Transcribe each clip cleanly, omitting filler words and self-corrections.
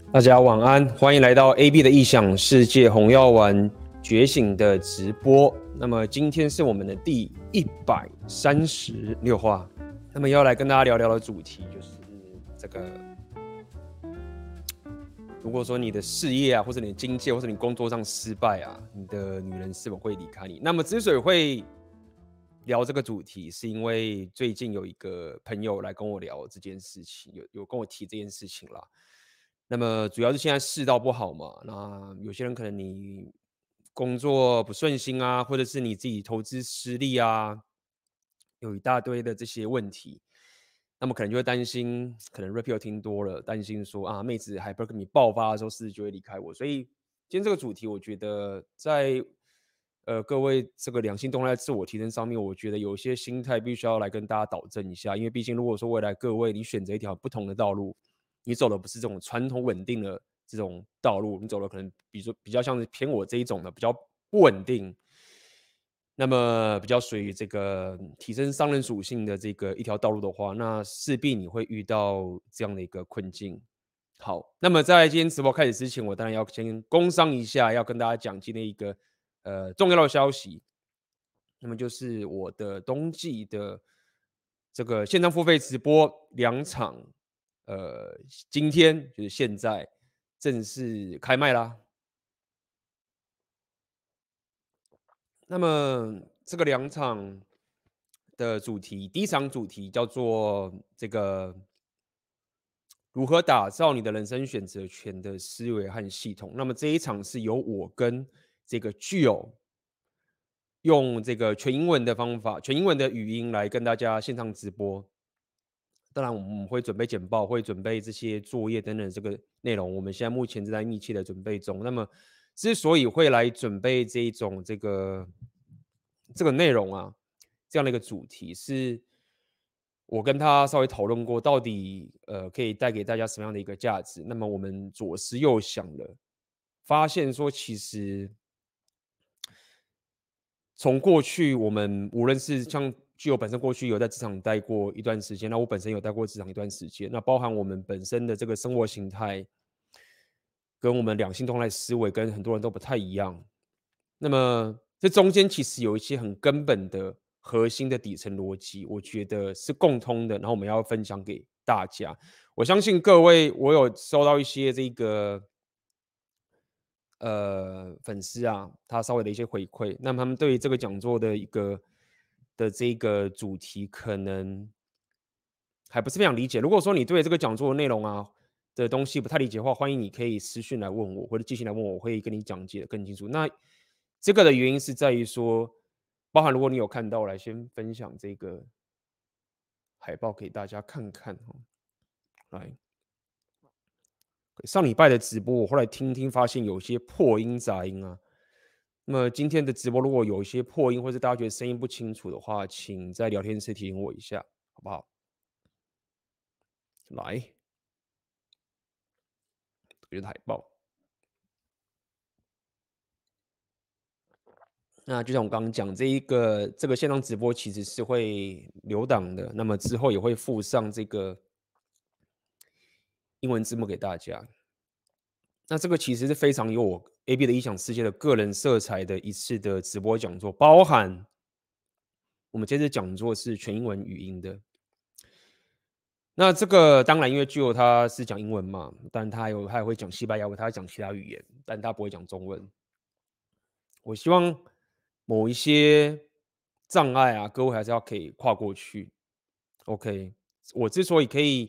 大家晚安，欢迎来到 AB 的异想世界红药丸觉醒的直播。那么今天是我们的第136话，那么要来跟大家聊聊的主题就是这个，如果说你的事业啊，或者你的经济，或者你工作上失败啊，你的女人是否会离开你？那么之所以会聊这个主题，是因为最近有一个朋友来跟我聊这件事情，有跟我提这件事情啦。那么主要是现在世道不好嘛，那有些人可能你工作不顺心啊，或者是你自己投资失利啊，有一大堆的这些问题，那么可能就会担心，可能 repeal 听多了，担心说啊，妹子还不跟你爆发的时候，是不是就会离开我？所以今天这个主题，我觉得在各位这个两性动态自我提升上面，我觉得有一些心态必须要来跟大家导正一下，因为毕竟如果说未来各位你选择一条不同的道路，你走的不是这种传统稳定的这种道路，你走的可能比如说比较像是偏我这一种的比较不稳定，那么比较属于这个提升商人属性的这个一条道路的话，那势必你会遇到这样的一个困境。好，那么在今天直播开始之前，我当然要先工商一下，要跟大家讲今天一个重要的消息，那么就是我的冬季的这个线上付费直播2场，今天就是现在正式开卖啦。那么这个2场的主题，第一场主题叫做这个如何打造你的人生选择权的思维和系统。那么这一场是由我跟这个具有用这个全英文的方法，全英文的语音来跟大家线上直播。当然，我们会准备简报，会准备这些作业等等这个内容。我们现在目前正在密切的准备中。那么，之所以会来准备这一种这个内容啊，这样的一个主题，是我跟他稍微讨论过，到底可以带给大家什么样的一个价值。那么我们左思右想了，发现说其实从过去我们无论是像具有本身过去有在职场待过一段时间，那我本身有待过职场一段时间，那包含我们本身的这个生活形态，跟我们两性动态思维跟很多人都不太一样。那么这中间其实有一些很根本的核心的底层逻辑，我觉得是共通的，然后我们要分享给大家。我相信各位，我有收到一些这个粉丝啊，他稍微的一些回馈，那么他们对于这个讲座的这个主题可能还不是非常理解。如果说你对这个讲座的内容啊的东西不太理解的话，欢迎你可以私讯来问我，或者寄信来问我，我会跟你讲解的更清楚。那这个的原因是在于说，包含如果你有看到，来先分享这个海报给大家看看哦。来，上礼拜的直播，我后来听听发现有些破音杂音啊。那么今天的直播如果有一些破音，或是大家觉得声音不清楚的话，请在聊天室提醒我一下，好不好？来，这是海报。那就像我刚刚讲，这个线上直播其实是会留档的，那么之后也会附上这个英文字幕给大家。那这个其实是非常有我 AB 的异想世界的个人色彩的一次的直播讲座，包含我们这次讲座是全英文语音的。那这个当然，因为具有他是讲英文嘛，但他也会讲西班牙文，他会讲其他语言，但他不会讲中文。我希望某一些障碍啊，各位还是要可以跨过去。OK，我之所以可以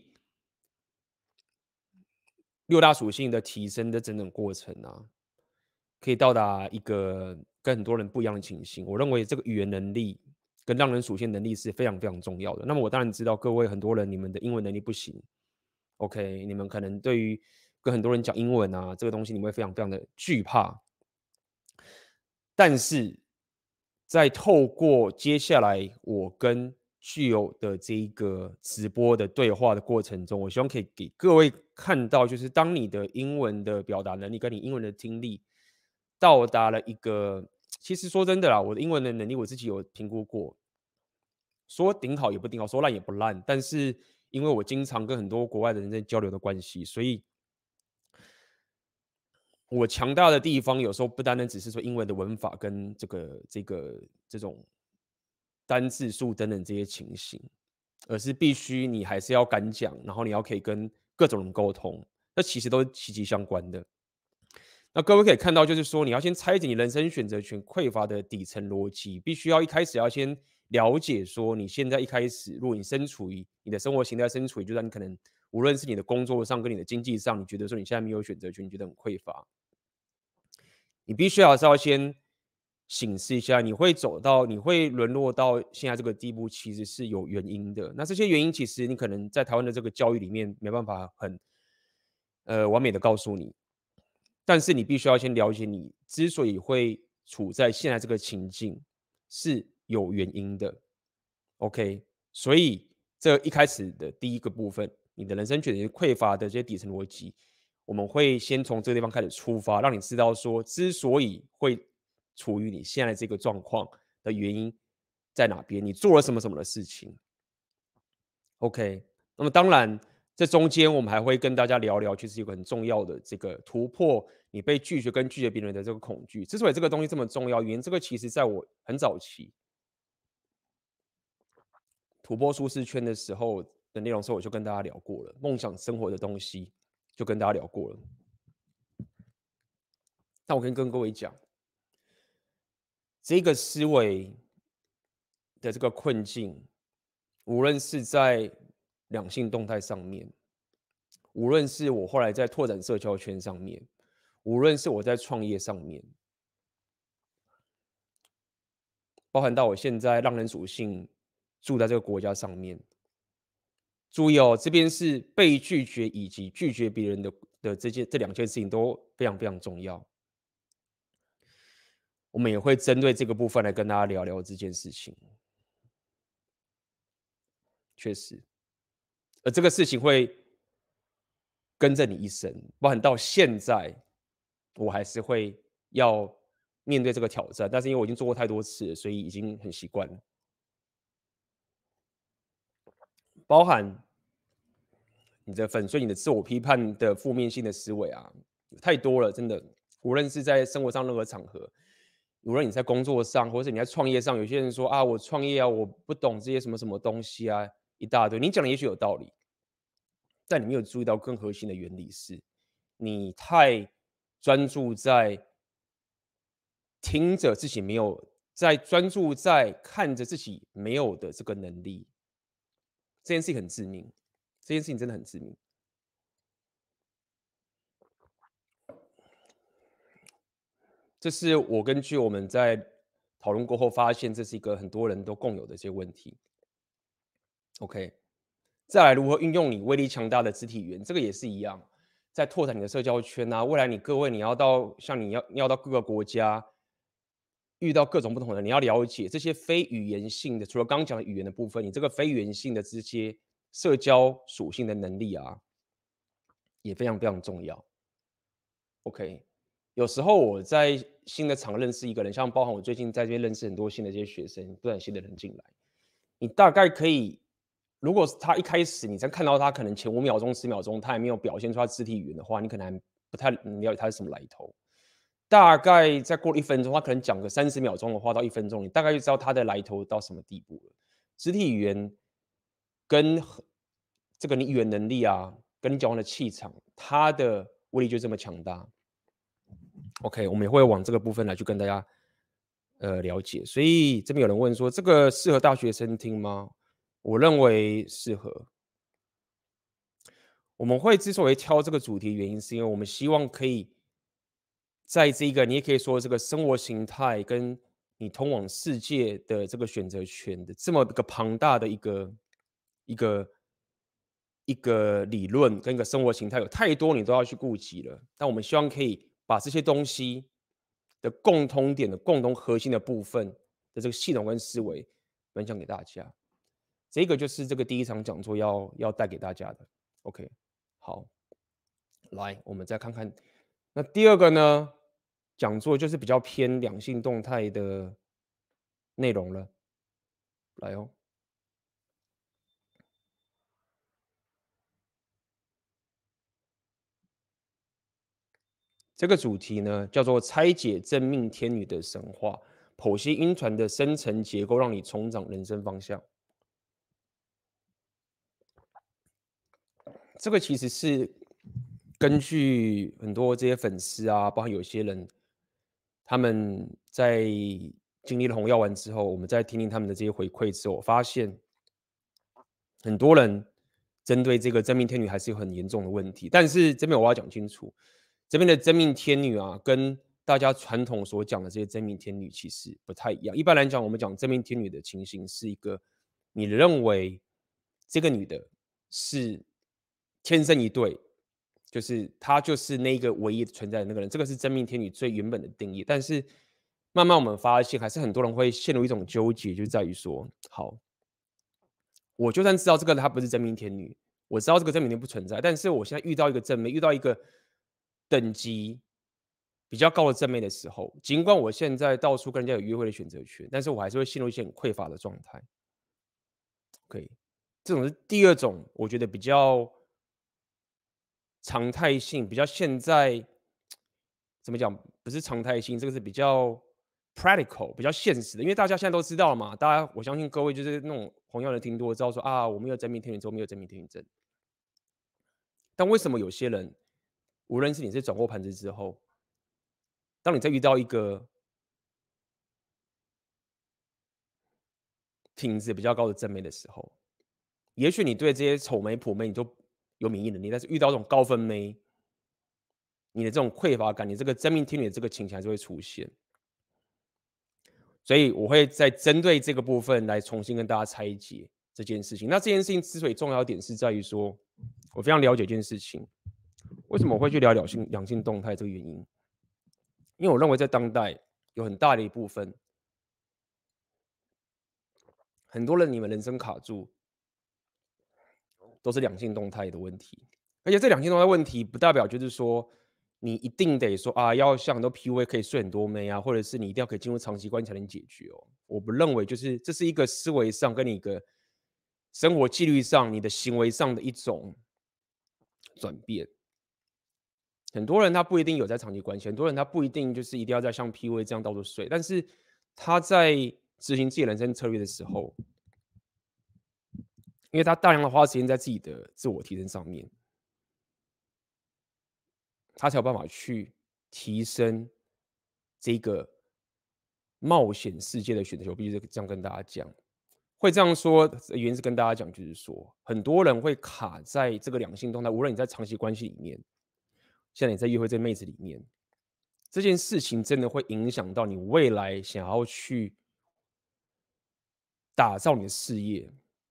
6大属性的提升的整整过程啊，可以到达一个跟很多人不一样的情形。我认为这个语言能力跟让人属性能力是非常非常重要的。那么我当然知道各位很多人你们的英文能力不行，OK，你们可能对于跟很多人讲英文啊这个东西你们会非常非常的惧怕，但是在透过接下来我跟具有的这一个直播的对话的过程中，我希望可以给各位看到，就是当你的英文的表达能力跟你英文的听力到达了一个，其实说真的啦，我的英文的能力我自己有评估过，说顶好也不顶好，说烂也不烂，但是因为我经常跟很多国外的人在交流的关系，所以我强大的地方有时候不单单只是说英文的文法跟这种单字数等等这些情形，而是必须你还是要敢讲，然后你要可以跟各种人沟通，这其实都是息息相关的。那各位可以看到，就是说你要先拆解你人生选择权匮乏的底层逻辑，必须要一开始要先了解说你现在一开始，如果你身处于你的生活形态身处于，就算你可能无论是你的工作上跟你的经济上，你觉得说你现在没有选择权，你觉得很匮乏，你必须还是要先审视一下，你会沦落到现在这个地步，其实是有原因的。那这些原因，其实你可能在台湾的这个教育里面没办法很完美的告诉你，但是你必须要先了解，你之所以会处在现在这个情境，是有原因的。OK，所以这一开始的第一个部分，你的人生选择匮乏的这些底层逻辑，我们会先从这个地方开始出发，让你知道说，之所以会处于你现在这个状况的原因在哪边，你做了什么什么的事情。OK，那么当然，这中间我们还会跟大家聊聊，其实有个很重要的这个突破你被拒绝跟拒绝别人的这个恐惧。之所以这个东西这么重要，原因这个其实在我很早期突破舒适圈的时候的内容时候，我就跟大家聊过了，梦想生活的东西就跟大家聊过了。那我跟各位讲，这个思维的这个困境，无论是在两性动态上面，无论是我后来在拓展社交圈上面，无论是我在创业上面，包含到我现在让人属性住在这个国家上面。注意哦，这边是被拒绝以及拒绝别人的这两件事情都非常非常重要。我们也会针对这个部分来跟大家聊聊这件事情。确实，而这个事情会跟着你一生，包含到现在，我还是会要面对这个挑战。但是因为我已经做过太多次了，所以已经很习惯了。包含你的粉碎你的自我批判的负面性的思维啊，太多了，真的。无论是在生活上任何场合，无论你在工作上，或者是你在创业上，有些人说啊，我创业啊，我不懂这些什么什么东西啊，一大堆。你讲的也许有道理，但你没有注意到更核心的原理是，你太专注在听着自己没有，在专注在看着自己没有的这个能力，这件事情很致命，这件事情真的很致命。这是我根据我们在讨论过后发现，这是一个很多人都共有的一些问题。OK，再来如何运用你威力强大的肢体语言，这个也是一样，在拓展你的社交圈啊。未来各位你要到像你要到各个国家，遇到各种不同的人，你要了解这些非语言性的，除了刚刚讲的语言的部分，你这个非语言性的这些社交属性的能力啊，也非常非常重要。OK，有时候我在新的场认识一个人，像包含我最近在这边认识很多新的这些学生，不断新的人进来，你大概可以，如果是他一开始你在看到他可能前5秒钟、10秒钟，他还没有表现出他肢体语言的话，你可能还不太了解他是什么来头。大概再过了1分钟，他可能讲个30秒钟的话到1分钟，你大概就知道他的来头到什么地步了。肢体语言跟这个你语言能力啊，跟你讲话的气场，它的威力就这么强大。OK，我们也会往这个部分来去跟大家了解。所以这边有人问说，这个适合大学生听吗？我认为适合。我们会之所以挑这个主题，原因是因为我们希望可以在这个你也可以说这个生活形态跟你通往世界的这个选择权的这么一个庞大的一个一个理论跟一个生活形态，有太多你都要去顾及了。但我们希望可以把这些东西的共通点的共同核心的部分的这个系统跟思维分享给大家。这个就是这个第一场讲座要带给大家的。OK，好，来我们再看看。那第二个呢，讲座就是比较偏两性动态的内容了。来哦， 这个主题呢叫做拆解真命天女的神话，剖析晕船的深层结构，让你重掌人生方向。这个其实是根据很多这些粉丝啊，包括有些人，他们在经历了红药丸之后，我们在听听他们的这些回馈之后，我发现很多人针对这个真命天女还是有很严重的问题。但是这边我要讲清楚，这边的真命天女啊，跟大家传统所讲的这些真命天女其实不太一样。一般来讲，我们讲真命天女的情形是一个，你认为这个女的是天生一对，就是她就是那个唯一存在的那个人，这个是真命天女最原本的定义。但是慢慢我们发现，还是很多人会陷入一种纠结，就在于说，好，我就算知道这个她不是真命天女，我知道这个真命天女不存在，但是我现在遇到一个正妹，遇到一个等级比较高的正妹的时候，尽管我现在到处跟人家有约会的选择权，但是我还是会陷入一些很匮乏的状态。OK，这种是第二种，我觉得比较常态性，比较现在怎么讲？不是常态性，这个是比较 practical，比较现实的。因为大家现在都知道了嘛，大家我相信各位就是那种红药的听多，知道说啊，我们有真命天女证，我们有真命天女证。但为什么有些人，无论是你是转过盘子之后，当你再遇到一个品质比较高的正妹的时候，也许你对这些丑妹、普妹你都有免疫能力，但是遇到这种高分妹，你的这种匮乏感，你这个真命天女的这个倾向就会出现。所以我会再针对这个部分来重新跟大家拆解这件事情。那这件事情之所以重要点是在于说，我非常了解一件事情，为什么我会去聊两性动态这个原因？因为我认为在当代有很大的一部分，很多人你们人生卡住，都是两性动态的问题。而且这两性动态问题不代表就是说你一定得说啊，要像很多 PUA 可以睡很多妹啊，或者是你一定要可以进入长期关系才能解决哦。我不认为，就是这是一个思维上跟你一个生活纪律上、你的行为上的一种转变。很多人他不一定有在长期关系，很多人他不一定就是一定要在像 PUA 这样到处睡，但是他在执行自己人生策略的时候，因为他大量的花时间在自己的自我提升上面，他才有办法去提升这个冒险世界的选择。我必须这样跟大家讲，会这样说原因是跟大家讲，就是说很多人会卡在这个两性动态，无论你在长期关系里面，现在你在约会这妹子里面，这件事情真的会影响到你未来想要去打造你的事业，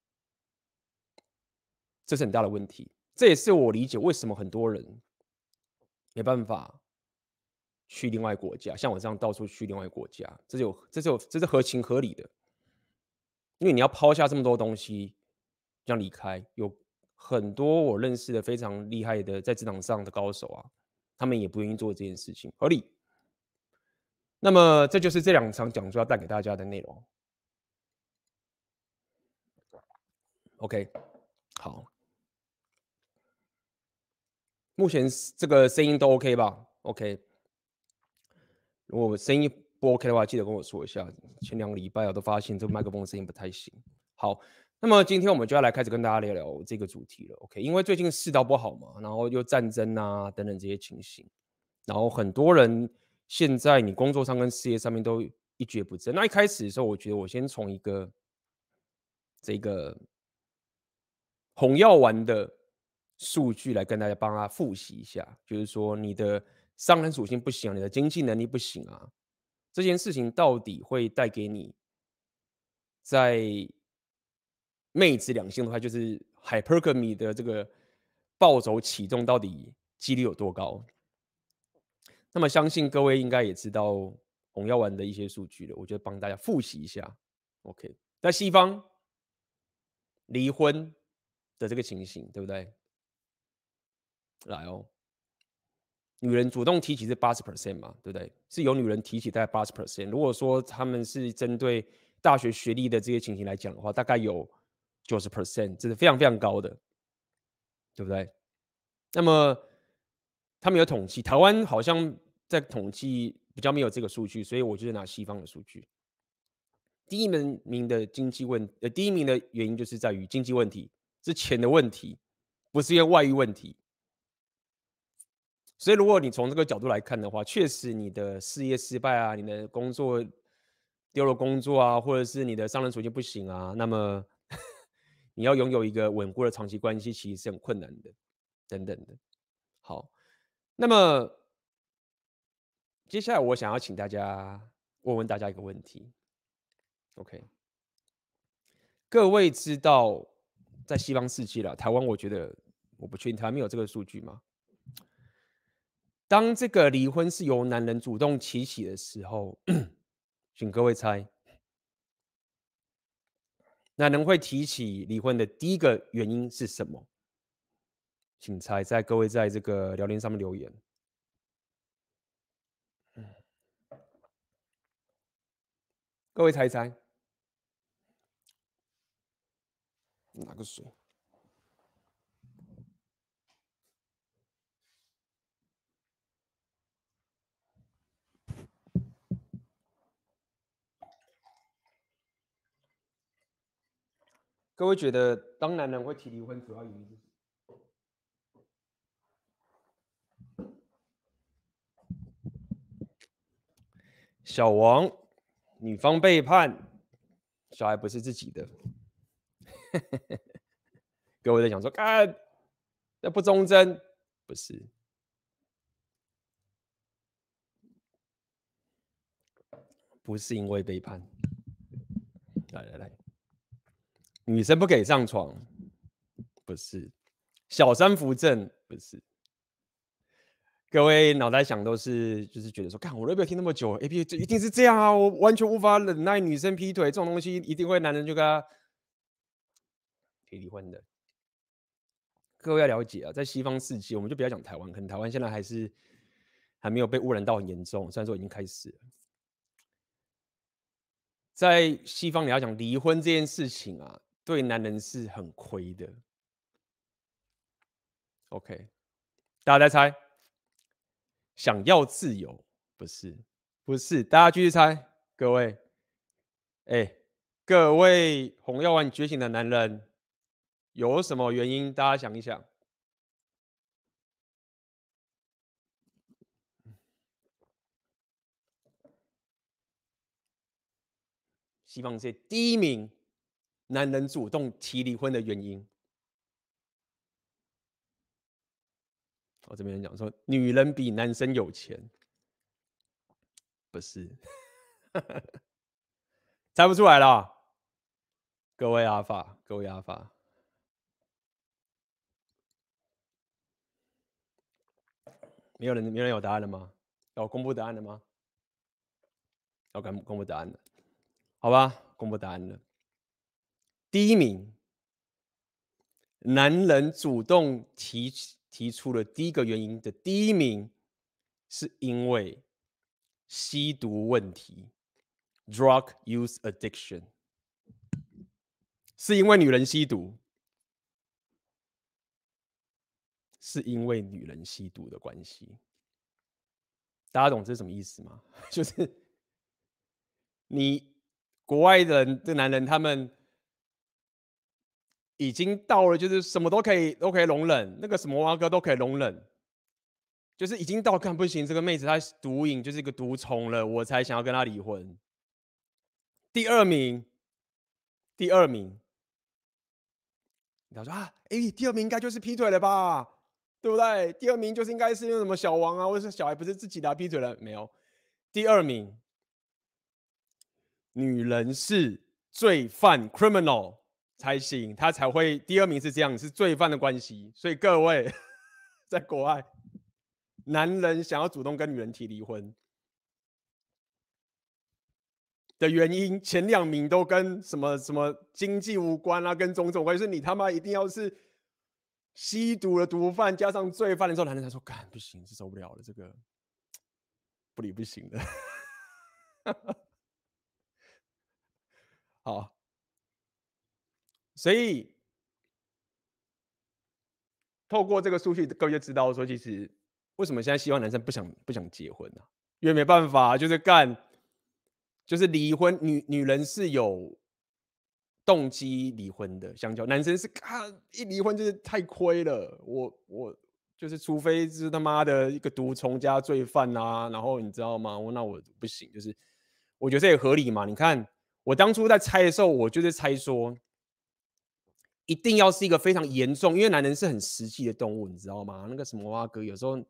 这是很大的问题。这也是我理解为什么很多人没办法去另外国家，像我这样到处去另外国家，这是合情合理的。因为你要抛下这么多东西，这样离开，有很多我认识的非常厉害的在职场上的高手啊，他们也不愿意做这件事情，合理。那么这就是这两场讲座要带给大家的内容。OK， 好，目前这个声音都 OK 吧 ？OK， 如果声音不 OK 的话，记得跟我说一下。前2个礼拜我都发现这个麦克风的声音不太行。好，那么今天我们就要来开始跟大家聊聊这个主题了。OK，因为最近世道不好嘛，然后又战争啊等等这些情形，然后很多人现在你工作上跟事业上面都一蹶不振。那一开始的时候，我觉得我先从一个这个红药丸的数据来跟大家帮他复习一下，就是说你的商人属性不行，你的经济能力不行啊，这件事情到底会带给你在妹子两性的话，就是 hypergamy 的这个暴走启动到底几率有多高？那么相信各位应该也知道红药丸的一些数据了，我就帮大家复习一下。OK， 在西方离婚的这个情形，对不对？来哦，女人主动提起是80% 嘛，对不对？是有女人提起大概80%。如果说他们是针对大学学历的这些情形来讲的话，大概有90%，这是非常非常高的，对不对？那么他们有统计，台湾好像在统计比较没有这个数据，所以我就是拿西方的数据。第一名的第一名的原因就是在于经济问题，是钱的问题，不是因为外遇问题。所以，如果你从这个角度来看的话，确实你的事业失败啊，你的工作丢了工作啊，或者是你的商人处境不行啊，那么你要拥有一个稳固的长期关系，其实是很困难的，等等的。好，那么接下来我想要请大家问大家一个问题 ，OK？各位知道，在西方世界啦，台湾我觉得我不确定台湾没有这个数据吗？当这个离婚是由男人主动提起的时候，请各位猜，男人会提起离婚的第一个原因是什么？请猜，各位在这个聊天上面留言。各位猜一猜，拿个水。各位觉得，当男人会提离婚，主要原因是什么？小王，女方背叛，小孩不是自己的。各位在想说，干，那不忠贞，不是，不是因为背叛。来，女生不给上床，不是，小三扶正，不是。各位脑袋想都是，就是觉得说，看我都没有听那么久，A P 这一定是这样啊，我完全无法忍耐女生劈腿这种东西，一定会男人就跟他提离婚的。各位要了解啊，在西方世界，我们就不要讲台湾，可能台湾现在还没有被污染到很严重，虽然说已经开始了。在西方，你要讲离婚这件事情啊，对男人是很亏的。OK， 大家在猜，想要自由，不是，不是，大家继续猜，各位，各位红药丸觉醒的男人，有什么原因？大家想一想。西方世界第一名，男人主动提离婚的原因。我这边讲说，女人比男生有钱，不是，猜不出来了。各位阿法，各位阿法，没有人有答案了吗？要公布答案了吗？要公布答案了，好吧，公布答案了。第一名，男人主动提出了第一个原因的第一名，是因为吸毒问题 （drug use addiction），是因为女人吸毒，是因为女人吸毒的关系。大家懂这是什么意思吗？就是你国外的男人，他们已经到了，就是什么都可以容忍，那个什么蛙哥都可以容忍，就是已经到看不行，这个妹子她毒瘾就是一个毒虫了，我才想要跟她离婚。第二名，他说啊，第二名应该就是劈腿了吧，对不对？第二名就是应该是什么小王啊，或者是小孩不是自己的劈腿了没有？第二名，女人是罪犯 criminal 才行，他才会第二名是这样，是罪犯的关系。所以各位在国外，男人想要主动跟女人提离婚的原因，前两名都跟什么经济无关啊，跟种种关系，是你他妈一定要是吸毒的毒贩加上罪犯的时候，男人才说干不行，是受不了了，这个不离不行的。好，所以透过这个数据，各位就知道说，其实为什么现在西方男生不想结婚呢？因为没办法，就是离婚，女人是有动机离婚的，相较男生是一离婚就是太亏了。我就是除非是他妈的一个毒虫加罪犯啊，然后你知道吗？那我不行，就是我觉得这也合理嘛。你看我当初在猜的时候，我就是猜说，一定要是一个非常严重，因为男人是很实际的动物，你知道吗？那个什么蛙哥有时候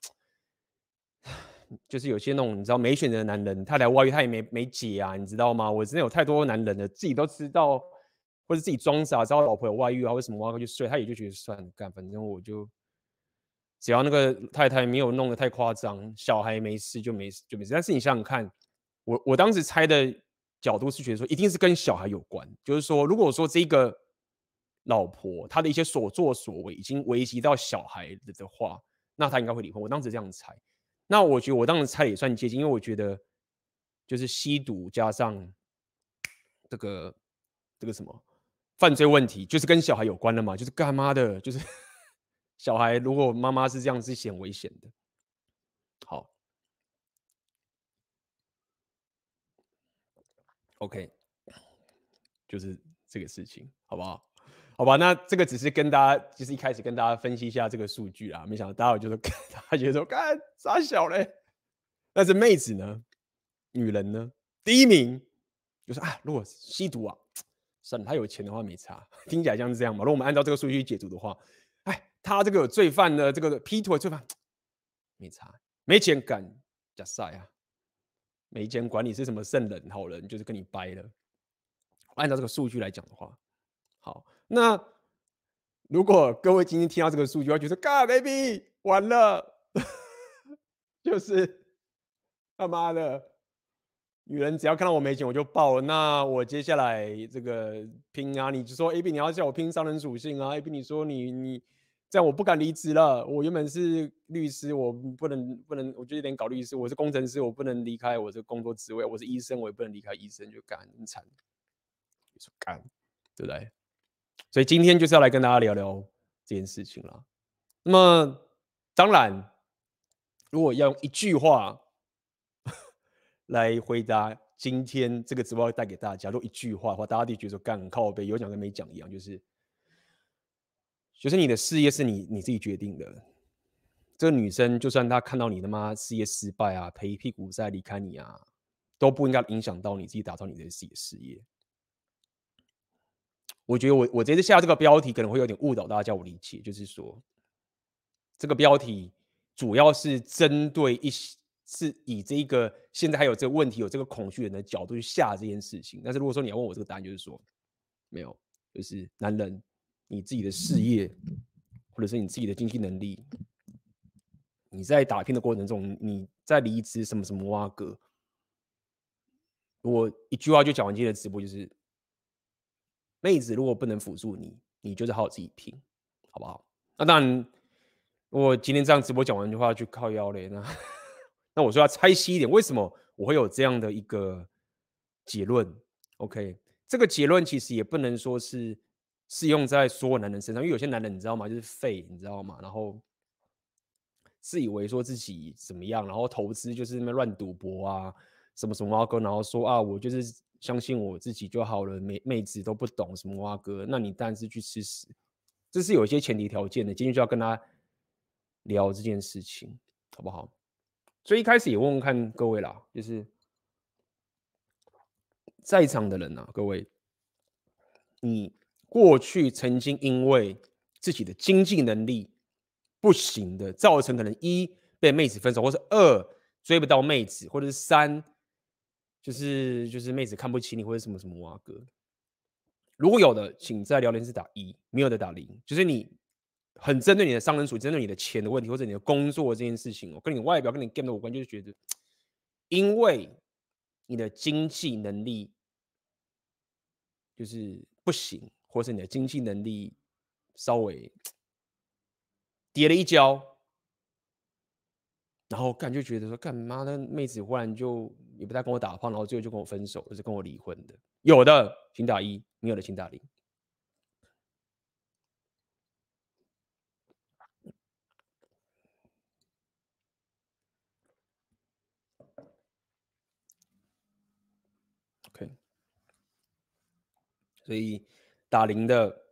就是有些那种你知道没选择的男人，他来外遇他也没解啊，你知道吗？我真的有太多男人了，自己都知道，或者自己装傻，知道老婆有外遇啊，为什么我要去睡，他也就觉得算了，干，反正我就只要那个太太没有弄得太夸张，小孩没事就没事。但是你想想看，我当时猜的角度是觉得说，一定是跟小孩有关，就是说，如果说这个老婆她的一些所作所为已经危及到小孩的话，那她应该会离婚。我当时这样猜。那我觉得我当时猜也算接近，因为我觉得就是吸毒加上这个什么犯罪问题，就是跟小孩有关的嘛，就是干妈的，就是小孩如果妈妈是这样，是很危险的。好，OK，就是这个事情，好不好？好吧，那这个只是跟大家，就是一开始跟大家分析一下这个数据啊，没想到大家就说，大家觉得说，干傻小嘞。但是妹子呢，女人呢，第一名就说啊，如果吸毒啊，算了，他有钱的话没差，听起来像是这样嘛。如果我们按照这个数据去解读的话，哎，他这个有罪犯的这个劈腿罪犯没差，没钱干假赛啊，没钱管你是什么圣人好人，就是跟你掰了。按照这个数据来讲的话，好，那如果各位今天听到这个数据，会觉得，God baby 完了，就是他妈的，女人只要看到我没钱我就爆了。那我接下来这个拼啊，你就说 A B 你要叫我拼商人属性啊，A B 你说你这样我不敢离职了。我原本是律师，我不能，我就有点搞律师。我是工程师，我不能离开我这个工作职位。我是医生，我也不能离开医生，就干很惨，就干，对不对？所以今天就是要来跟大家聊聊这件事情了。那么当然，如果要用一句话来回答今天这个直播要带给大家，如果一句话的话，大家就觉得说干很靠背，有讲跟没讲一样，就是你的事业是你自己决定的。这个女生就算她看到你他妈事业失败啊，赔一屁股债离开你啊，都不应该影响到你自己打造你的自己的事业。我觉得我这次下这个标题可能会有点误导大家，我理解，就是说这个标题主要是针对是以这个现在还有这个问题、有这个恐惧人的角度去下这件事情。但是如果说你要问我这个答案，就是说没有，就是男人你自己的事业或者是你自己的经济能力，你在打拼的过程中，你在离职什么什么挖哥，我一句话就讲完今天的直播，就是妹子如果不能辅助你，你就是好好自己拼，好不好？那当然，我今天这样直播讲完的话，就靠腰嘞。那我说要拆细一点，为什么我会有这样的一个结论？OK，这个结论其实也不能说是适用在所有男人身上，因为有些男人你知道吗，就是废，你知道吗？然后自以为说自己怎么样，然后投资就是那乱赌博啊，什么什么蛙哥，然后说啊，我就是相信我自己就好了，妹子都不懂什么蛙哥，那你当然是去吃屎。这是有一些前提条件的，今天就要跟他聊这件事情，好不好？所以一开始也问问看各位啦，就是在场的人啊，各位，你过去曾经因为自己的经济能力不行的，造成可能一被妹子分手，或是二追不到妹子，或者是三就是妹子看不起你，或者什么什么啊哥。如果有的，请在聊天室打一；没有的打零。就是你很针对你的商人属，针对你的钱的问题，或者你的工作这件事情哦，跟你外表、跟你 game 的无关，就是觉得因为你的经济能力就是不行，或是你的经济能力稍微跌了一跤，然后干就觉得说，干妈的妹子忽然就也不太跟我打炮，然后最后就跟我分手，就是跟我离婚的。有的请打一，没有的请打零。 所以打铃的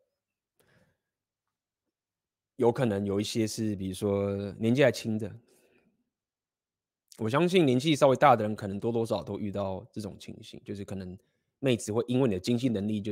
有可能有一些是，比如说年纪还轻的，我相信年纪稍微大的人，可能多多少少都遇到这种情形，就是可能妹子会因为你的经济能力，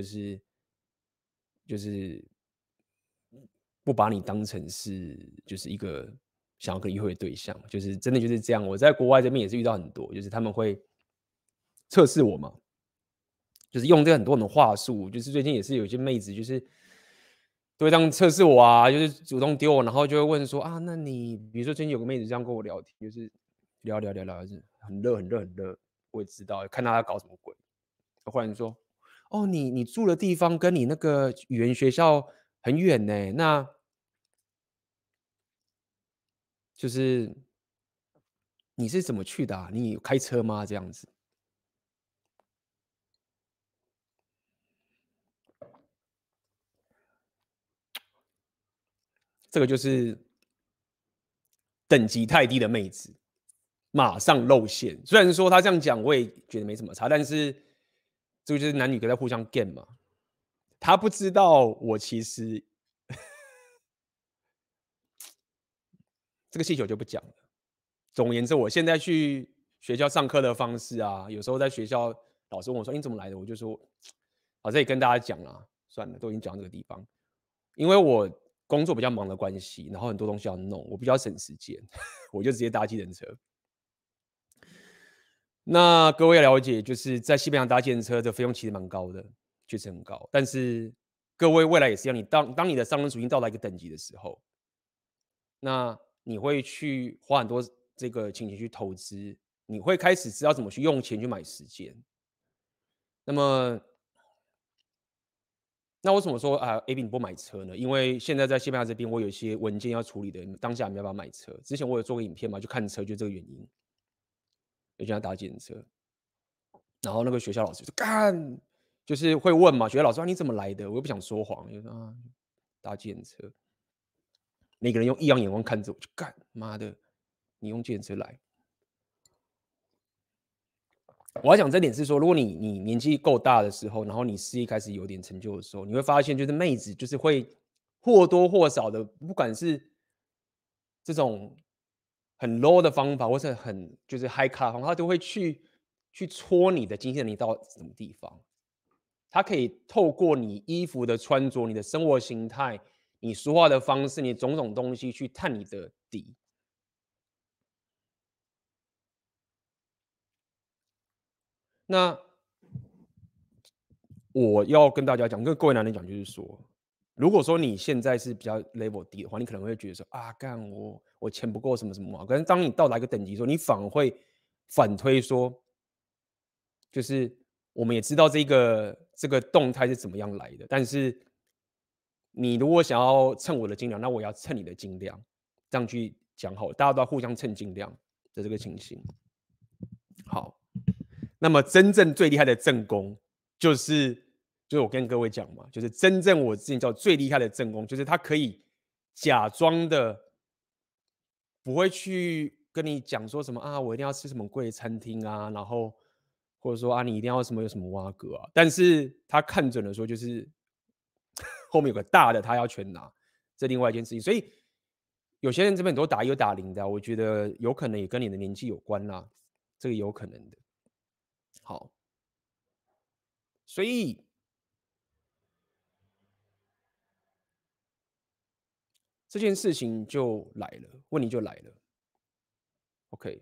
就是不把你当成是就是一个想要跟约会的对象，就是真的就是这样。我在国外这边也是遇到很多，就是他们会测试我嘛，就是用这很多种话术，就是最近也是有一些妹子就是都会这样测试我啊，就是主动丢我，然后就会问说啊，那你比如说最近有个妹子这样跟我聊天，就是聊，就是很热很热很热，我也知道，看她在搞什么鬼。忽然说，哦，你住的地方跟你那个语言学校很远呢，那就是你是怎么去的啊？你有开车吗？这样子，这个就是等级太低的妹子，马上露馅。虽然说他这样讲，我也觉得没什么差，但是这个就是男女在互相 game 嘛。他不知道我其实这个细节就不讲了。总而言之，我现在去学校上课的方式啊，有时候在学校老师问我说：“你怎么来的？”我就说：“啊，这里跟大家讲啦，算了，都已经讲到这个地方，因为我工作比较忙的关系，然后很多东西要弄，我比较省时间，我就直接搭计程车。那各位要了解，就是在西班牙搭计程车的费用其实蛮高的，确实很高。但是各位未来也是要你当你的商人属性到达一个等级的时候，那你会去花很多这个金钱去投资，你会开始知道怎么去用钱去买时间。那么，那为什么说啊，AB 你不买车呢？因为现在在西班牙这边，我有一些文件要处理的，当下没办法买车。之前我有做过影片嘛，就看车，就这个原因，有想要搭计程车。然后那个学校老师就干，就是会问嘛，学校老师啊你怎么来的？我又不想说谎，就说啊搭计程车。每个人用异样眼光看着我，就干妈的，你用计程车来。我要讲这点是说，如果你年纪够大的时候，然后你事业开始有点成就的时候，你会发现，就是妹子就是会或多或少的，不管是这种很 low 的方法，或是很就是 high cut 的方法，她都会去戳你的经济能力到什么地方。它可以透过你衣服的穿着、你的生活形态、你说话的方式、你种种东西去探你的底。那我要跟大家讲，跟各位男人讲，就是说，如果说你现在是比较 level 低的话，你可能会觉得说啊，干我钱不够什么什么嘛。可是当你到达一个等级的时候，你反而会反推说，就是我们也知道这个动态是怎么样来的，但是你如果想要蹭我的斤两，那我要蹭你的斤两，这样去讲好，大家都要互相蹭斤两的这个情形。好，那么真正最厉害的正宫，就是就是我跟各位讲嘛，就是真正我之前叫最厉害的正宫，就是他可以假装的不会去跟你讲说什么啊，我一定要吃什么贵的餐厅啊，然后或者说啊，你一定要什么有什么挖格啊，但是他看准了说就是后面有个大的，他要全拿，这另外一件事情。所以有些人这边很多打一有打零的啊，我觉得有可能也跟你的年纪有关啦，这个有可能的。好，所以这件事情就来了，问题就来了。OK，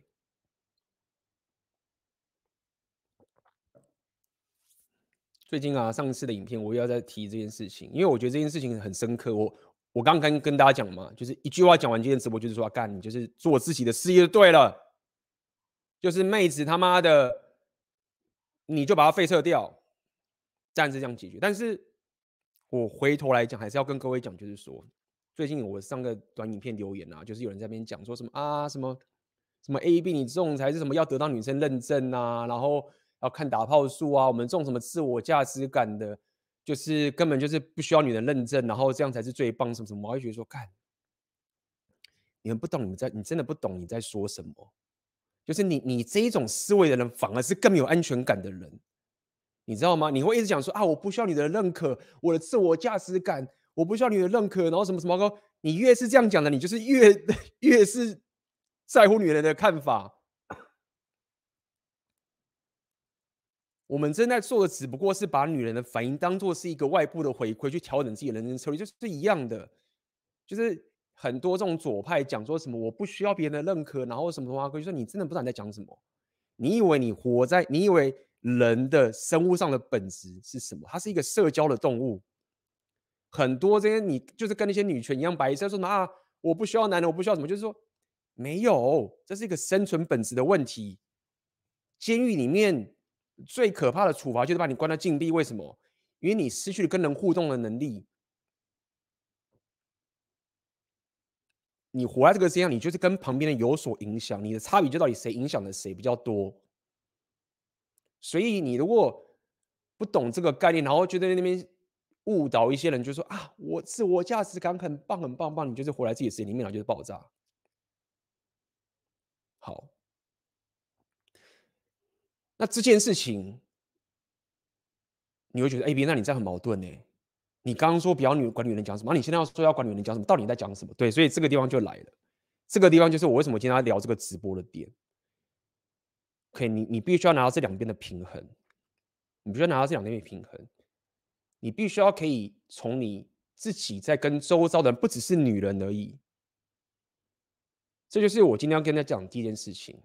最近啊，上次的影片我又要再提这件事情，因为我觉得这件事情很深刻。我刚刚跟大家讲嘛，就是一句话讲完今天直播，就是说，干你就是做自己的事业就对了，就是妹子他妈的，你就把它废撤掉，暂时这样解决。但是我回头来讲，还是要跟各位讲，就是说，最近我上个短影片留言啊，就是有人在那边讲说什么啊，什么 AB，你这种才是什么要得到女生认证啊，然后要看打炮数啊，我们这种什么自我价值感的，就是根本就是不需要女人认证，然后这样才是最棒什么什么，我会觉得说，看你们不懂你真的不懂你在说什么，就是你这一种思维的人，反而是更没有安全感的人。 你知道吗？你会一直讲说啊，我不需要你的认可，我的自我价值感，我不需要你的认可，然后什么什么。你越是这样讲的，你就是越是在乎女人的看法。我们正在做的只不过是把女人的反应当做是一个外部的回馈，去调整自己的人生策略，就是一样的。就是很多这种左派讲说什么我不需要别人的认可，然后什么什么，就说你真的不知道你在讲什么。你以为你以为人的生物上的本质是什么？它是一个社交的动物。很多这些你就是跟那些女权一样白色说啊，我不需要男人，我不需要什么，就是说没有，这是一个生存本质的问题。监狱里面最可怕的处罚就是把你关在禁闭，为什么？因为你失去了跟人互动的能力。你活在这个世界上，你就是跟旁边人有所影响，你的差别就到底谁影响了谁比较多。所以你如果不懂这个概念，然后就在那边误导一些人，就说啊，我自我价值感很棒很棒棒，你就是活在自己的世界里面，然后就是爆炸。好，那这件事情你会觉得，哎，别，那你这样很矛盾呢。你刚刚说不要管女人讲什么，你现在要说要管女人讲什么，到底你在讲什么？对，所以这个地方就来了。这个地方就是我为什么今天要聊这个直播的点。可以，你必须要拿到这两边的平衡，你必须要拿到这两边的平衡，你必须要可以从你自己在跟周遭的人，不只是女人而已。这就是我今天要跟大家讲的第一件事情。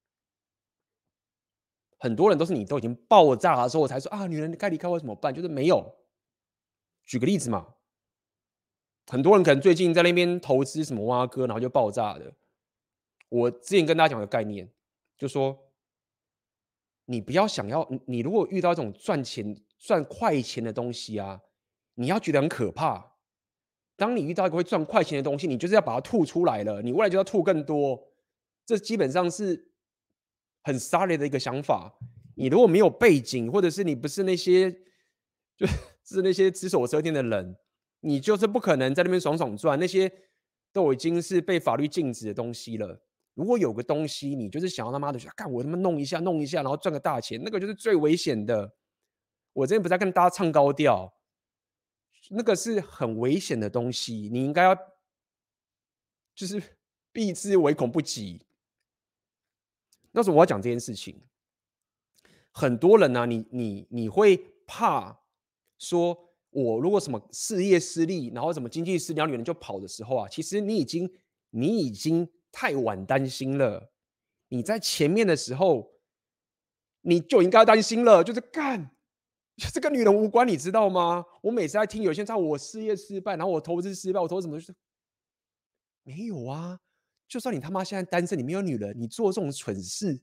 很多人都是你都已经爆炸的时候，我才说啊，女人该离开我怎么办？就是没有。举个例子嘛，很多人可能最近在那边投资什么蛙哥，然后就爆炸的。我之前跟大家讲的概念，就说你不要想要，你如果遇到这种赚快钱的东西啊，你要觉得很可怕。当你遇到一个会赚快钱的东西，你就是要把它吐出来了，你未来就要吐更多。这基本上是很杀人的一个想法。你如果没有背景，或者是你不是那些就是那些只手遮天的人，你就是不可能在那边爽爽赚。那些都已经是被法律禁止的东西了。如果有个东西，你就是想要他妈的干，我他妈弄一下，然后赚个大钱，那个就是最危险的。我这边不在跟大家唱高调，那个是很危险的东西，你应该要就是避之唯恐不及。那时候我要讲这件事情，很多人呢、你会怕说，我如果什么事业失利，然后什么经济失利，然后女人就跑的时候啊，其实你已经太晚担心了。你在前面的时候，你就应该担心了，就是干。这跟女人无关，你知道吗？我每次在听有些人说我事业失败，然后我投资失败，我投资什么，就是没有啊。就算你他妈现在单身，你没有女人，你做这种蠢事，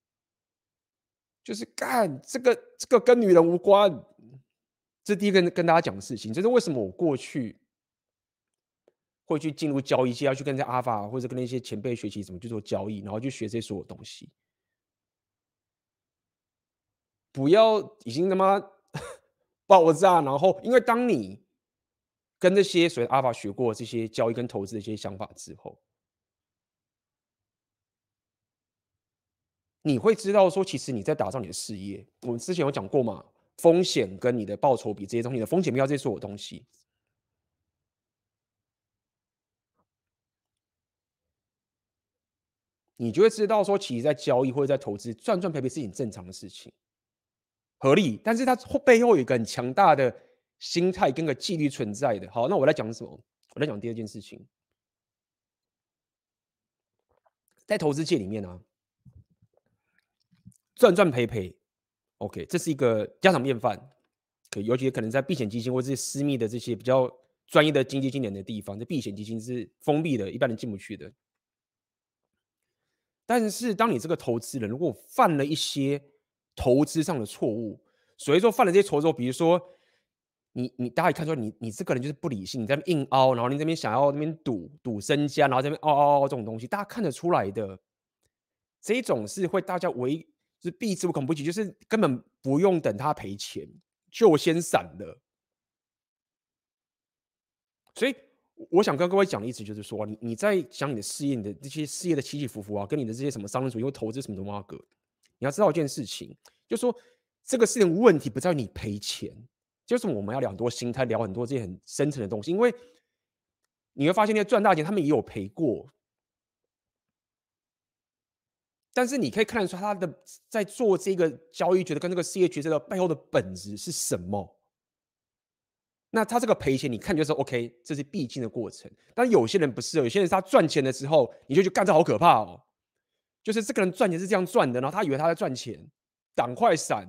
就是干这个跟女人无关。这第一个跟大家讲的事情，就是为什么我过去会去进入交易界，要去跟这阿法或者跟那些前辈学习怎么去做交易，然后去学这些所有东西。不要已经他妈爆炸，然后因为当你跟这些所谓的阿法学过这些交易跟投资的一些想法之后，你会知道说，其实你在打造你的事业。我们之前有讲过嘛，风险跟你的报酬比这些东西，你的风险比较这些所有东西，你就会知道说，其实在交易或者在投资赚赚赔赔是很正常的事情，合理。但是它背后有一个很强大的心态跟个纪律存在的。好，那我来讲什么？我来讲第二件事情，在投资界里面啊，赚赚赔赔，OK，这是一个家常便饭。尤其可能在避险基金或者是私密的这些比较专业的经济经理的地方，这避险基金是封闭的，一般人进不去的。但是，当你这个投资人如果犯了一些投资上的错误，所以说犯了这些错误，比如说大家也看出来你这个人就是不理性，你在那边硬凹，然后你这边想要那边赌身家，然后这边凹这种东西，大家看得出来的。这种是会大家就是避之无可不及，就是根本不用等他赔钱就先闪了。所以我想跟各位讲的意思就是说，你在讲你的事业，你的这些事业的起起伏伏啊，跟你的这些什么商人主义或投资什么的挖哥，你要知道一件事情，就是说这个事情问题不在于你赔钱，就是我们要聊很多心态，聊很多这些很深层的东西，因为你会发现那些赚大钱，他们也有赔过，但是你可以看得出他的在做这个交易决策跟这个事业决策的背后的本质是什么。那他这个赔钱，你看就是 OK， 这是必经的过程。但有些人不是，有些人他赚钱的时候，你就觉得干这好可怕哦，就是这个人赚钱是这样赚的，然后他以为他在赚钱，赶快闪。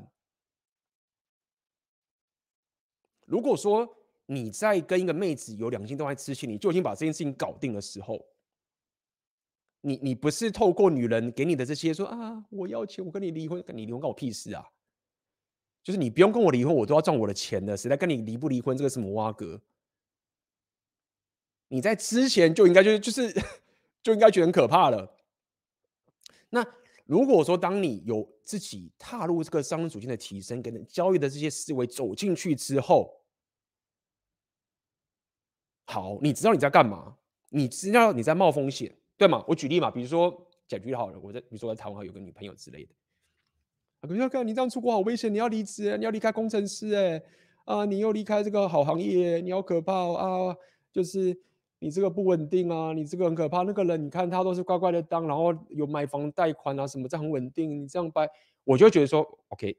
如果说你在跟一个妹子有两性动态之前，你就已经把这件事情搞定的时候，你不是透过女人给你的这些说啊，我要钱，我跟你离婚，跟你离婚关我屁事啊！就是你不用跟我离婚，我都要赚我的钱的，谁在跟你离不离婚，这个什么蛙哥？你在之前就应该就是就应该觉得很可怕了。那如果说当你有自己踏入这个商人属性的提升，跟交易的这些思维走进去之后，好，你知道你在干嘛，你知道你在冒风险，对吗？我举例嘛，比如说举例好了，比如说在台湾有个女朋友之类的，比如说看你这样出国好危险，你要离职，你要离开工程师，你又离开这个好行业，你好可怕啊，就是你这个不稳定啊，你这个很可怕。那个人你看他都是乖乖的当，然后有买房贷款啊什么，这很稳定，你这样掰，我就觉得说 OK，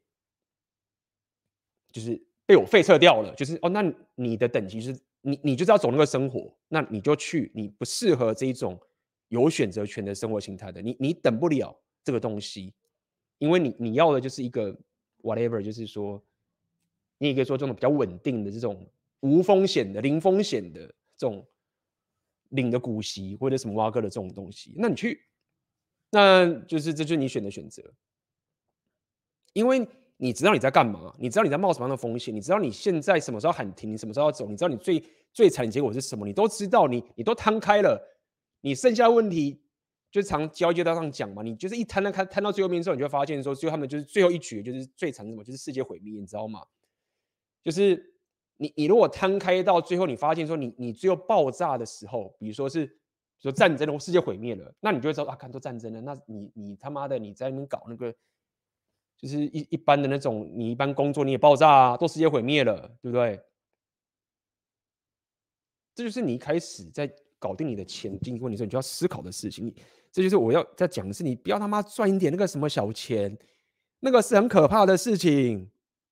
就是被我废撤掉了，就是哦，那你的等级是你就是要走那个生活，那你就去，你不适合这一种有选择权的生活形态的，你等不了这个东西，因为你要的就是一个 whatever，就是说，你也可以说这种比较稳定的这种无风险的、零风险的这种领的股息或者什么挖哥的这种东西，那你去，那就是这就是你选的选择。因为你知道你在干嘛，你知道你在冒什么样的风险，你知道你现在什么时候喊停，你什么时候要走，你知道你最惨的结果是什么，你都知道，你都摊开了，你剩下的问题就是常交易阶段上讲嘛，你就是一摊到最后面之后，你就会发现说，最后他们就是最后一局就是最惨的什么，就是世界毁灭，你知道吗？就是你如果摊开到最后，你发现说你最后爆炸的时候，比如说战争了，世界毁灭了，那你就会知道啊，看都战争了，那你他妈的你在那边搞那个。就是一般的那种，你一般工作你也爆炸啊，都世界毁灭了，对不对？这就是你一开始在搞定你的钱经济问题时候，你就要思考的事情。这就是我要在讲的是，你不要他妈赚一点那个什么小钱，那个是很可怕的事情。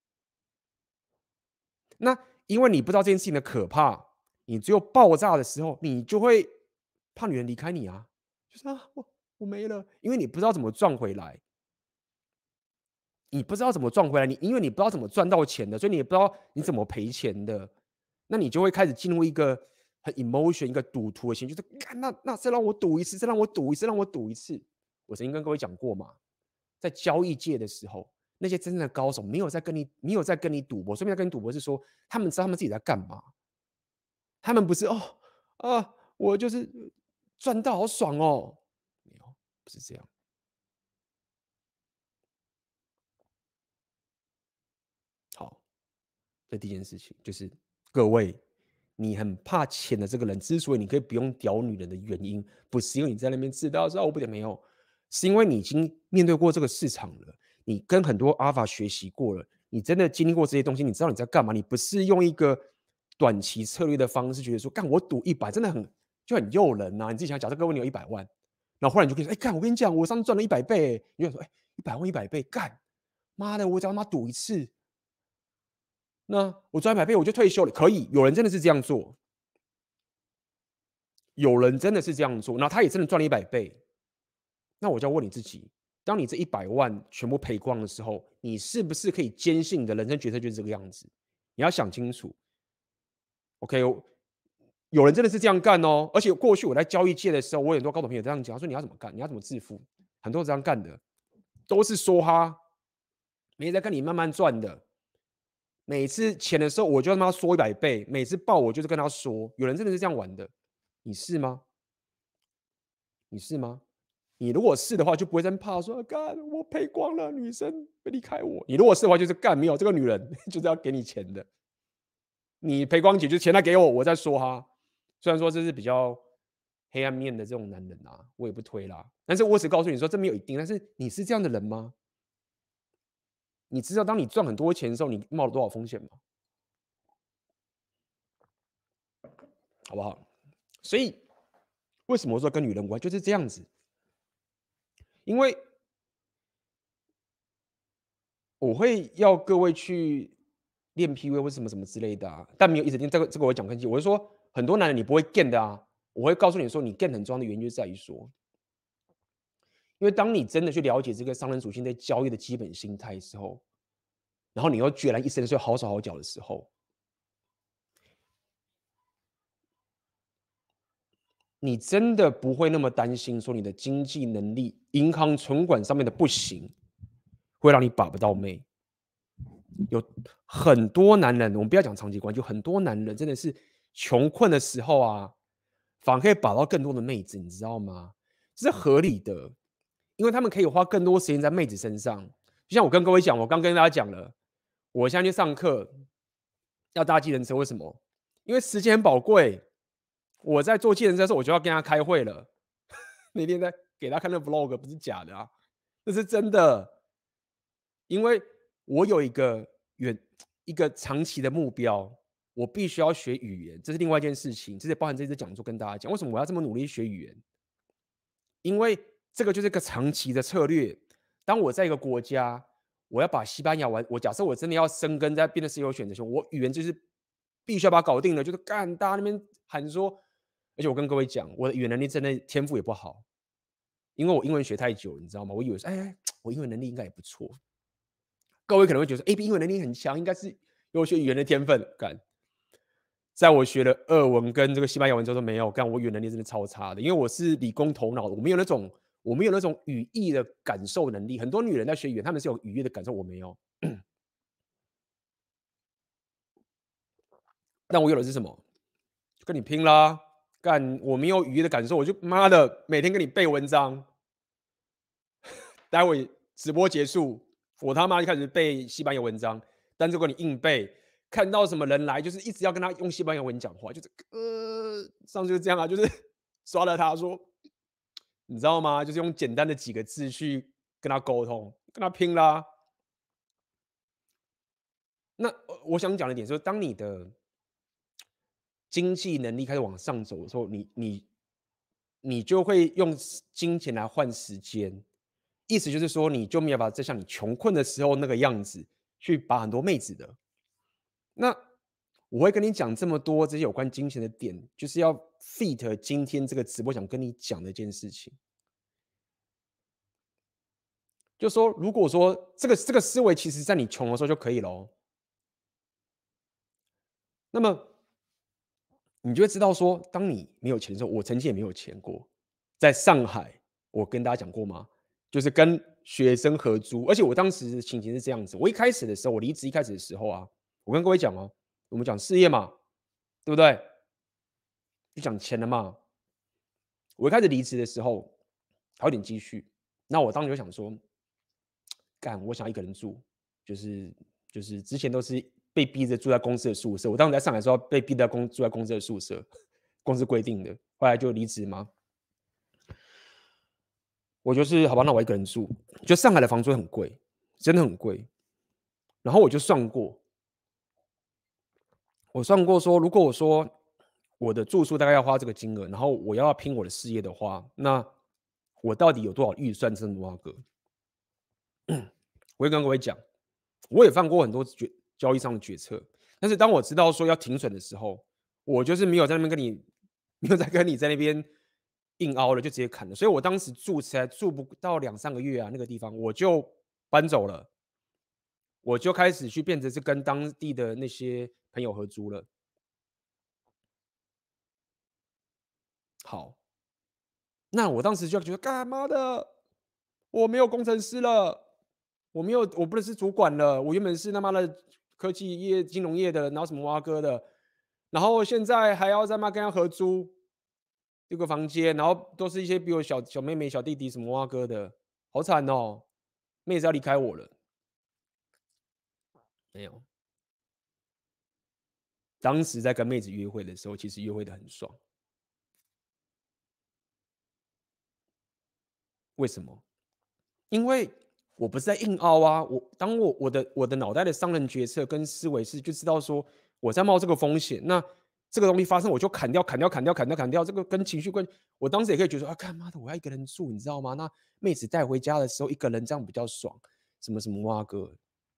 那因为你不知道这件事情的可怕，你只有爆炸的时候，你就会怕女人离开你啊，就是啊，我没了，因为你不知道怎么赚回来。你不知道怎么赚回来，因为你不知道怎么赚到钱的，所以你也不知道你怎么赔钱的，那你就会开始进入一个很 emotion 一个赌徒的心，就是那再让我赌一次，再让我赌一次，让我赌一次。我曾经跟各位讲过嘛，在交易界的时候，那些真正的高手没有在跟你赌博，顺便在跟你赌博是说，他们知道他们自己在干嘛，他们不是我就是赚到好爽哦，没有，不是这样。好，这第一件事情就是各位，你很怕钱的这个人，之所以你可以不用屌女人的原因，不是因为你在那边知道说我不点没有，是因为你已经面对过这个市场了，你跟很多阿法学习过了，你真的经历过这些东西，你知道你在干嘛，你不是用一个短期策略的方式，觉得说干我赌100，真的很诱人呐、你自己想，假设各位你有100万，然后忽然你就可以说，干我跟你讲，我上次赚了100倍，你就说，100万100倍，干妈的，我只要他妈赌一次，那我赚100倍我就退休了，可以，有人真的是这样做，有人真的是这样做，那他也真的赚了100倍。那我就要问你自己，当你这100万全部赔光的时候，你是不是可以坚信你的人生决策就是这个样子？你要想清楚。OK，有人真的是这样干哦，而且过去我在交易界的时候，我有很多高手朋友这样讲，他说你要怎么干，你要怎么致富，很多人这样干的，都是说哈，没在跟你慢慢赚的。每次钱的时候，我就他妈说100倍，每次爆我就是跟他说，有人真的是这样玩的，你是吗？你是吗？你如果是的话，就不会再怕说干我赔光了，女生会离开我。你如果是的话，就是干没有这个女人就是要给你钱的，你赔光姐就钱来给我，我再说哈。虽然说这是比较黑暗面的这种男人啊，我也不推啦，但是我只告诉你说这没有一定，但是你是这样的人吗？ 你知道当你赚很多钱的时候，你冒了多少风险吗？好不好？所以为什么我说跟女人无关，就是这样子。因为我会要各位去练 PUA 或什么什么之类的啊，但没有一直练这个我讲更细。我是说，很多男人你不会 get 的啊，我会告诉你说，你 get 很重要的原因就在于说，因为当你真的去了解这个商人属性在交易的基本心态的时候，然后你又决然一生就好手好脚的时候，你真的不会那么担心说你的经济能力、银行存款上面的不行，会让你把不到妹。有很多男人，我们不要讲长期关系，就很多男人真的是穷困的时候啊，反而可以把到更多的妹子，你知道吗？这是合理的，因为他们可以花更多时间在妹子身上。就像我跟各位讲，我刚跟大家讲了，我现在去上课要搭计程车，为什么？因为时间很宝贵。我在坐计程车的时候，我就要跟他开会了。那天在给他看那 vlog，不是假的啊，那是真的。因为我有一个长期的目标，我必须要学语言，这是另外一件事情。这是包含这次讲座跟大家讲，为什么我要这么努力学语言？因为这个就是一个长期的策略。当我在一个国家，我要把西班牙文，我假设我真的要生根在变得是有选择权，我语言就是必须要把它搞定了，就是干大家那边喊说，而且我跟各位讲，我的语言能力真的天赋也不好，因为我英文学太久，你知道吗？我以为说，哎，我英文能力应该也不错。各位可能会觉得，A B 英文能力很强，应该是有学语言的天分。干，在我学了俄文跟这个西班牙文之后，说没有，干我语言能力真的超差的，因为我是理工头脑的，我没有那种语义的感受能力。很多女人在学语言，她们是有语义的感受，我没有。但我有的是什么？就跟你拼啦！干，我没有语义的感受，我就妈的每天跟你背文章。待会直播结束，我他妈就开始背西班牙文章。但如果你硬背，看到什么人来，就是一直要跟他用西班牙文讲话，就是上次就这样啊，就是刷了他说，你知道吗？就是用简单的几个字去跟他沟通，跟他拼啦。那我想讲的点就是，当你的经济能力开始往上走的时候，你就会用金钱来换时间。意思就是说，你就没有办法再像你穷困的时候那个样子去把很多妹子的。那我会跟你讲这么多这些有关金钱的点，就是要 fit 今天这个直播想跟你讲的一件事情。就说如果说这个思维，其实在你穷的时候就可以了哦。那么你就会知道说，当你没有钱的时候，我曾经也没有钱过。在上海，我跟大家讲过吗？就是跟学生合租，而且我当时的情形是这样子：我一开始的时候，我离职一开始的时候啊，我跟各位讲哦，我们讲事业嘛，对不对？就讲钱了嘛。我一开始离职的时候，还有点积蓄，那我当时就想说，干，我想一个人住，就是之前都是被逼着住在公司的宿舍。我当时在上海的时候被逼着住在公司的宿舍，公司规定的。后来就离职嘛，我就是好吧，那我一个人住。就上海的房租很贵，真的很贵。然后我就算过，我算过说，如果我说我的住宿大概要花这个金额，然后我要拼我的事业的话，那我到底有多少预算这么个？我会跟各位讲，我也犯过很多交易上的决策，但是当我知道说要停损的时候，我就是没有在那边跟你，没有在跟你在那边硬凹了，就直接砍了。所以我当时住才住不到2、3个月啊，那个地方我就搬走了，我就开始去变成是跟当地的那些朋友合租了。好，那我当时就觉得干妈的，我没有工程师了，我不能是主管了，我原本是他妈的科技业、金融业的，然后什么挖哥的，然后现在还要在妈跟他合租一个房间，然后都是一些比我小妹妹、小弟弟什么挖哥的，好惨哦！妹子要离开我了，没有。当时在跟妹子约会的时候，其实约会的很爽，为什么？因为我不是在硬凹啊，当我的脑袋的商人决策跟思维就知道说我在冒这个风险，那这个东西发生我就砍掉，这个跟情绪关，我当时也可以觉得说啊，干妈的我要一个人住，你知道吗？那妹子带回家的时候一个人这样比较爽，什么什么哇哥，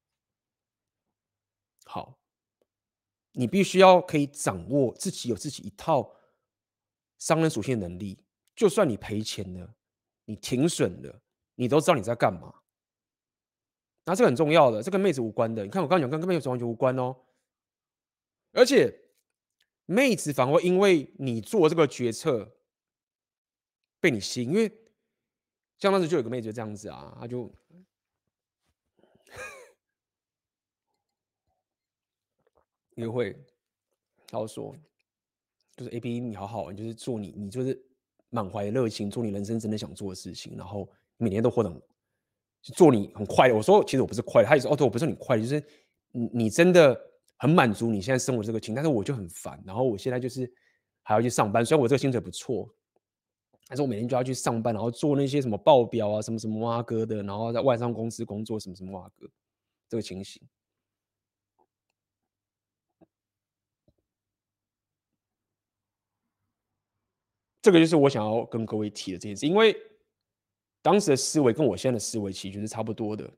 好，你必须要可以掌握自己有自己一套商人属性的能力，就算你赔钱了，你停损了，你都知道你在干嘛。那这个很重要的，这跟妹子无关的。你看我刚刚讲跟妹子完全无关哦，而且妹子反而会因为你做这个决策被你吸引，因为像当时就有个妹子就这样子啊，她就约会，她就说，就是 AB 你好好，你就是做你就是满怀热情，做你人生真的想做的事情，然后每年都活得做你很快乐。我说其实我不是快乐，他也说哦对，我不是你快乐，就是你真的很满足你现在生活这个情，但是我就很烦，然后我现在就是还要去上班，虽然我这个薪水不错，但是我每天就要去上班，然后做那些什么报表啊，什么什么挖哥的，然后在外商公司工作什么什么挖哥，这个情形，这个就是我想要跟各位提的这件事，因为当时的思维跟我现在的思维其实是差不多的。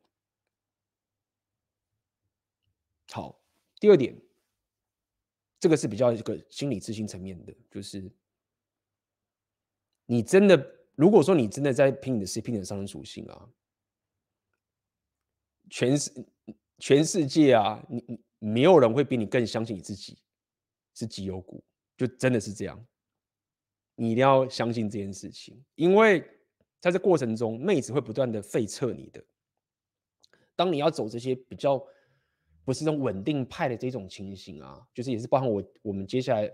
好，第二点，这个是比较一个心理自信层面的，就是你真的，如果说你真的在拼你的 CP 的商人属性啊，全世全世界啊，你没有人会比你更相信你自己是绩优股，就真的是这样。你一定要相信这件事情，因为在这过程中，妹子会不断的废测你的。当你要走这些比较不是这种稳定派的这种情形啊，就是也是包含我们接下来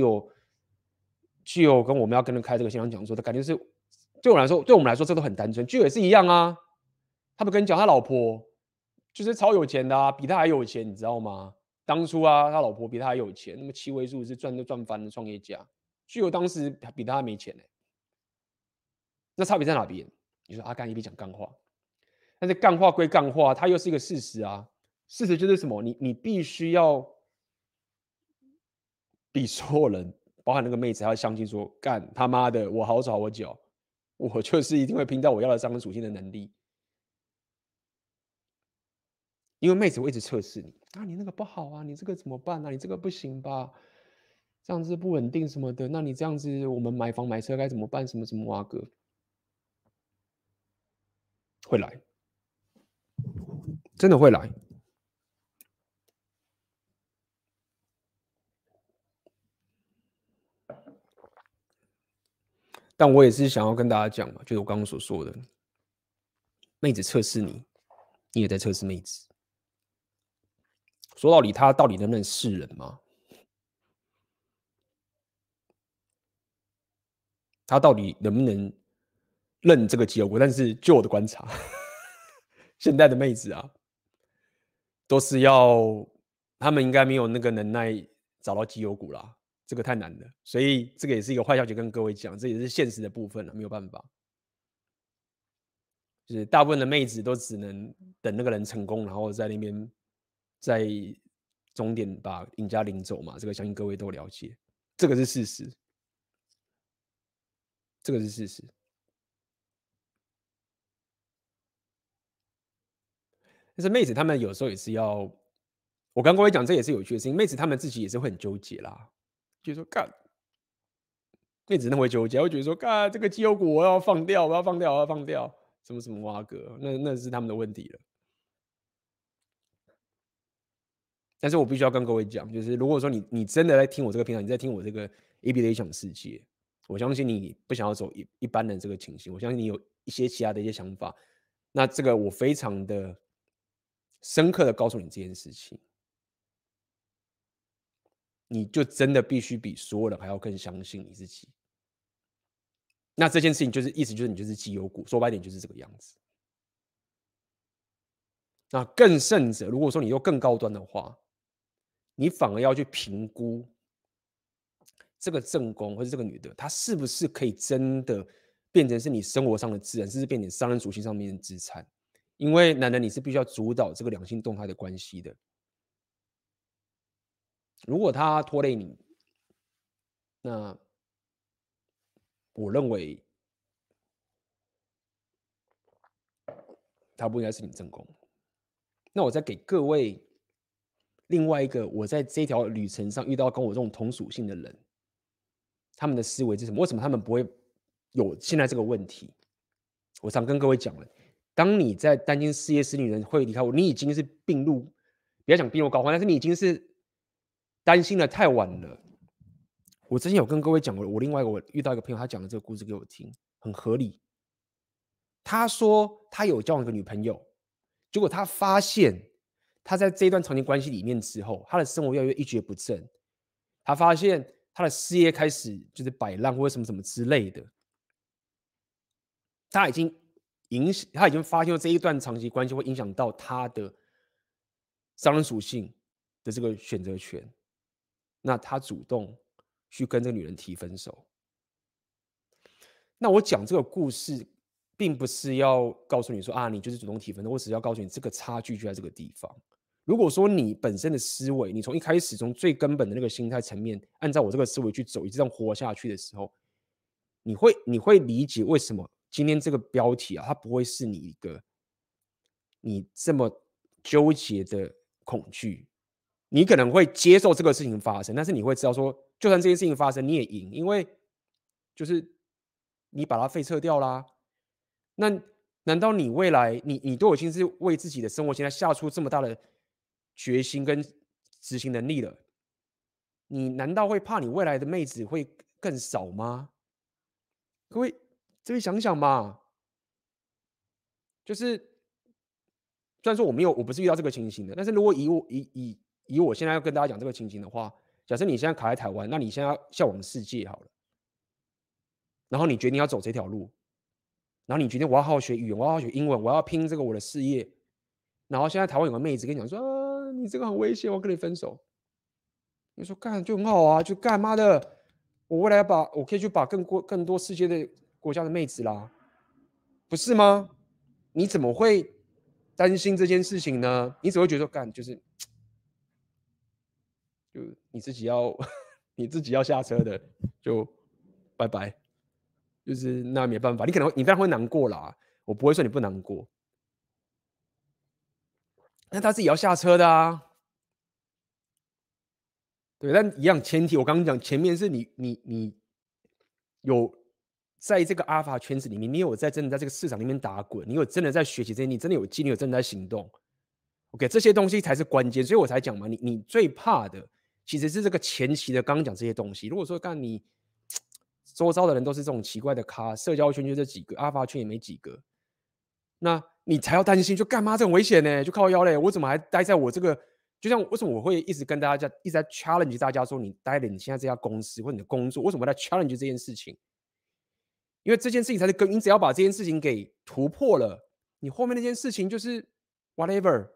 具有跟我们要跟人开这个现场讲座的感觉是，对我们来说这都很单纯，具有也是一样啊。他不跟你讲他老婆就是超有钱的啊，比他还有钱，你知道吗？当初啊，他老婆比他还有钱，那么7位数是赚翻的创业家，具有当时比他还没钱呢、那差别在哪边？你说阿甘一边讲干话，但是干话归干话，它又是一个事实啊。事实就是什么？你必须要比所有人，包含那个妹子，还要相信说，干他妈的，我好手好脚，我就是一定会拼到我要的商人属性的能力。因为妹子会一直测试你啊，你那个不好啊，你这个怎么办啊？你这个不行吧？这样子不稳定什么的，那你这样子，我们买房买车该怎么办？什么什么哇哥会来，真的会来。但我也是想要跟大家讲嘛，就是我刚刚所说的，妹子测试你，你也在测试妹子。说到底，他到底能不能是人吗？他到底能不能认这个基友国？但是就我的观察，现在的妹子啊，都是要他们应该没有那个能耐找到基友股啦，这个太难了。所以这个也是一个坏消息，跟各位讲，这也是现实的部分了，没有办法。就是大部分的妹子都只能等那个人成功，然后在那边在终点把赢家领走嘛。这个相信各位都了解，这个是事实，这个是事实。但是妹子她们有时候也是要，我刚各位讲，这也是有趣的事情。妹子她们自己也是会很纠结啦，就说干，妹子那会纠结，会觉得说干这个绩优股我要放掉，我要放掉，我要放掉，什么什么蛙哥，那是他们的问题了。但是我必须要跟各位讲，就是如果说你真的在听我这个频道，你在听我这个 AB 的理想世界，我相信你不想要走一般的这个情形，我相信你有一些其他的一些想法。那这个我非常的深刻的告诉你这件事情，你就真的必须比所有人还要更相信你自己。那这件事情就是意思就是你就是绩优股，说白点就是这个样子。那更甚者，如果说你又更高端的话，你反而要去评估这个正宫或者这个女的，她是不是可以真的变成是你生活上的资源，甚至变成商人属性上面的资产？ 因为男人你是必须要主导这个两性动态的关系的。如果他拖累你，那我认为他不应该是你正宫。那我再给各位另外一个，我在这条旅程上遇到跟我这种同属性的人，他们的思维是什么？为什么他们不会有现在这个问题？我常跟各位讲了，当你在担心事业是女人会离开我，你已经是病入，不要讲病入膏肓，但是你已经是担心的太晚了。我之前有跟各位讲过，我另外一个我遇到一个朋友，他讲了这个故事给我听，很合理。他说他有交往一个女朋友，结果他发现他在这一段长期关系里面之后，他的生活越来越一蹶不振。他发现他的事业开始就是摆烂或者什么什么之类的。他已经发现这一段长期关系会影响到他的商人属性的这个选择权。那他主动去跟这个女人提分手。那我讲这个故事，并不是要告诉你说啊，你就是主动提分手，我只是要告诉你这个差距就在这个地方。如果说你本身的思维，你从一开始从最根本的那个心态层面，按照我这个思维去走，一直这样活下去的时候，你会理解为什么今天这个标题啊，它不会是你这么纠结的恐惧。你可能会接受这个事情发生，但是你会知道说，就算这件事情发生，你也赢，因为就是你把它废撤掉啦。那难道你未来你都已经是为自己的生活现在下出这么大的决心跟执行能力了，你难道会怕你未来的妹子会更少吗？各位想想嘛，就是虽然说我不是遇到这个情形的，但是如果以我现在要跟大家讲这个情形的话，假设你现在卡在台湾，那你现在要向往世界好了，然后你决定要走这条路，然后你决定我要好好学语言，我要好好学英文，我要拼这个我的事业，然后现在台湾有个妹子跟你讲说，啊，你这个很危险，我要跟你分手。你说干就很好啊，就干妈的，我未来我可以去把更多世界的国家的妹子啦，不是吗？你怎么会担心这件事情呢？你只会觉得干就你自己要你自己要下车的，就拜拜，就是那没办法，你当然会难过啦，我不会说你不难过，那他自己要下车的啊。对，但一样前提，我刚刚讲前面是你有在这个阿法圈子里面，你有真的在这个市场里面打滚，你有真的在学习这些，你真的有经历，有真的在行动。OK， 这些东西才是关键，所以我才讲嘛，你最怕的其实是这个前期的，刚刚讲这些东西。如果说干你周遭的人都是这种奇怪的咖，社交圈就这几个，阿法圈也没几个，那你才要担心，就干嘛这很危险呢？就靠腰嘞，我怎么还待在我这个？就像为什么我会一直跟大家一直在 challenge 大家说，你待了你现在这家公司或你的工作，为什么在 challenge 这件事情？因为这件事情才是根，你只要把这件事情给突破了，你后面那件事情就是 whatever。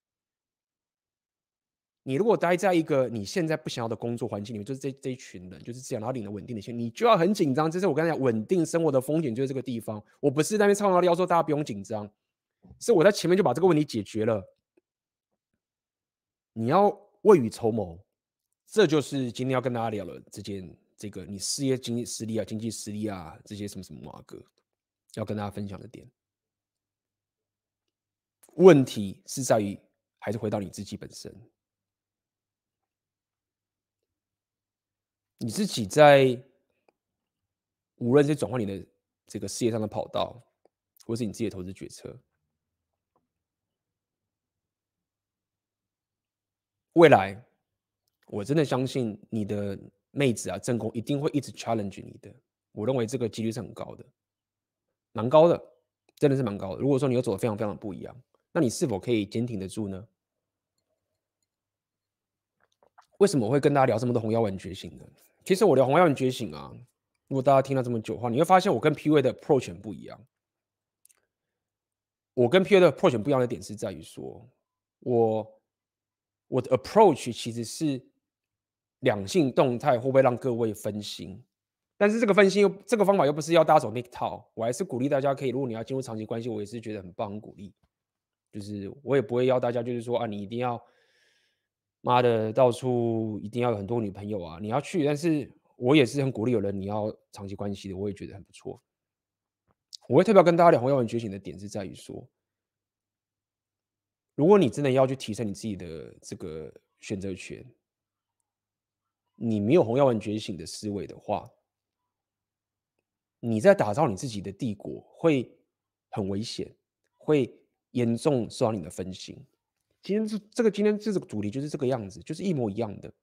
你如果待在一个你现在不想要的工作环境里面，就是这一群人就是这样，然后领了稳定的钱，你就要很紧张。这是我刚才讲稳定生活的风险，就是这个地方。我不是在那边唱高调说大家不用紧张，是我在前面就把这个问题解决了。你要未雨绸缪，这就是今天要跟大家聊的这个你事业经济实力啊、经济实力啊这些什么什么马哥要跟大家分享的点。问题是在于，还是回到你自己本身。你自己在无论是转换你的这个事业上的跑道，或是你自己的投资决策，未来我真的相信你的妹子啊、正宫一定会一直 challenge 你的。我认为这个几率是很高的，蛮高的，真的是蛮高的。如果说你又走得非常非常的不一样，那你是否可以坚挺得住呢？为什么我会跟大家聊这么多红药丸觉醒呢？其实我聊红药丸觉醒啊，如果大家听了这么久的话，你会发现我跟 PUA 的 approach 很不一样。我跟 PUA 的 approach 不一样的点是在于说，我的 approach 其实是两性动态会不会让各位分心，但是这个分心这个方法又不是要大家走那套，我还是鼓励大家可以，如果你要进入长期关系，我也是觉得很棒，很鼓励。 就是我也不会要大家就是说啊，你一定要妈的到处一定要有很多女朋友啊，你要去，但是我也是很鼓励有人你要长期关系的，我也觉得很不错。我会特别跟大家聊红药丸觉醒的点是在于说，如果你真的要去提升你自己的这个选择权，你没有红药丸觉醒的思维的话，你在打造你自己的帝国会很危险，会严重受到你的分心。今天这个主题就是这个样子，就是一模一样的。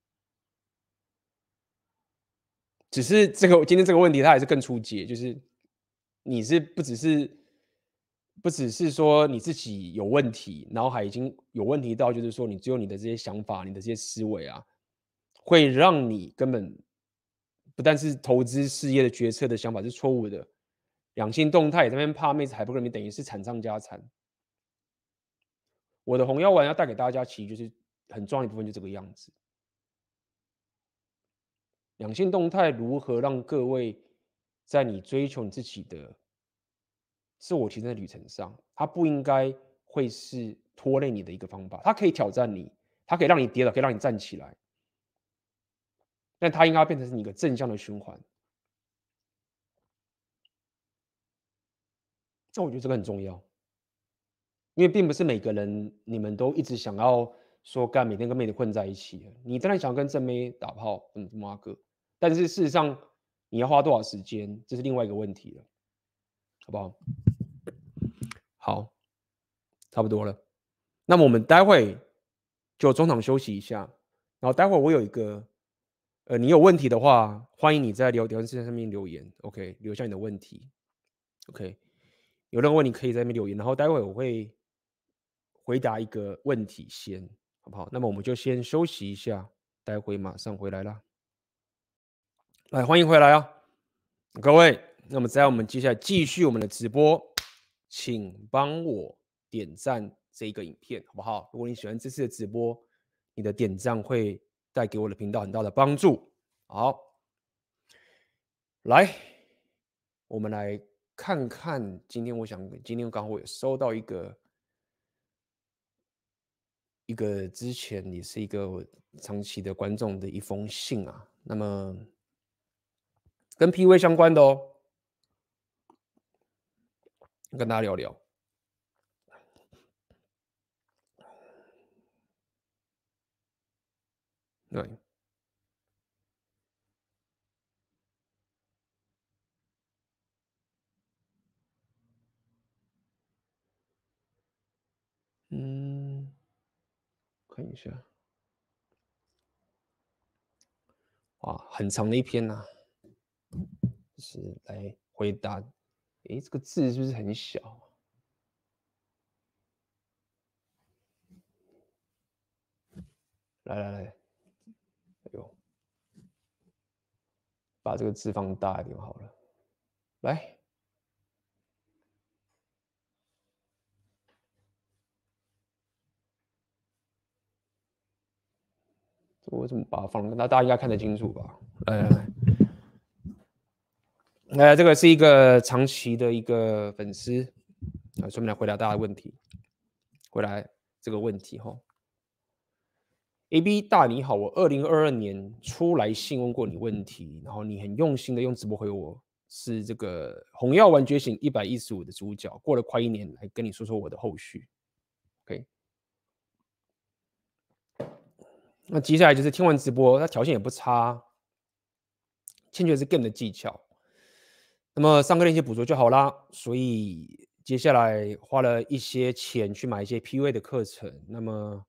只是今天这个问题，它还是更出阶，就是你是不只是说你自己有问题，然后还已经有问题到，就是说你只有你的这些想法，你的这些思维啊，会让你根本不但是投资事业的决策的想法是错误的，两性动态这边怕妹子还不跟你，等于是惨上加惨。我的红药丸要带给大家，其实就是很重要的一部分，就这个样子。两性动态如何让各位在你追求你自己的自我提升的旅程上，它不应该会是拖累你的一个方法。它可以挑战你，它可以让你跌倒，可以让你站起来，但它应该变成是你一个正向的循环。那我觉得这个很重要，因为并不是每个人你们都一直想要说干每天跟妹子混在一起。你当然想要跟正妹打炮，妈哥，但是事实上你要花多少时间，这是另外一个问题了，好不好？好，差不多了。那么我们待会就中场休息一下，然后待会我有一个，你有问题的话，欢迎你在聊天室上面留言 ，OK， 留下你的问题 ，OK， 有任何问题可以在那边留言，然后待会我会回答一个问题先，好不好？那么我们就先休息一下，待会马上回来啦。来，欢迎回来啊，各位。那么在我们接下来继续我们的直播，请帮我点赞这个影片，好不好？如果你喜欢这次的直播，你的点赞会带给我的频道很大的帮助。好，来，我们来看看今天刚好我有收到一个之前也是一个我长期的观众的一封信啊，那么跟 PUA 相关的哦，跟大家聊聊。对，看一下，哇，很长的一篇呐、就是来回答。诶，这个字是不是很小？来，哎呦，把这个字放大一点好了。来，我怎么把它放？那大家应该看得清楚吧？来，这个是一个长期的一个粉丝啊，顺便来回答大家的问题。回来这个问题哈，AB 大你好，我2022年初来信问过你问题，然后你很用心的用直播回我，是这个红药丸觉醒115的主角，过了快1年来跟你说说我的后续。OK，那接下来就是听完直播，它条件也不差，欠缺的是 game 的技巧。那么上课练习捕捉就好啦，所以接下来花了一些钱去买一些 PUA 的课程，那么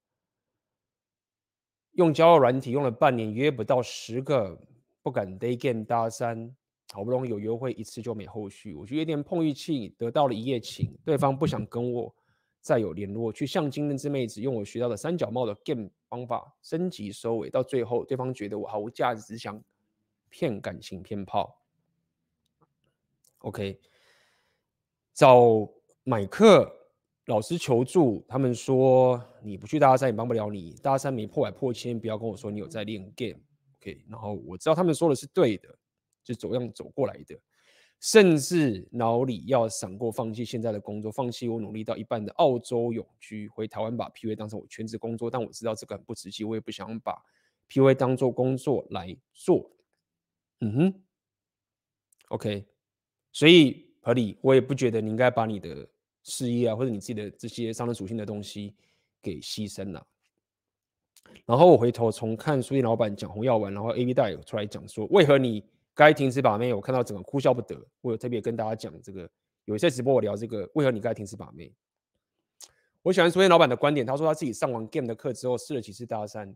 用交友软体用了半年，约不到10个，不敢 day game 搭讪，好不容易有约会一次就没后续，我就有点碰运气，得到了一夜情，对方不想跟我再有联络，去相亲那只妹子用我学到的三脚猫的 game 方法升级收尾，到最后对方觉得我毫无价值，只想骗感情骗炮。OK，找买课老师求助，他们说你不去大三也帮不了你，大三没破百破千，不要跟我说你有在练 game。OK，然后我知道他们说的是对的，就走过来的。 甚至脑里要闪过放弃现在的工作，放弃我努力到一半的澳洲永居，回台湾把 PUA 当成我全职工作。但我知道这个很不实际，我也不想把 PUA 当做工作来做。OK，所以合理，我也不觉得你应该把你的事业啊，或者你自己的这些商人属性的东西给牺牲了。然后我回头重看书店老板讲红药丸，然后 AB 大有出来讲说，为何你该停止把妹？我看到整个哭笑不得。我有特别跟大家讲这个，有一次直播我聊这个，为何你该停止把妹？我喜欢书店老板的观点，他说他自己上完 game 的课之后，试了几次搭讪，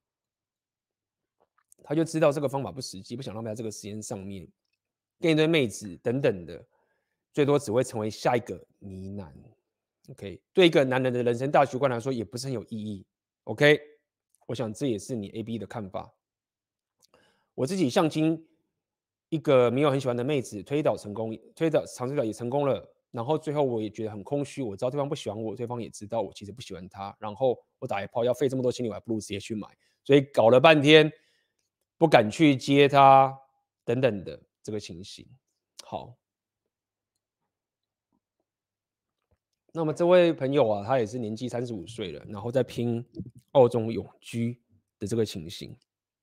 他就知道这个方法不实际，不想浪费在这个时间上面，跟一堆妹子等等的，最多只会成为下一个呢喃。OK， 对一个男人的人生大局观来说，也不是很有意义。OK， 我想这也是你 AB 的看法。我自己相亲一个没有很喜欢的妹子推导成功，尝试了也成功了，然后最后我也觉得很空虚，我知道对方不喜欢我，对方也知道我其实不喜欢他，然后我打一炮要费这么多精力，我还不如直接去买，所以搞了半天不敢去接他等等的这个情形。好，那么这位朋友啊，他也是年纪35岁了，然后在拼澳洲永居的这个情形。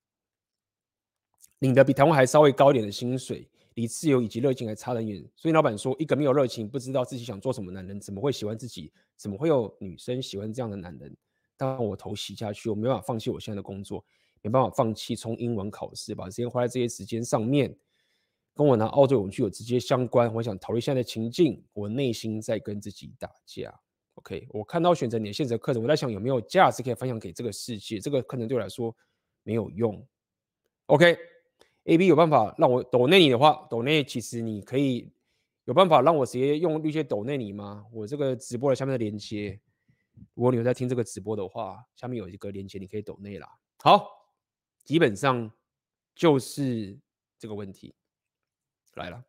领的比台湾还稍微高一点的薪水，离自由以及热情还差得远。所以老板说，一个没有热情、不知道自己想做什么的男人，怎么会喜欢自己？怎么会有女生喜欢这样的男人？当我头洗下去，我没办法放弃我现在的工作，没办法放弃冲英文考试，把时间花在这些时间上面，跟我拿澳洲永居有直接相关。我想逃离现在的情境，我内心在跟自己打架。OK， 我看到选择你的现成课程，我在想有没有价值可以分享给这个世界。这个课程对我来说没有用。OK，AB 有办法让我抖内你的话，抖内其实你可以有办法让我直接用绿界抖内你吗？我这个直播的下面的连接，如果你有在听这个直播的话，下面有一个连接，你可以抖内啦。好，基本上就是这个问题来了，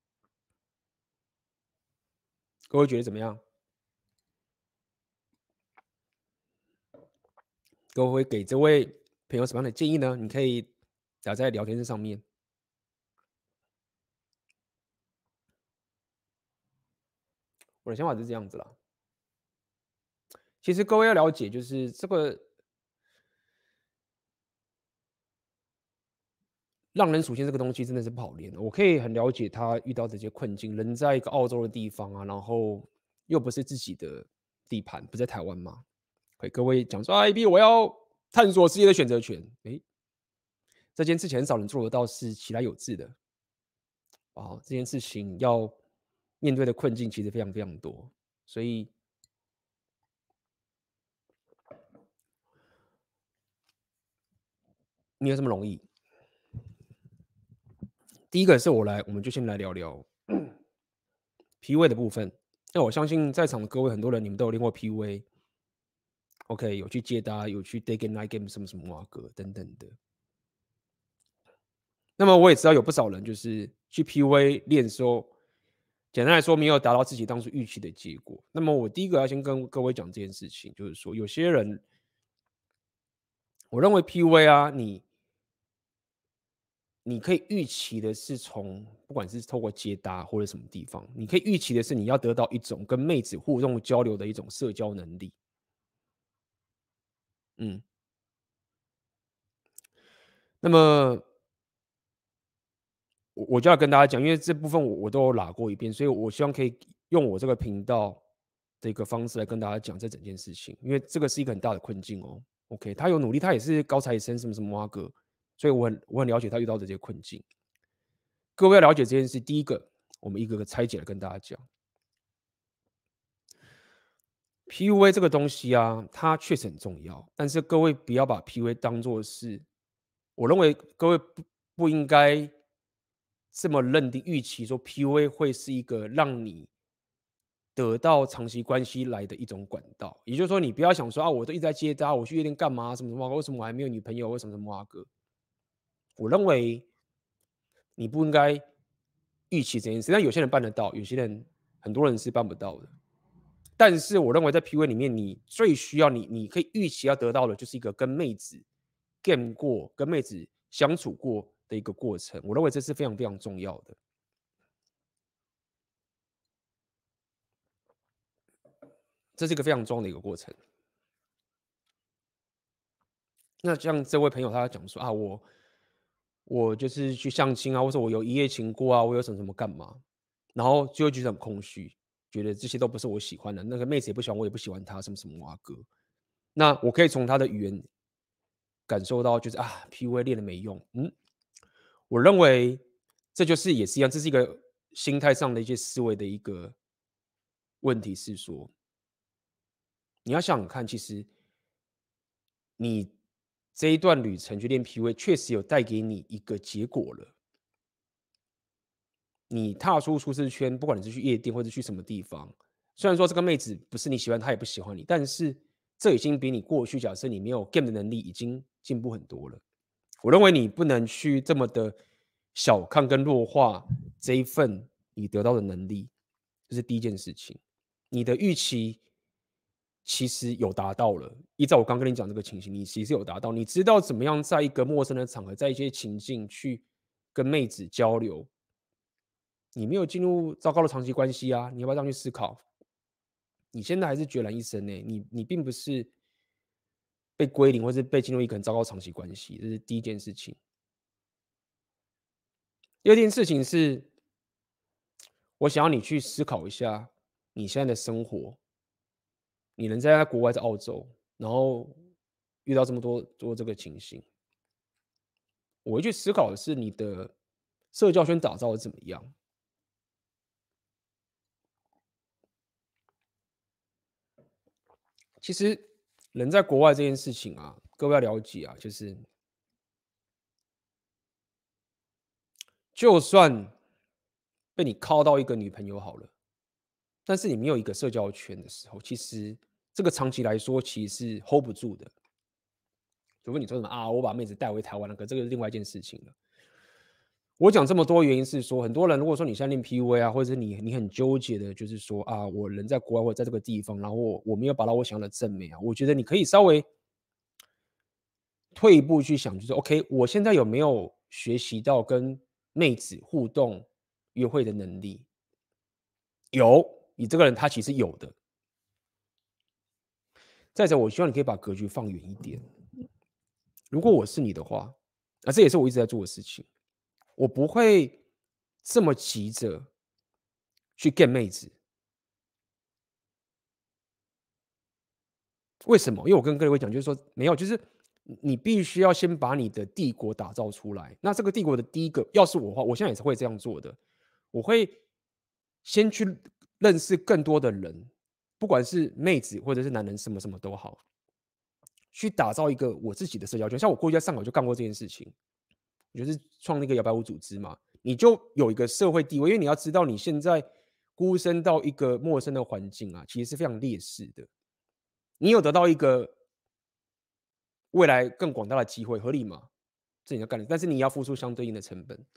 各位觉得怎么样？各位会给这位朋友什么样的建议呢？你可以打在聊天室上面。我的想法是这样子啦。其实各位要了解，就是这个让人属性这个东西真的是不好练的。我可以很了解他遇到这些困境，人在一个澳洲的地方啊，然后又不是自己的地盘，不在台湾嘛。各位讲说，AB 我要探索世界的选择权。这件事情很少人做得到，是其来有志的。这件事情要面对的困境其实非常非常多，所以没有这么容易。第一个是我们就先来聊聊 PUA 的部分。那我相信在场的各位很多人，你们都有练过 PUA。OK， 有去接搭，有去 day game、night game 什么什么啊歌等等的。那么我也知道有不少人就是去 PUA 练的时候，简单来说没有达到自己当初预期的结果。那么我第一个要先跟各位讲这件事情，就是说有些人，我认为 PUA 啊，你可以预期的是从不管是透过接搭或者什么地方，你可以预期的是你要得到一种跟妹子互动交流的一种社交能力。那么我就要跟大家讲，因为这部分我都有拉过一遍，所以我希望可以用我这个频道的一个方式来跟大家讲这整件事情，因为这个是一个很大的困境哦。OK， 他有努力，他也是高材生，什么什么蛙哥，所以我很了解他遇到的这些困境。各位要了解这件事，第一个，我们一个个拆解来跟大家讲。PUA 这个东西啊，它确实很重要，但是各位不要把 PUA 当做是，我认为各位不应该这么认定预期说 PUA 会是一个让你得到长期关系来的一种管道。也就是说，你不要想说啊，我都一直在接搭，我去夜店干嘛？什么什么？为什么我还没有女朋友？为什么什么啊哥？我认为你不应该预期这件事，但有些人办得到，有些人很多人是办不到的。但是我认为在 PUA 里面，你最需要你可以预期要得到的，就是一个跟妹子 game 过、跟妹子相处过的一个过程。我认为这是非常非常重要的。 这是一个非常重要的一个过程。那像这位朋友他讲说啊，我就是去相亲啊，或者我有一夜情过啊，我有什么什么干嘛，然后就会觉得很空虚，觉得这些都不是我喜欢的，那个妹子也不喜欢我，也不喜欢她，什么什么哇哥。那我可以从他的语言感受到，就是啊，PUA 练了没用。我认为这就是也是一样，这是一个心态上的一些思维的一个问题，是说你要想想看，其实你这一段旅程去练 PUA，确实有带给你一个结果了。你踏出舒适圈，不管你是去夜店或者去什么地方，虽然说这个妹子不是你喜欢，她也不喜欢你，但是这已经比你过去假设你没有 game 的能力已经进步很多了。我认为你不能去这么的小看跟弱化这一份你得到的能力，这是第一件事情。你的预期其实有达到了，依照我刚跟你讲这个情形，你其实有达到，你知道怎么样在一个陌生的场合，在一些情境去跟妹子交流，你没有进入糟糕的长期关系啊，你要不要这样去思考？你现在还是孑然一身呢、你并不是被归零，或是被进入一个很糟糕长期关系，这是第一件事情。第二件事情是，我想要你去思考一下你现在的生活，你能在国外，在澳洲，然后遇到这么多这个情形，我会去思考的是你的社交圈打造的怎么样。其实人在国外这件事情啊，各位要了解啊，就是就算被你靠到一个女朋友好了，但是你没有一个社交圈的时候，其实这个长期来说其实是 hold 不住的。除非你说什么啊，我把妹子带回台湾了，可这个是另外一件事情了。我讲这么多原因是说，很多人如果说你现在练 PUA 啊，或者是你很纠结的，就是说啊，我人在国外或者在这个地方，然后我没有把到我想要的正美啊，我觉得你可以稍微退一步去想，就是 OK，我现在有没有学习到跟妹子互动、约会的能力？有，你这个人他其实有的。再者，我希望你可以把格局放远一点。如果我是你的话，这也是我一直在做的事情，我不会这么急着去 get 妹子。为什么？因为我跟各位讲，就是说没有，就是你必须要先把你的帝国打造出来。那这个帝国的第一个，要是我的话，我现在也是会这样做的。我会先去认识更多的人，不管是妹子或者是男人，什么什么都好，去打造一个我自己的社交圈。像我过去在上海就干过这件事情，我就是创那个摇摆舞组织嘛，你就有一个社会地位，因为你要知道你现在孤身到一个陌生的环境啊，其实是非常劣势的。你有得到一个未来更广大的机会，合理吗？这你要干的，但是你要付出相对应的成本。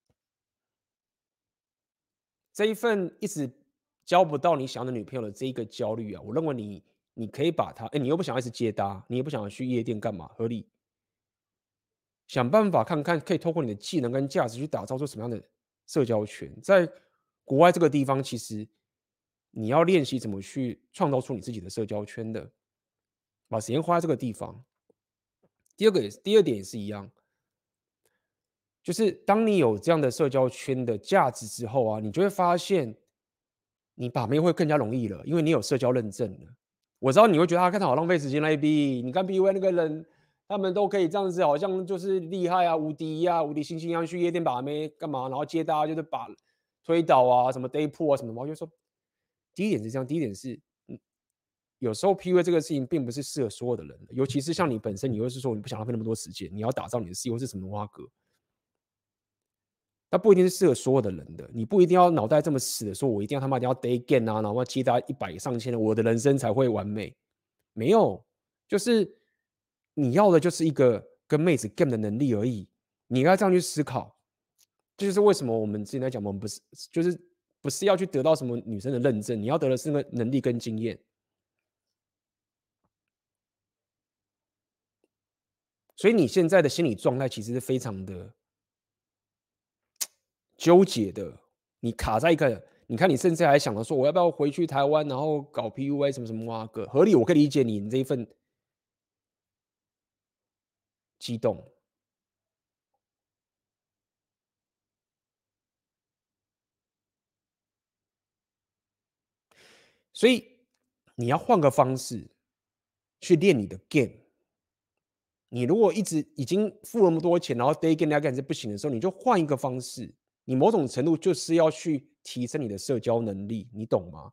这一份一直交不到你想要的女朋友的这一个焦虑啊，我认为你可以把它，你又不想要一直接搭，你也不想要去夜店干嘛？合理，想办法看看可以透过你的技能跟价值去打造出什么样的社交圈。在国外这个地方，其实你要练习怎么去创造出你自己的社交圈的，把时间花在这个地方。第二点也是一样，就是当你有这样的社交圈的价值之后啊，你就会发现，你把妹会更加容易了，因为你有社交认证了。我知道你会觉得看他好浪费时间那 B，你看 B V 那个人，他们都可以这样子，好像就是厉害啊、无敌啊、无敌星星一样去夜店把妹干嘛，然后接大家就是把推倒啊、什么 day 铺啊什么的。我就说，第一点是这样，第一点是，有时候 PUA 这个事情并不是适合所有的人的，尤其是像你本身，你又是说你不想浪费那么多时间，你要打造你的事业或是什么花格。它不一定是适合所有的人的，你不一定要脑袋这么死的说，我一定要他妈一定要 day game 啊，然后接到100上千的，我的人生才会完美。没有，就是你要的就是一个跟妹子 game 的能力而已。你要这样去思考，这就是为什么我们之前在讲，我们不是要去得到什么女生的认证，你要得的是那个能力跟经验。所以你现在的心理状态其实是非常的纠结的，你卡在一个你看你甚至还想着说，我要不要回去台湾，然后搞 PUA 什么什么哇个，合理，我可以理解你这一份激动。所以你要换个方式去练你的 game。你如果一直已经付那么多钱，然后 day game night game 是不行的时候，你就换一个方式。你某种程度就是要去提升你的社交能力，你懂吗？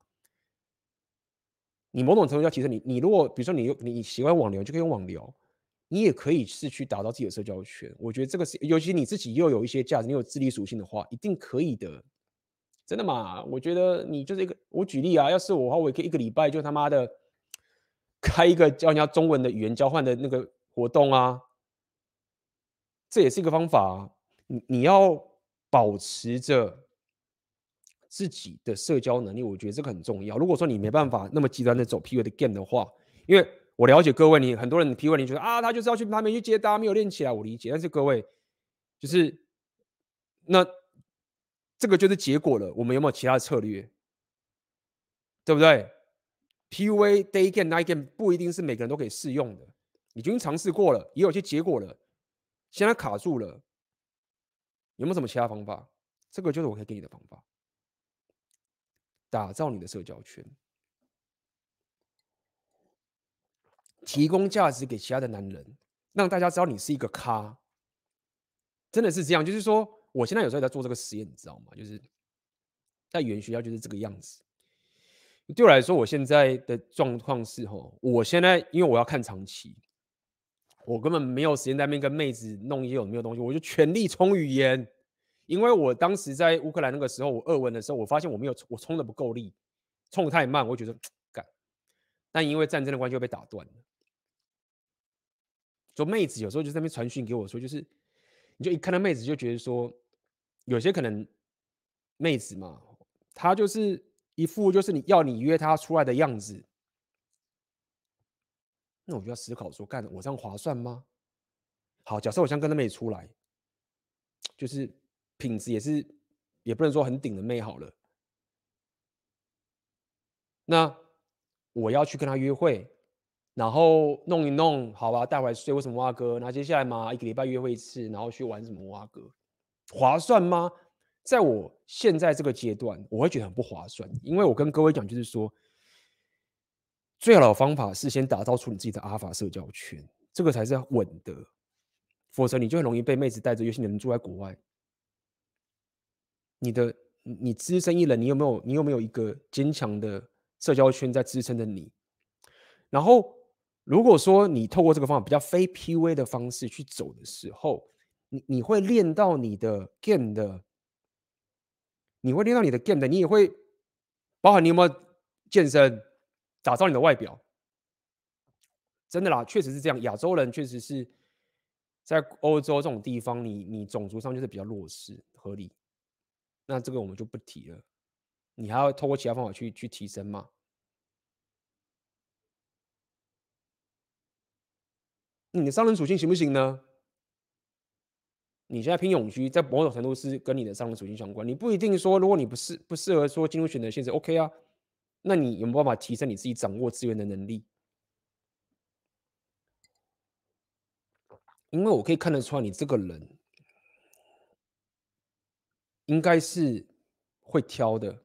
你某种程度要提升你如果比如说你喜欢网聊，就可以用网聊，你也可以是去打造自己的社交圈。我觉得这个是，尤其你自己又有一些价值，你有智力属性的话，一定可以的。真的嘛？我觉得你就是一个，我举例啊，要是我的话，我也可以一个礼拜就他妈的开一个教人家中文的语言交换的那个活动啊，这也是一个方法啊。你要保持着自己的社交能力，我觉得这个很重要。如果说你没办法那么极端的走 PUA 的 game 的话，因为我了解各位，你很多人 PUA 你觉得啊，他就是要去他们去接单，没有练起来，我理解。但是各位，就是那这个就是结果了，我们有没有其他的策略？对不对？PUA day game night game 不一定是每个人都可以适用的，已经尝试过了，也有些结果了，现在卡住了，有没有什么其他方法？这个就是我可以给你的方法，打造你的社交圈，提供价值给其他的男人，让大家知道你是一个咖，真的是这样。就是说，我现在有时候在做这个实验，你知道吗？就是在语言学校就是这个样子。对我来说，我现在的状况是，我现在因为我要看长期，我根本没有时间在那边跟妹子弄一些有没有东西，我就全力冲语言。因为我当时在乌克兰那个时候，我俄文的时候，我发现我冲的不够力，冲的太慢，我觉得干。但因为战争的关系，会被打断了。就妹子有时候就在那边传讯给我说，就是你就一看到妹子就觉得说，有些可能妹子嘛，她就是一副就是你约她出来的样子，那我就要思考说，干我这样划算吗？好，假设我想跟那妹子出来，就是品质也不能说很顶的妹好了，那我要去跟她约会，然后弄一弄，好吧，带回来睡，为什么蛙哥？那接下来嘛，一个礼拜约会一次，然后去玩什么蛙哥？划算吗？在我现在这个阶段，我会觉得很不划算，因为我跟各位讲，就是说，最好的方法是先打造出你自己的阿法社交圈，这个才是稳的，否则你就很容易被妹子带着，尤其你们住在国外，你只身一人，你有没有一个坚强的社交圈在支撑着你？然后，如果说你透过这个方法比较非 PUA 的方式去走的时候，你会练到你的 game 的，你会练到你的 game 的，你也会包含你有没有健身，打造你的外表。真的啦，确实是这样。亚洲人确实是在欧洲这种地方，你种族上就是比较弱势，合理。那这个我们就不提了，你还要透过其他方法去提升嘛。你的商人属性行不行呢？你现在拼永居，在某种程度是跟你的商人属性相关。你不一定说，如果你不适合说进入选择限制，OK 啊？那你有没有办法提升你自己掌握资源的能力？因为我可以看得出来，你这个人应该是会挑的，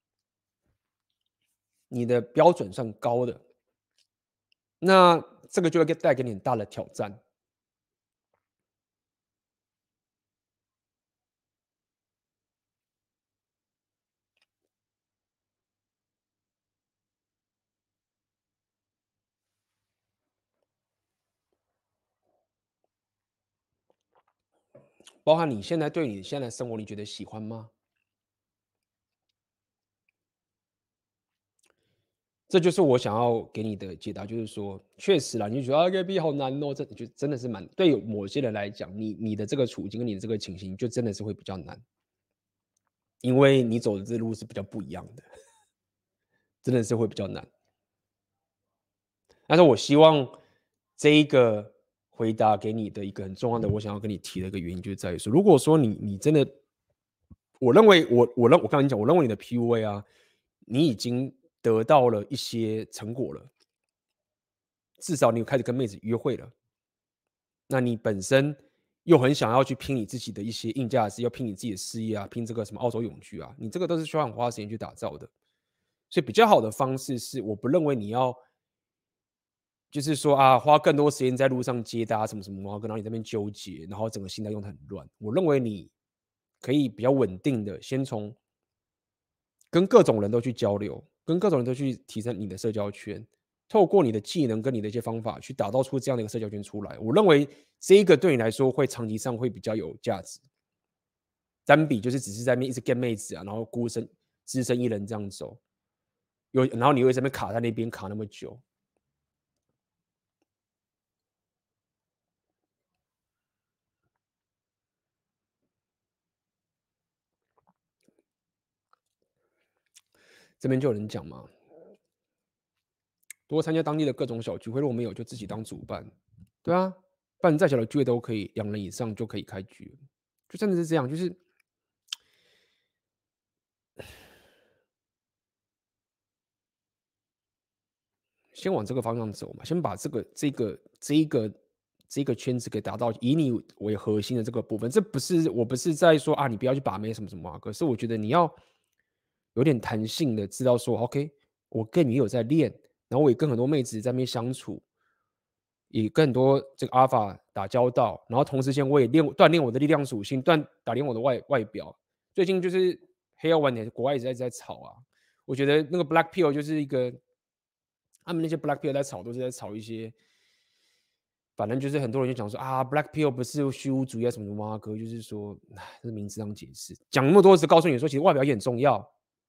你的标准算高的，那这个就会带给你很大的挑战。包含你现在对你现在的生活，你觉得喜欢吗？这就是我想要给你的解答，就是说，确实啦，你就觉得啊 gay 好难哦，这就真的是蛮对某些人来讲，你的这个处境跟你的这个情形，就真的是会比较难，因为你走的这路是比较不一样的，真的是会比较难。但是我希望这一个回答给你的一个很重要的，我想要跟你提的一个原因，就是在于说，如果说你真的我刚才讲，我认为你的 PUA 啊，你已经得到了一些成果了，至少你有开始跟妹子约会了。那你本身又很想要去拼你自己的一些硬价值，要拼你自己的事业啊，拼这个什么澳洲永居啊，你这个都是需要很花时间去打造的。所以比较好的方式是，我不认为你要就是说啊，花更多时间在路上接搭什么什么，然后你在那边纠结，然后整个心态用的很乱。我认为你可以比较稳定的，先从跟各种人都去交流，跟各种人都去提升你的社交圈，透过你的技能跟你的一些方法去打造出这样的一个社交圈出来。我认为这一个对你来说会长期上会比较有价值，单比就是只是在那边一直 get 妹子啊，然后只身一人这样走，然后你会在那边卡在那边卡那么久。这边就有人讲嘛，多参加当地的各种小聚会，如果没有就自己当主办。对啊，办再小的聚会都可以，2人以上就可以开局了，就真的是这样，就是先往这个方向走嘛，先把这个圈子给达到以你为核心的这个部分。我不是在说啊，你不要去把妹什么什么啊，可是我觉得你要有点弹性的知道说，OK，我跟你也有在练，然后我也跟很多妹子在那边相处，也跟很多这个阿法打交道，然后同时间我也锻炼我的力量属性，打练我的外表。最近就是黑曜晚点，国外一直在吵啊，我觉得那个 Black Pill 就是一个，他们那些 Black Pill 在吵，都是在吵一些，反正就是很多人就讲说啊，Black Pill 不是虚无主义啊什么什么啊，哥就是说，这是名词上解释，讲那么多只告诉你说，其实外表也很重要，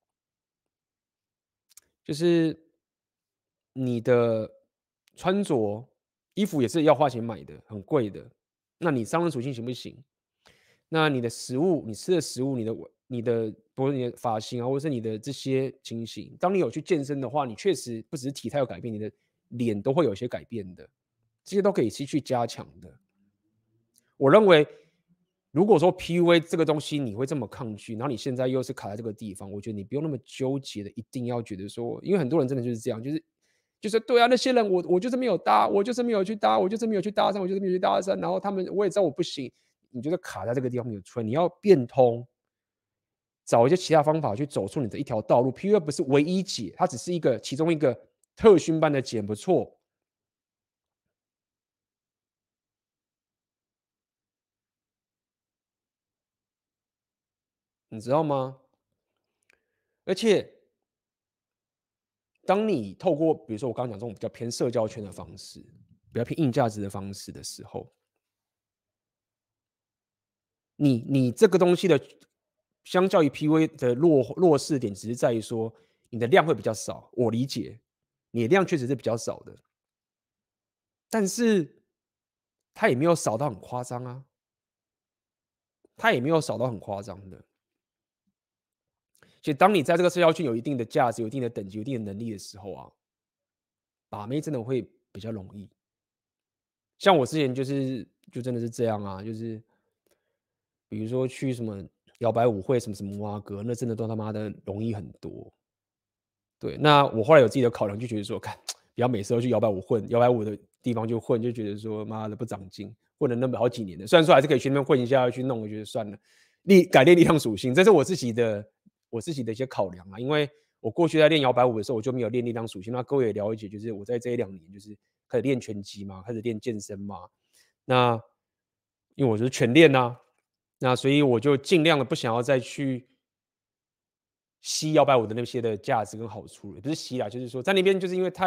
就是你的穿着衣服也是要花钱买的，很贵的。那你商人属性行不行？那你的食物，你吃的食物，不论你的发型啊，或者是你的这些情形，当你有去健身的话，你确实不只是体态有改变，你的脸都会有一些改变的，这些都可以去加强的。我认为，如果说 PUA 这个东西你会这么抗拒，然后你现在又是卡在这个地方，我觉得你不用那么纠结的，一定要觉得说，因为很多人真的就是这样，就是对啊，那些人我就是没有搭，我就是没有去搭，我就是没有去搭讪，我就是没有去搭讪，然后我也知道我不行，你就是卡在这个地方没有出来，你要变通，找一些其他方法去走出你的一条道路。PUA 不是唯一解，它只是其中一个特训班的解，不错，你知道吗？而且当你透过比如说我刚刚讲这种比较偏社交圈的方式，比较偏硬价值的方式的时候，你这个东西的相较于 PV 的弱势点，只是在于说你的量会比较少。我理解你的量确实是比较少的，但是它也没有少到很夸张啊，它也没有少到很夸张的。所以当你在这个社交圈有一定的价值、有一定的等级、有一定的能力的时候啊，把妹真的会比较容易。像我之前就真的是这样啊，就是比如说去什么摇摆舞会什么什么啊哥，那真的都他妈的容易很多。对，那我后来有自己的考量，就觉得说，看不要每次都去摇摆舞混，摇摆舞的地方就混，就觉得说妈的不长进，混了那么好几年的，虽然说还是可以去那边混一下去弄，我觉得算了，改练力量属性，这是我自己的一些考量啊。因为我过去在练摇摆舞的时候，我就没有练力量属性。那各位也了解，就是我在这1、2年就是开始练拳击嘛，开始练健身嘛。那因为我就是全练啊，那所以我就尽量的不想要再去吸摇摆舞的那些的价值跟好处了，不是吸啦，就是说在那边就是因为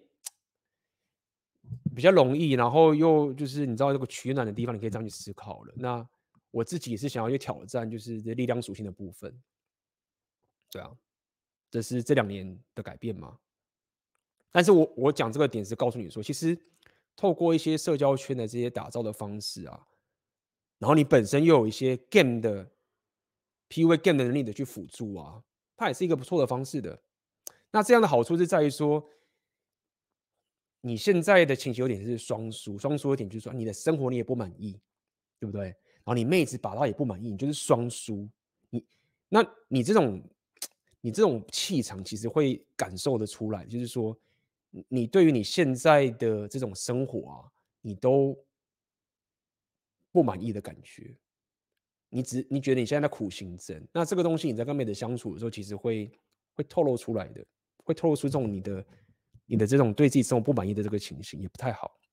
比较容易，然后又就是你知道这个取暖的地方，你可以这样去思考了。那我自己也是想要去挑战，就是这力量属性的部分，对啊，这是这2年的改变嘛。但是我讲这个点是告诉你说，其实透过一些社交圈的这些打造的方式啊，然后你本身又有一些 game 的 PUA game 的能力的去辅助啊，它也是一个不错的方式的。那这样的好处是在于说，你现在的请求点是双输，双输的点就是说你的生活你也不满意，对不对？然后你妹子把到也不满意，你就是双输。 那你这种气场其实会感受得出来，就是说你对于你现在的这种生活啊，你都不满意的感觉。你觉得你现在在苦行僧，那这个东西你在跟妹子相处的时候，其实会透露出来的，会透露出这种你的这种对自己生活不满意的这个情形，也不太好。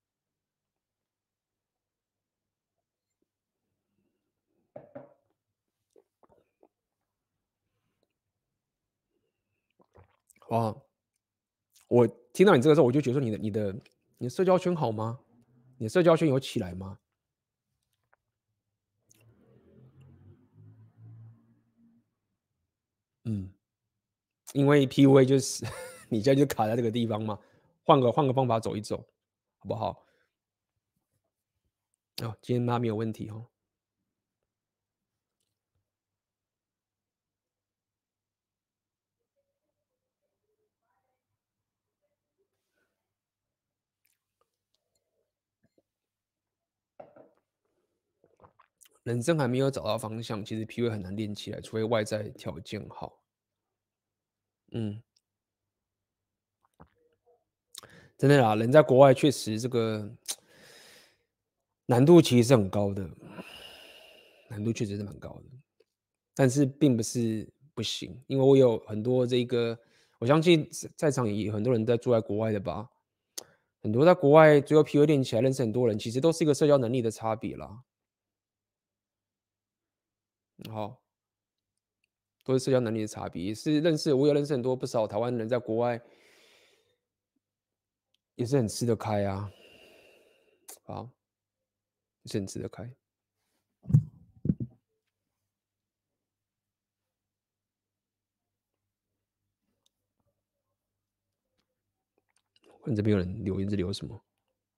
哇，我听到你这个时候，我就觉得说你的社交圈好吗？你的社交圈有起来吗？嗯，因为 PUA 就是你现在就卡在这个地方嘛，换个方法走一走，好不好？啊、今天妈没有问题哦。人生还没有找到方向，其实 PUA 很难练起来，除非外在条件好。嗯，真的啦，人在国外确实这个难度其实是很高的，难度确实是蛮高的，但是并不是不行，因为我有很多这个，我相信在场也有很多人在住在国外的吧，很多在国外最后 PUA 练起来，认识很多人，其实都是一个社交能力的差别啦。好，都是社交能力的差别，也是我有认识很多不少台湾人在国外也是很吃得开啊，好，也是很吃得开。看这边有人留言，这里有什么？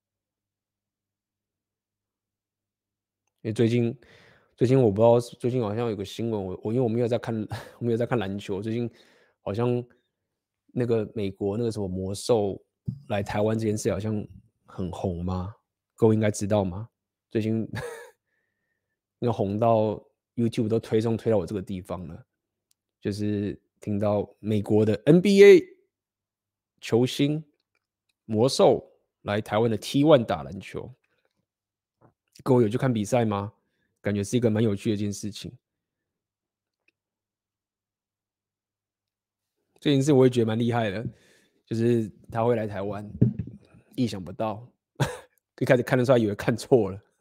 因为最近我不知道，最近好像有个新闻，因为我没有在看，我没有在看篮球。最近好像那个美国那个什么魔兽来台湾这件事好像很红吗？各位应该知道吗？最近那个红到 YouTube 都推到我这个地方了，就是听到美国的 NBA 球星魔兽来台湾的 T1 打篮球，各位有去看比赛吗？感觉是一个蛮有趣的一件事情。这件事我也觉得蛮厉害的，就是他会来台湾，意想不到。一开始看得出来，以为看错了。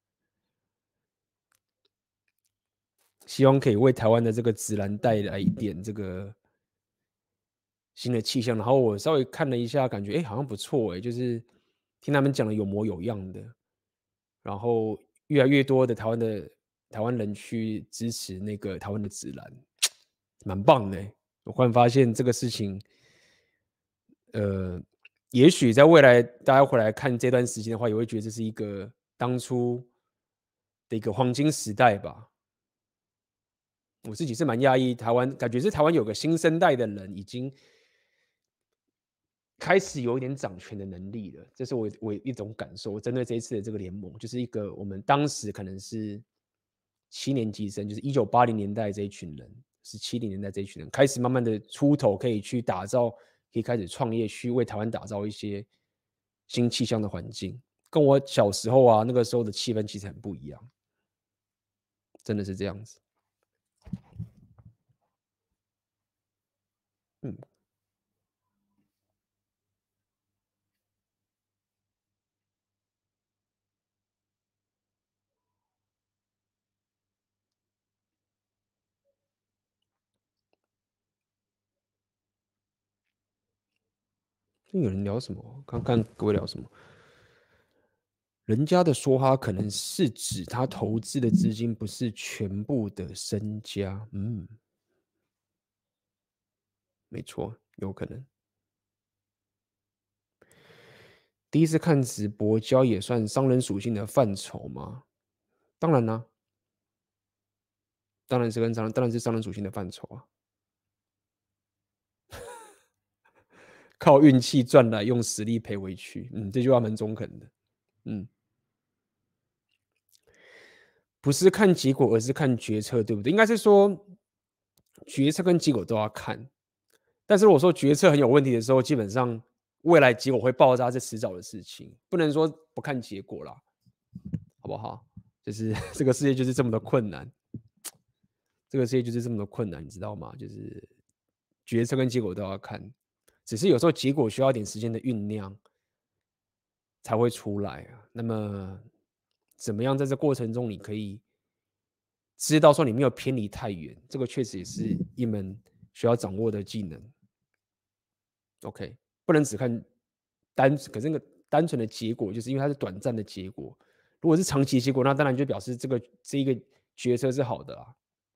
希望可以为台湾的这个直男带来一点这个新的气象。然后我稍微看了一下，感觉好像不错就是听他们讲的有模有样的，然后越来越多的台湾人去支持那个台湾的直男，蛮棒的我忽然发现这个事情，呃，也许在未来大家回来看这段时间的话，也会觉得这是一个当初的一个黄金时代吧。我自己是蛮讶异，台湾感觉是台湾有个新生代的人已经开始有一点掌权的能力了，这是我一种感受。针对这一次的这个联盟，就是一个我们当时可能是7年级生，就是1980年代这一群人，是70年代这一群人，开始慢慢的出头，可以去打造，可以开始创业，去为台湾打造一些新气象的环境。跟我小时候啊，那个时候的气氛其实很不一样，真的是这样子。嗯，有人聊什么？看看各位聊什么？人家的说法可能是指他投资的资金不是全部的身家。嗯，没错，有可能。第一次看直播，交易也算商人属性的范畴吗？当然啦、当然是商人属性的范畴啊。靠运气赚来，用实力赔回去。这句话蛮中肯的。嗯，不是看结果，而是看决策，对不对？应该是说， 决策跟结果都要看。但是如果说决策很有问题的时候，基本上未来结果会爆炸是迟早的事情，不能说不看结果啦，好不好？就是这个世界就是这么的困难，这个世界就是这么的困难，你知道吗？就是决策跟结果都要看，只是有时候结果需要一点时间的酝酿才会出来啊。那么怎么样在这过程中你可以知道说你没有偏离太远，这个确实也是一门需要掌握的技能。OK，不能只看可是那个单纯的结果，就是因为它是短暂的结果。如果是长期结果，那当然就表示这一个决策是好的啊。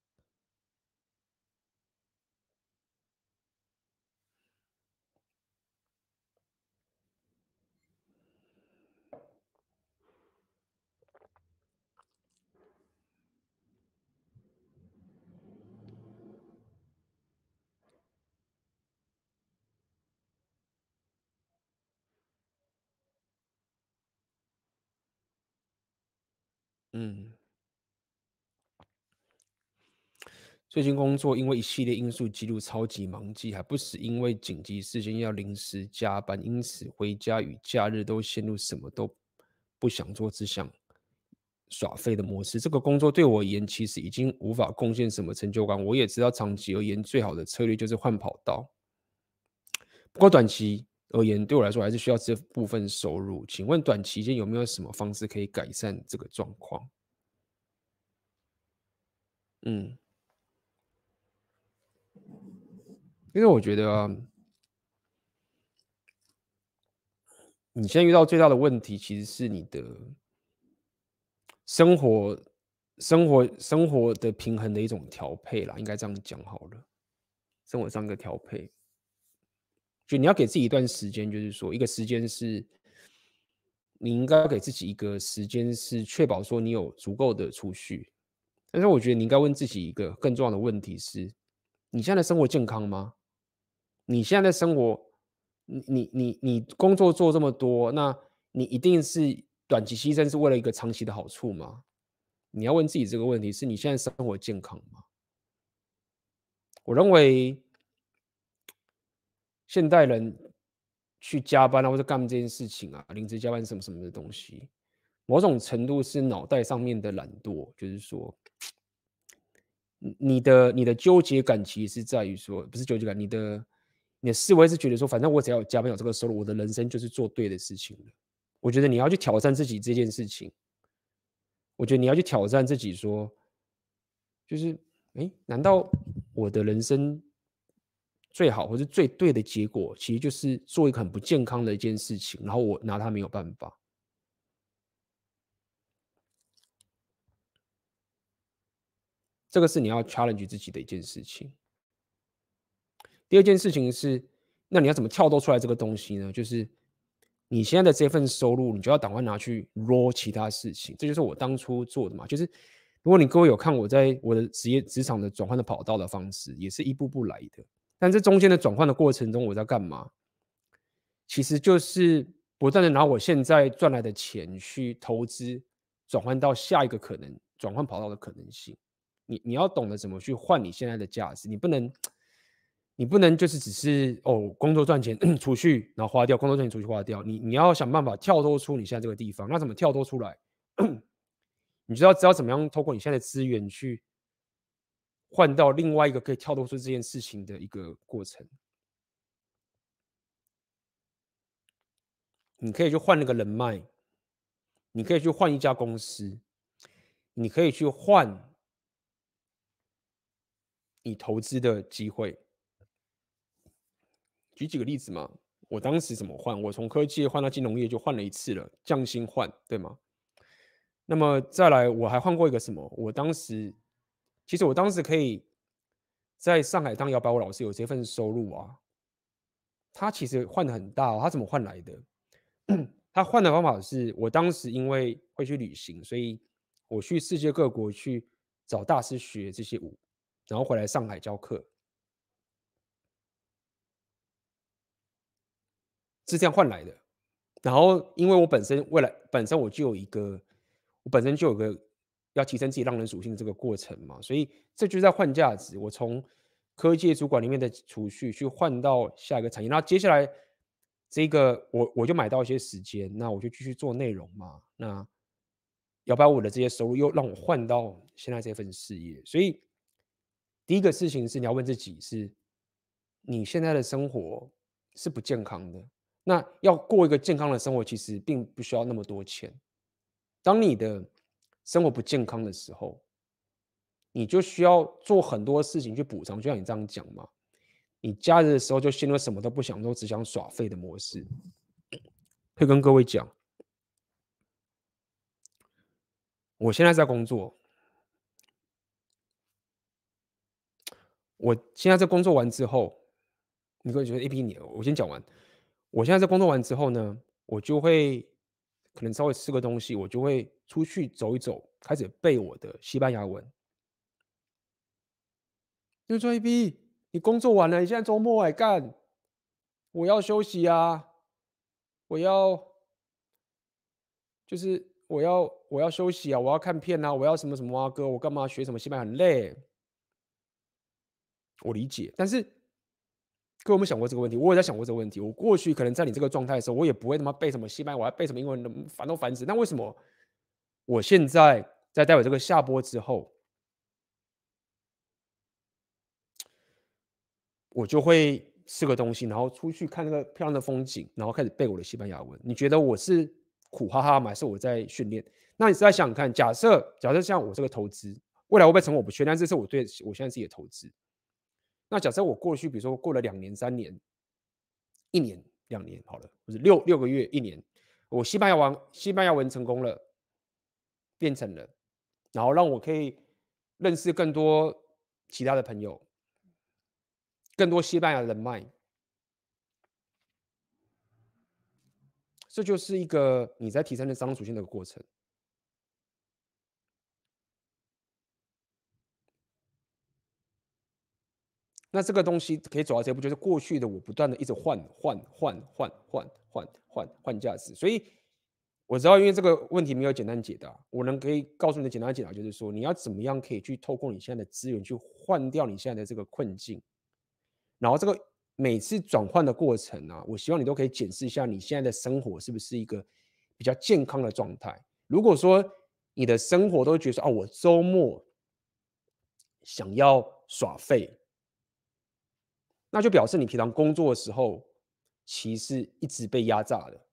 嗯，最近工作因为一系列因素进入超级忙季，还不时因为紧急事件要临时加班，因此回家与假日都陷入什么都不想做，只想耍废的模式。这个工作对我而言，其实已经无法贡献什么成就感。我也知道，长期而言，最好的策略就是换跑道。不过短期而言，对我来说还是需要这部分收入。请问短期间有没有什么方式可以改善这个状况？嗯，因为我觉得啊，你现在遇到最大的问题，其实是你的生活、生活的平衡的一种调配啦，应该这样讲好了。生活上的调配，就你要给自己一段时间，就是说一个时间是，你应该给自己一个时间，是确保说你有足够的储蓄。但是我觉得你应该问自己一个更重要的问题是：你现在的生活健康吗？你现在的生活，你工作做这么多，那你一定是短期牺牲是为了一个长期的好处吗？你要问自己这个问题：是你现在生活健康吗？我认为现代人去加班啊，或者干这件事情啊，临时加班什么什么的东西，某种程度是脑袋上面的懒惰，就是说，你的纠结感其实是在于说，不是纠结感，你的思维是觉得说，反正我只要有加班有这个收入，我的人生就是做对的事情了。我觉得你要去挑战自己这件事情，我觉得你要去挑战自己说，就是，难道我的人生最好或是最对的结果，其实就是做一个很不健康的一件事情，然后我拿它没有办法？这个是你要 challenge 自己的一件事情。第二件事情是，那你要怎么跳脱出来这个东西呢？就是你现在的这份收入，你就要赶快拿去 roll 其他事情。这就是我当初做的嘛。就是如果你各位有看我在我的职场的转换的跑道的方式，也是一步步来的。但这中间的转换的过程中，我在干嘛？其实就是不断的拿我现在赚来的钱去投资，转换到下一个可能转换跑道的可能性。你要懂得怎么去换你现在的价值，你不能就是只是工作赚钱储蓄，然后花掉，工作赚钱储蓄花掉。你要想办法跳脱出你现在这个地方。那怎么跳脱出来？你就要知道怎么样透过你现在的资源去换到另外一个可以跳脱出这件事情的一个过程。你可以去换那个人脉，你可以去换一家公司，你可以去换你投资的机会。举几个例子嘛，我当时怎么换？我从科技业换到金融业就换了一次了，降薪换，对吗？那么再来，我还换过一个什么？其实我当时可以在上海当摇摆舞老师，有这份收入啊。他其实换的很大哦，他怎么换来的？他换的方法是我当时因为会去旅行，所以我去世界各国去找大师学这些舞，然后回来上海教课，是这样换来的。然后因为我本身我本身就有个要提升自己让人属性的这个过程嘛，所以这就是在换价值。我从科技主管里面的储蓄去换到下一个产业，那接下来这个我就买到一些时间，那我就继续做内容嘛，那要把我的这些收入又让我换到现在这份事业，所以第一个事情是你要问自己是，你现在的生活是不健康的，那要过一个健康的生活，其实并不需要那么多钱。当你的生活不健康的时候，你就需要做很多事情去补偿，就像你这样讲嘛。你假日的时候就陷入什么都不想做，只想耍废的模式。会跟各位讲，我现在在工作，我现在在工作完之后，你会觉得 A P 你，我先讲完。我现在在工作完之后呢，我就会可能稍微吃个东西，我就会出去走一走，开始背我的西班牙文。就说 AB，你工作完了，你现在周末来干，我要休息啊，我要我要休息啊，我要看片啊，我要什么什么啊，哥，我干嘛学什么西班牙很累，我理解。但是各位有没有想过这个问题？我也在想过这个问题。我过去可能在你这个状态的时候，我也不会他妈背什么西班牙，我要背什么英文的，烦都烦死。那为什么我现在在待会这个下播之后，我就会吃个东西，然后出去看那个漂亮的风景，然后开始背我的西班牙文。你觉得我是苦哈哈吗？还是我在训练？那你再想想看，假设像我这个投资，未来会不会成我不确定，但这是我对我现在自己的投资。那假设我过去，比如说过了2年、3年、1年、2年好了，或者6个月、1年，我西班牙文成功了，变成了，然后让我可以认识更多其他的朋友，更多西班牙的人脉，这就是一个你在提升的商属性的一个过程。那这个东西可以走到这一步，就是过去的我不断的一直换价值，所以我知道，因为这个问题没有简单解答，我可以告诉你的简单解答就是说，你要怎么样可以去透过你现在的资源去换掉你现在的这个困境，然后这个每次转换的过程啊，我希望你都可以检视一下你现在的生活是不是一个比较健康的状态。如果说你的生活都觉得说，我周末想要耍废，那就表示你平常工作的时候，其实一直被压榨的，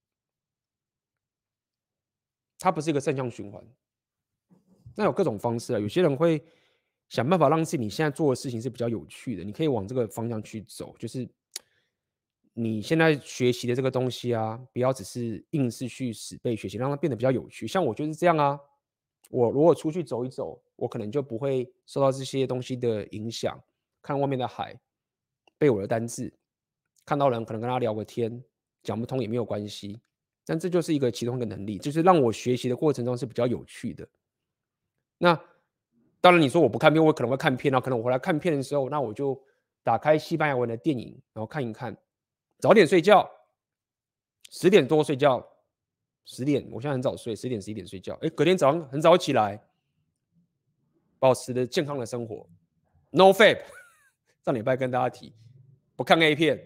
它不是一个正向循环。那有各种方式啊，有些人会想办法让自己你现在做的事情是比较有趣的，你可以往这个方向去走，就是你现在学习的这个东西啊，不要只是硬是去死背学习，让它变得比较有趣。像我就是这样啊，我如果出去走一走，我可能就不会受到这些东西的影响，看外面的海，背我的单字，看到人可能跟他聊个天，讲不通也没有关系。但这就是一个其中一个能力，就是让我学习的过程中是比较有趣的。那当然，你说我不看片，我可能会看片啊。可能我回来看片的时候，那我就打开西班牙文的电影，然后看一看，早点睡觉，10点多睡觉，10点，我现在很早睡，10点11点睡觉。哎，隔天早上很早起来，保持的健康的生活，No fap。上礼拜跟大家提，不看 A 片，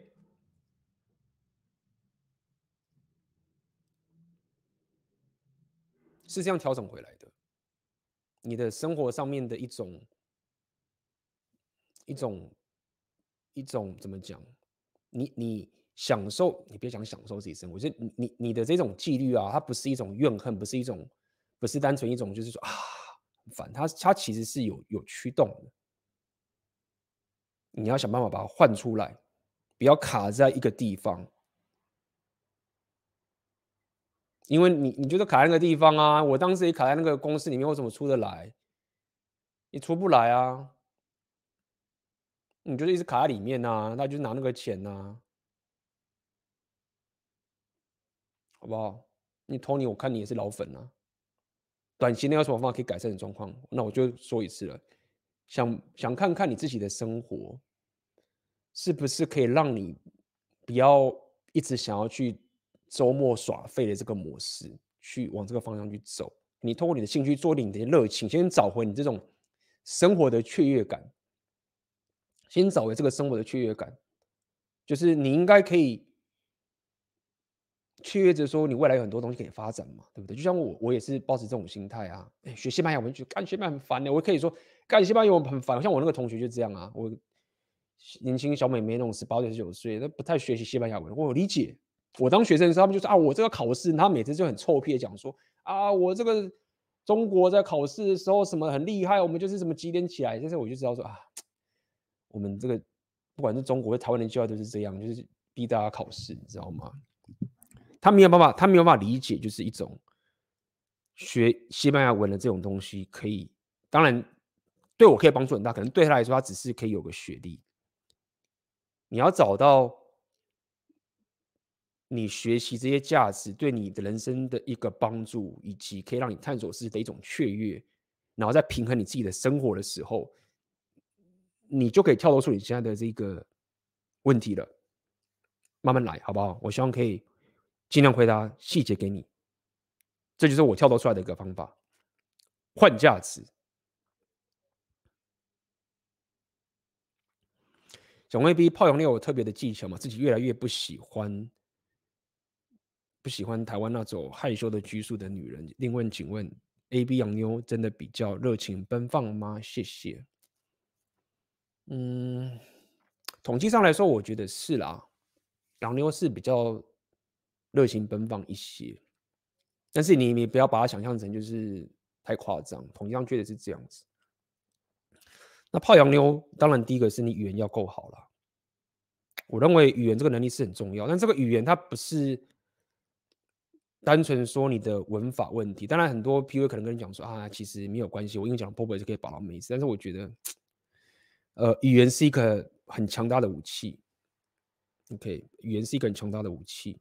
是这样调整回来的。你的生活上面的一种一种怎么讲？你享受，你别讲享受自己生活，就你的这种纪律啊，它不是一种怨恨，不是单纯一种就是说很烦，它其实是有驱动的，你要想办法把它换出来，不要卡在一个地方，因为你就是卡在那个地方啊，我当时也卡在那个公司里面，为什么出得来？你出不来啊，你就是一直卡在里面呐、那就拿那个钱呐、好不好？你投你，我看你也是老粉啊。短期内有什么方法可以改善的状况？那我就说一次了，想看看你自己的生活是不是可以让你不要一直想要去周末耍废的这个模式，去往这个方向去走。你通过你的兴趣做点你的热情，先找回你这种生活的雀跃感， 先找回这个生活的雀跃感，就是你应该可以雀跃着说，你未来有很多东西可以发展嘛，对不对？就像我也是抱持这种心态啊。学西班牙文就干西班牙很烦的，我可以说干西班牙文很烦。像我那个同学就这样啊，我年轻小妹妹那种18岁、19岁，那不太学习西班牙文，我理解。我当学生的时候，他们就说啊，我这个考试，他每次就很臭屁的讲说啊，我这个中国在考试的时候什么很厉害，我们就是什么几点起来。但是我就知道说啊，我们这个不管是中国或台湾的教育都是这样，就是逼大家考试，你知道吗？他没有办法理解，就是一种学西班牙文的这种东西，可以当然对我可以帮助很大，可能对他来说，他只是可以有个学历。你要找到你学习这些价值对你的人生的一个帮助，以及可以让你探索世界的一种雀跃，然后在平衡你自己的生活的时候，你就可以跳脱出你现在的这个问题了。慢慢来，好不好？我希望可以尽量回答细节给你，这就是我跳脱出来的一个方法。换价值。小未必泡洋妞有特别的技巧嘛？自己越来越不喜欢台湾那种害羞的拘束的女人。另问，请问 AB 洋妞真的比较热情奔放吗？谢谢。统计上来说，我觉得是啦，洋妞是比较热情奔放一些，但是你不要把它想象成就是太夸张，统计上确实是这样子。那泡洋妞，当然第一个是你语言要够好啦。我认为语言这个能力是很重要，但这个语言它不是单纯说你的文法问题。当然，很多 PUA 可能跟你讲说啊，其实没有关系，我英语讲 p o p 也是可以把到妹子。但是我觉得，语言是一个很强大的武器。OK， 语言是一个很强大的武器。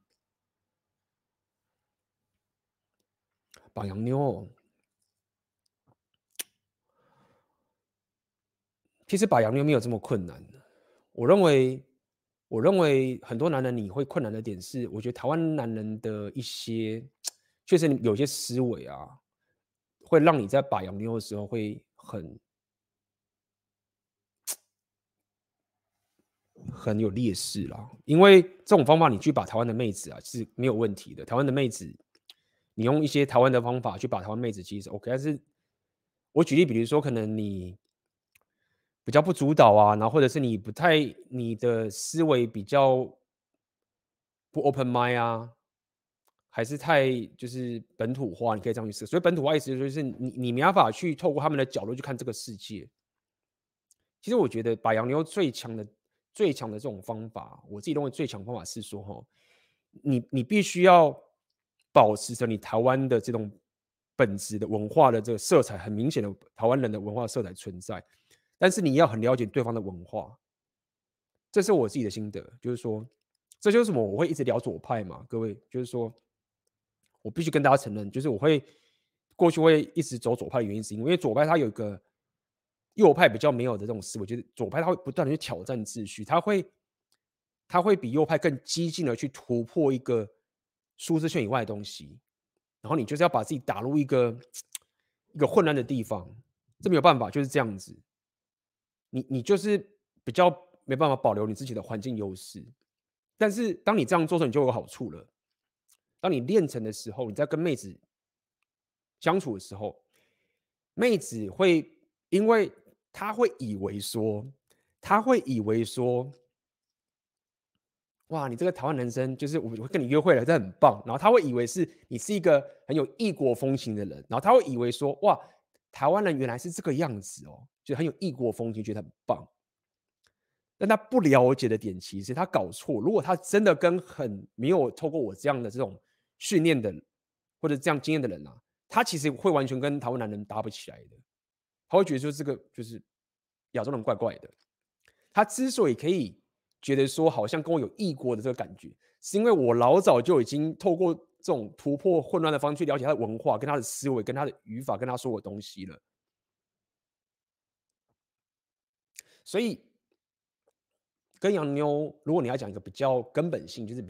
把洋妞哦，其实把洋妞没有这么困难。我认为很多男人你会困难的点是，我觉得台湾男人的一些确实有些思维啊，会让你在把洋妞的时候会很有劣势啦。因为这种方法你去把台湾的妹子啊是没有问题的，台湾的妹子你用一些台湾的方法去把台湾妹子其实 OK，但是我举例，比如说可能你比较不主导啊，然后或者是你的思维比较不 open mind 啊，还是太就是本土化，你可以这样去思。所以本土化意思就是你没办法去透过他们的角度去看这个世界。其实我觉得把洋妞最强的这种方法，我自己认为最强方法是说，哈，你必须要保持着你台湾的这种本质的文化的这个色彩，很明显的台湾人的文化色彩存在，但是你要很了解对方的文化。这是我自己的心得，就是说，这就是什么我会一直聊左派嘛，各位，就是说我必须跟大家承认，就是过去会一直走左派的原因，是因为左派它有一个右派比较没有的这种思维，就是左派它会不断的去挑战秩序，它会比右派更激进的去突破一个舒适圈以外的东西，然后你就是要把自己打入一个混乱的地方，这没有办法，就是这样子，你就是比较没办法保留你自己的环境优势，但是当你这样做的时候，你就有好处了。当你练成的时候，你在跟妹子相处的时候，妹子会因为她会以为说，她会以为说，哇，你这个台湾男生就是我会跟你约会了，这很棒。然后他会以为是你是一个很有异国风情的人，然后他会以为说，哇，台湾人原来是这个样子哦，就很有异国风情，觉得很棒。但他不了解的点，其实他搞错。如果他真的跟很没有透过我这样的这种训练的或者这样经验的人啊，他其实会完全跟台湾男人搭不起来的。他会觉得说这个就是亚洲人怪怪的。他之所以可以觉得说好像跟我有异国的这个感觉，是因为我老早就已经透过这种突破混乱的方式去了解他的文化、跟他的思维、跟他的语法、跟他说的东西了。所以跟洋妞，如果你要讲一个比较根本性，就是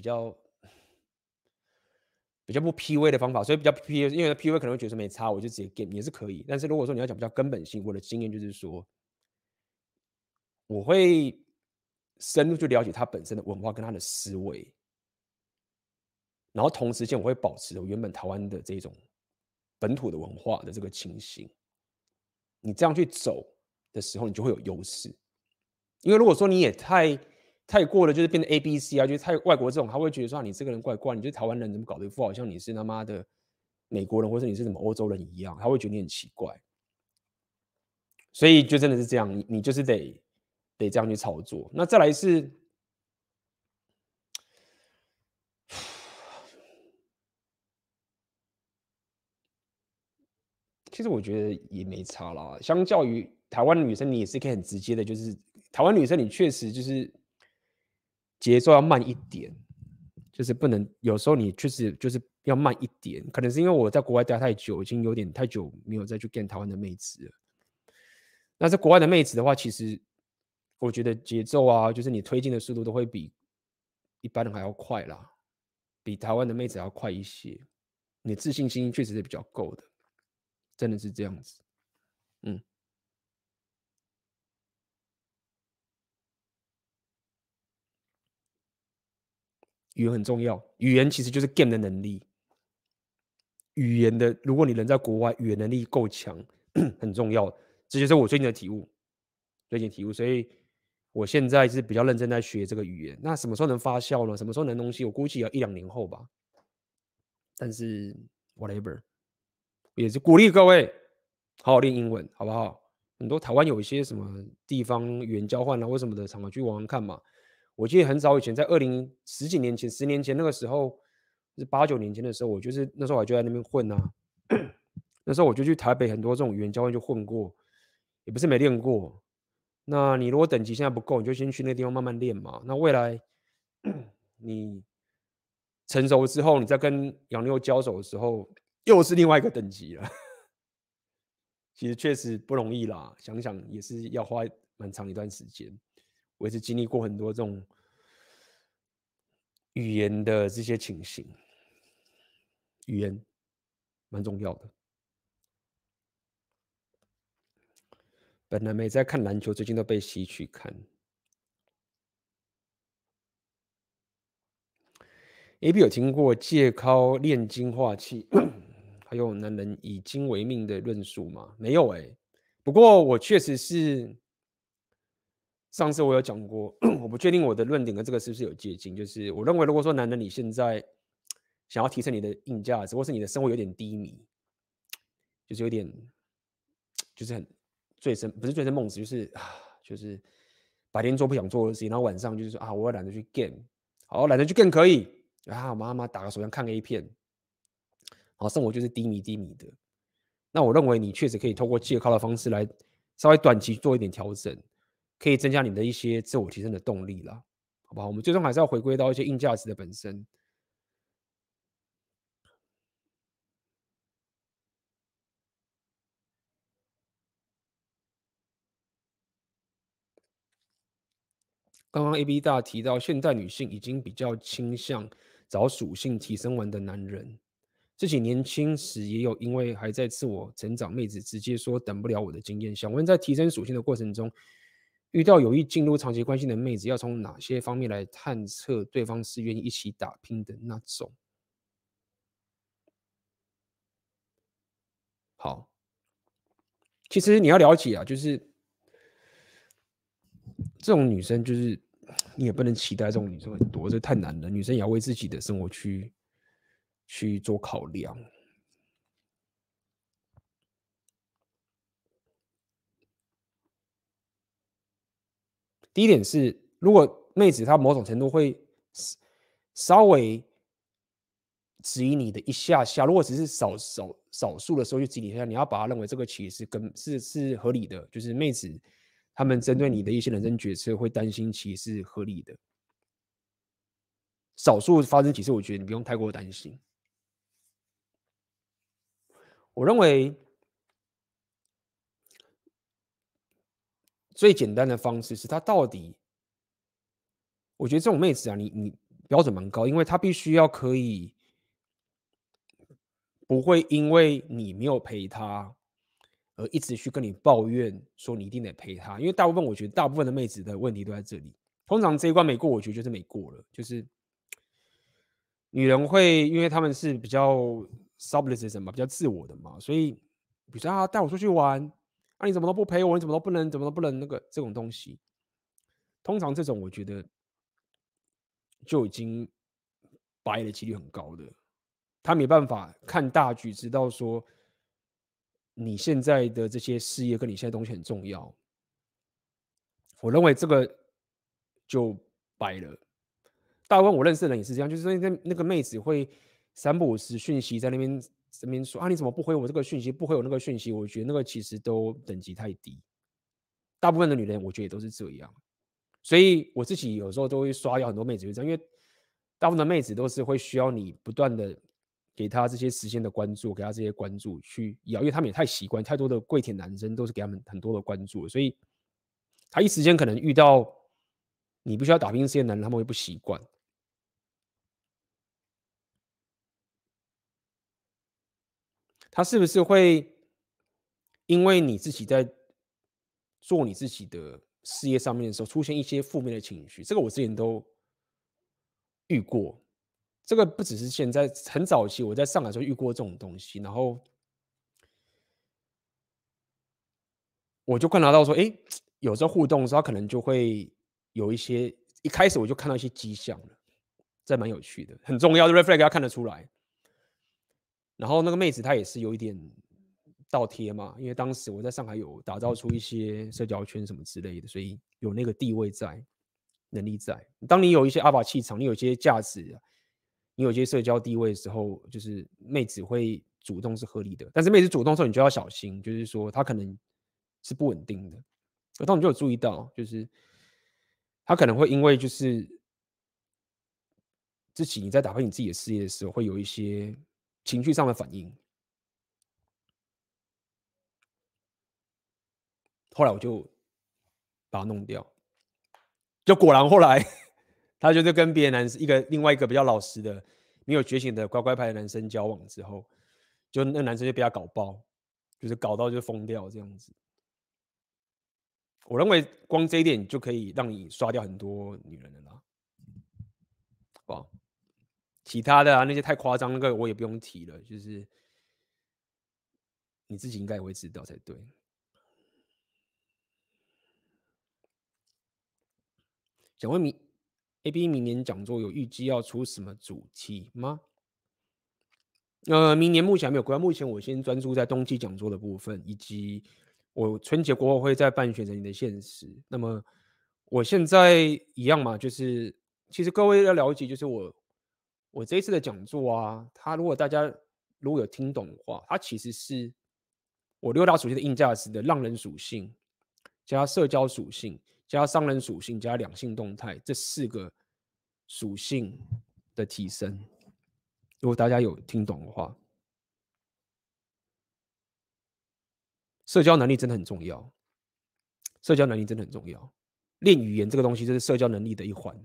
比较不 PUA 的方法，所以比较 PUA，因为 PUA 可能会觉得说没差，我就直接 game 也是可以。但是如果说你要讲比较根本性，我的经验就是说， 我会深入去了解他本身的文化跟他的思维，然后同时间我会保持我原本台湾的这种本土的文化的这个情形。你这样去走的时候，你就会有优势。因为如果说你也太过了，就是变成 ABC 啊，就是太外国这种，他会觉得说你这个人怪怪，你就是台湾人怎么搞得一副好像你是他妈的美国人，或者你是什么欧洲人一样，他会觉得你很奇怪。所以就真的是这样，你就是得这样去操作。那再来是，其实我觉得也没差啦。相较于台湾的女生，你也是可以很直接的，就是台湾女生你确实就是节奏要慢一点，就是不能有时候你确实就是要慢一点。可能是因为我在国外待太久，已经有点太久没有再去见台湾的妹子了。那在国外的妹子的话，其实我觉得节奏啊，就是你推进的速度都会比一般人还要快啦，比台湾的妹子还要快一些。你自信心确实是比较够的，真的是这样子。嗯，语言很重要，语言其实就是 game 的能力。语言的，如果你人在国外，语言能力够强，很重要。这就是我最近的体悟，所以我现在是比较认真在学这个语言。那什么时候能发酵呢？什么时候能东西？我估计要1、2年后吧。但是 whatever，也是鼓励各位好好练英文，好不好？很多台湾有一些什么地方语言交换啊，或什么的场合去玩玩看嘛。我记得很早以前，在十几年前、10年前那个时候，是8、9年前的时候，我就是那时候我就在那边混啊。那时候我就去台北很多这种语言交换就混过，也不是没练过。那你如果等级现在不够，你就先去那地方慢慢练嘛。那未来你成熟之后，你再跟洋妞交手的时候，又是另外一个等级了。其实确实不容易啦，想想也是要花蛮长一段时间。我也是经历过很多这种语言的这些情形，语言蛮重要的。本来没在看篮球，最近都被吸去看。AB 有听过戒靠炼精化气，还有男人以精为命的论述吗？没有不过我确实是上次我有讲过，我不确定我的论点跟这个是不是有接近。就是我认为，如果说男人你现在想要提升你的硬价值，或是你的生活有点低迷，就是有点就是很不是醉生梦死，就是白天做不想做的事情，然后晚上就是说我懒得去 game， 好懒得去 game 可以我妈妈打个手枪看 A 片，好生活就是低迷的。那我认为你确实可以透过戒靠的方式来稍微短期做一点调整，可以增加你的一些自我提升的动力啦，好不好？我们最终还是要回归到一些硬价值的本身。刚刚 AB 大提到，现代女性已经比较倾向找属性提升完的男人。自己年轻时也有因为还在自我成长，妹子直接说等不了我的经验。想问，在提升属性的过程中，遇到有意进入长期关系的妹子，要从哪些方面来探测对方是愿意一起打拼的那种？好，其实你要了解啊，就是这种女生，就是你也不能期待这种女生很多，这太难了。女生也要为自己的生活去做考量。第一点是，如果妹子她某种程度会稍微质疑你的一下下，如果只是少数的时候去质疑一下，你要把它认为这个其实是合理的，就是妹子他们针对你的一些人生决策会担心，其实是合理的。少数发生几次，我觉得你不用太过担心。我认为最简单的方式是，她到底，我觉得这种妹子啊，你标准蛮高，因为她必须要可以不会因为你没有陪她， 而一直去跟你抱怨说你一定得陪她，因为大部分我觉得大部分的妹子的问题都在这里。通常这一关没过，我觉得就是没过了，就是女人会因为她们是比较 submissive 嘛，比较自我的嘛，所以比如说啊带我出去玩，啊你怎么都不陪我，你怎么都不能那个这种东西，通常这种我觉得就已经白的几率很高的，他没办法看大局，知道说你现在的这些事业跟你现在东西很重要。我认为这个就白了。大部分我认识的人也是这样，就是那个妹子会三不五时讯息在那边说啊，你怎么不回我这个讯息，不回我那个讯息？我觉得那个其实都等级太低。大部分的女人我觉得也都是这样，所以我自己有时候都会刷掉很多妹子，就这样，因为大部分的妹子都是会需要你不断的给她这些时间的关注，给她这些关注去要，因为他们也太习惯，太多的跪舔男生都是给他们很多的关注，所以他一时间可能遇到你必须要打拼这些男人，他们会不习惯。他是不是会因为你自己在做你自己的事业上面的时候，出现一些负面的情绪？这个我之前都遇过。这个不只是现在，很早期我在上海的时候遇过这种东西，然后我就观察到说，哎，有时候互动的时候，他可能就会有一些，一开始我就看到一些迹象了，这蛮有趣的，很重要的 red flag 要看得出来。然后那个妹子她也是有一点倒贴嘛，因为当时我在上海有打造出一些社交圈什么之类的，所以有那个地位在，能力在。当你有一些阿法气场，你有一些价值，你有一些社交地位的时候，就是妹子会主动是合理的。但是妹子主动的时候，你就要小心，就是说她可能是不稳定的。我当时就有注意到，就是她可能会因为就是自己你在打拼你自己的事业的时候，会有一些情绪上的反应。后来我就把它弄掉，就果然后来他就是跟别的男生另外一个比较老实的、没有觉醒的乖乖牌的男生交往之后，就那个男生就被他搞爆，就是搞到就疯掉这样子。我认为光这一点就可以让你刷掉很多女人了啦，好不好？其他的啊那些太夸张，那个我也不用提了，就是你自己应该也会知道才对。想问AB 明年讲座有预计要出什么主题吗？明年目前还没有规划，目前我先专注在冬季讲座的部分，以及我春节过后会再办选择你的现实。那么我现在一样嘛，就是其实各位要了解，就是我这一次的讲座啊，它如果大家如果有听懂的话，它其实是我六大属性的硬价值的让人属性，加社交属性，加商人属性，加两性动态这四个属性的提升。如果大家有听懂的话，社交能力真的很重要，社交能力真的很重要。练语言这个东西就是社交能力的一环。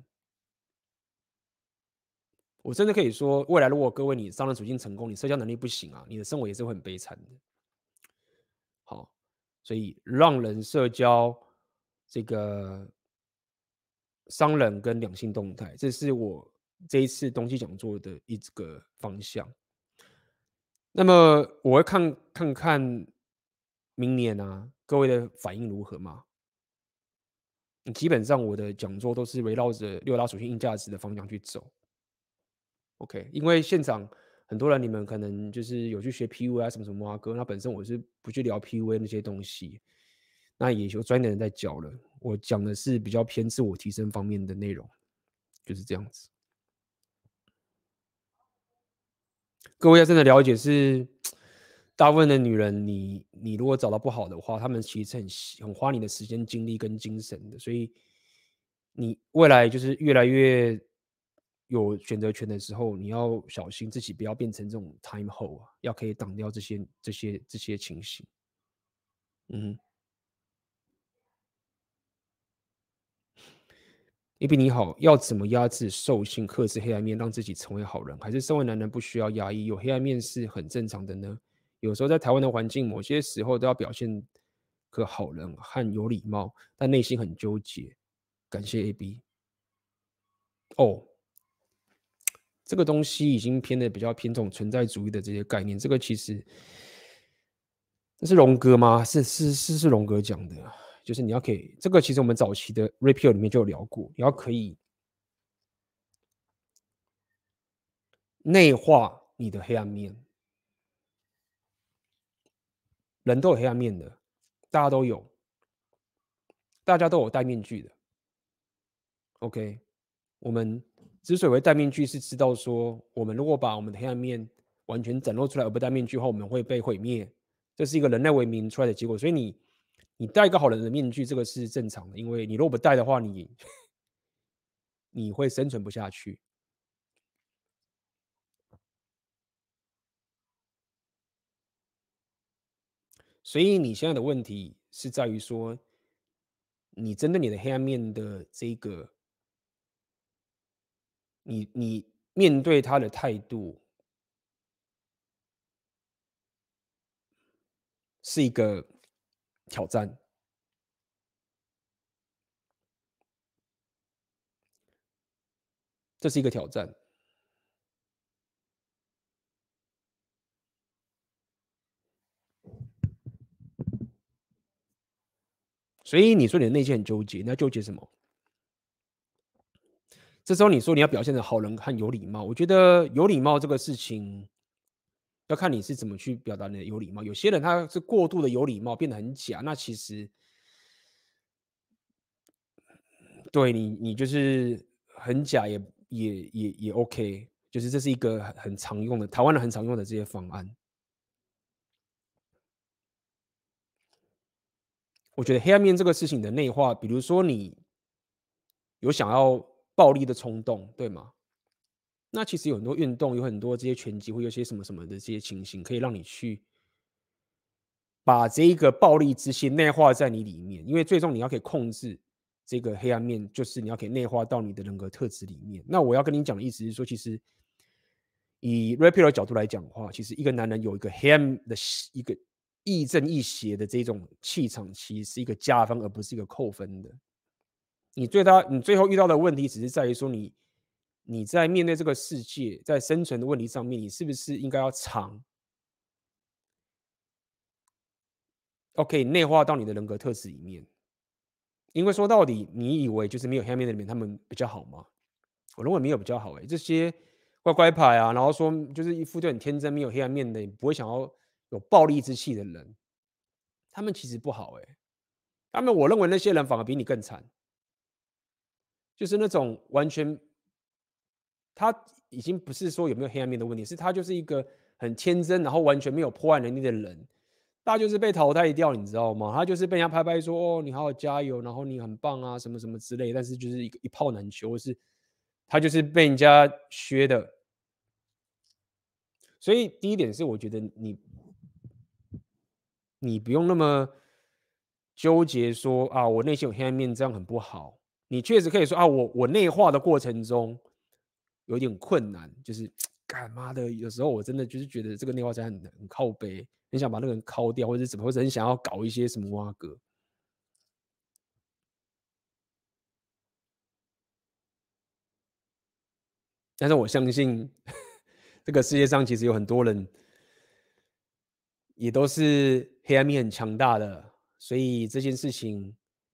我真的可以说，未来如果各位你商人属性成功，你社交能力不行啊，你的生活也是会很悲惨的。好，所以让人社交这个商人跟两性动态，这是我这一次冬季讲座的一个方向。那么我会看明年啊，各位的反应如何嘛？基本上我的讲座都是围绕着六大属性硬价值的方向去走。OK，因为现场很多人你们可能就是有去学 PUA 啊什么什么啊哥，那本身我是不去聊 PUA 那些东西，那也有专业的人在教了。我讲的是比较偏自我提升方面的内容，就是这样子。各位要真的了解是，大部分的女人你如果找到不好的话，她们其实很花你的时间、精力跟精神的，所以你未来就是越来越有选择权的时候，你要小心自己不要变成这种 time hole 啊，要可以挡掉这些情形。嗯哼，A B 你好，要怎么压制兽性、克制黑暗面，让自己成为好人？还是身为男人不需要压抑，有黑暗面是很正常的呢？ 有时候在台湾的环境，某些时候都要表现个好人和有礼貌，但内心很纠结。感谢 AB。哦，这个东西已经比较偏这种存在主义的这些概念。这个其实这是荣格吗？是荣格讲的，就是你要可以，这个其实我们早期的 Repeal 里面就有聊过，你要可以内化你的黑暗面。人都有黑暗面的，大家都有，大家都有戴面具的。OK，我们之所以会戴面具，是知道说，我们如果把我们的黑暗面完全展露出来而不戴面具的话，我们会被毁灭。这是一个人类文明出来的结果。所以你戴一个好人的面具，这个是正常的，因为你如果不戴的话，你会生存不下去。所以你现在的问题是在于说，你针对你的黑暗面的这个，你面对他的态度是一个挑战，这是一个挑战。所以你说你的内心很纠结，你要纠结什么？这时候你说你要表现的好人和有礼貌，我觉得有礼貌这个事情要看你是怎么去表达你的有礼貌。有些人他是过度的有礼貌，变得很假，那其实对你就是很假也 OK，就是这是一个很常用的，台湾人很常用的这些方案。我觉得黑暗面这个事情的内化，比如说你有想要暴力的冲动，对吗？那其实有很多运动，有很多这些拳击，会有些什么什么的这些情形，可以让你去把这一个暴力之心内化在你里面。因为最终你要可以控制这个黑暗面，就是你要可以内化到你的人格特质里面。那我要跟你讲的意思是说，其实以 Rapper 的角度来讲的话，其实一个男人有一个黑暗的一个亦正亦邪的这种气场，其实是一个加分，而不是一个扣分的。你最后遇到的问题，只是在于说你在面对这个世界，在生存的问题上面，你是不是应该要常 OK 内化到你的人格特质里面？因为说到底，你以为就是没有黑暗面的人，他们比较好吗？我认为没有比较好。这些乖乖牌啊，然后说就是一副就很天真、没有黑暗面的，不会想要有暴力之气的人，他们其实不好。我认为那些人反而比你更惨，就是那种完全他已经不是说有没有黑暗面的问题，是他就是一个很天真，然后完全没有破坏能力的人，他就是被淘汰掉，你知道吗？他就是被人家拍拍说哦，你好好加油，然后你很棒啊，什么什么之类，但是就是一炮难求，或是他就是被人家削的。所以第一点是，我觉得你不用那么纠结说啊，我内心有黑暗面，这样很不好。你确实可以说啊，我内化的过程中有点困难，就是干妈的，有时候我真的就是觉得这个内化才很靠背，很想把那个人敲掉，或者怎么，或者很想要搞一些什么挖格。但是我相信这个世界上其实有很多人也都是黑暗面很强大的，所以这件事情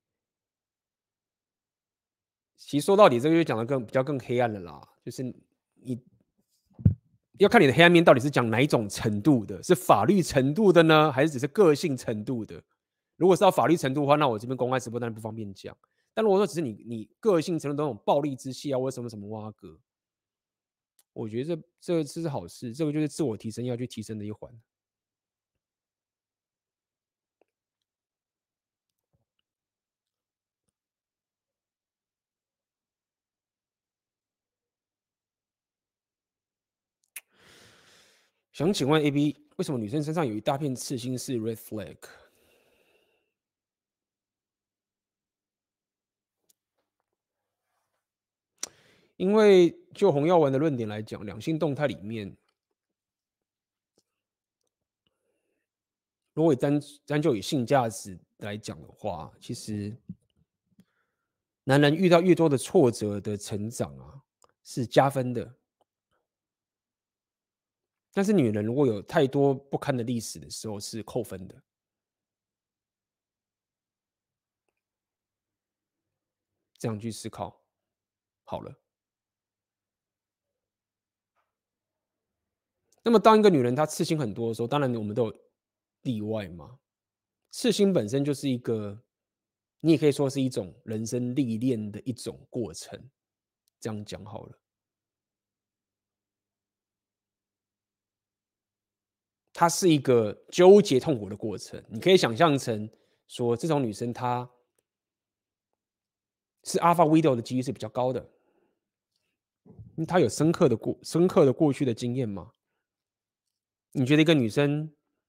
其实说到底，这个就讲的比较更黑暗了啦，就是你要看你的黑暗面到底是讲哪一种程度的，是法律程度的呢，还是只是个性程度的？如果是到法律程度的话，那我这边公开直播当然不方便讲。但如果说只是你个性程度的那种暴力之气啊，或者什么什么挖哥，我觉得这是好事，这个就是自我提升要去提升的一环。想请问 AB，为什么女生身上有一大片刺青是 red flag？因为就洪耀文的论点来讲，两性动态里面如果单就以性价值来讲的话，其实男人遇到越多的挫折的成长啊，是加分的。但是女人如果有太多不堪的历史的时候，是扣分的。这样去思考好了。那么当一个女人她刺青很多的时候，当然我们都有例外嘛。刺青本身就是一个，你也可以说是一种人生历练的一种过程。这样讲好了，它是一个纠结痛苦的过程。你可以想象成说，这种女生她是 Alpha Widow 的几率是比较高的，因为她有深刻的过去的经验嘛。你觉得一个女生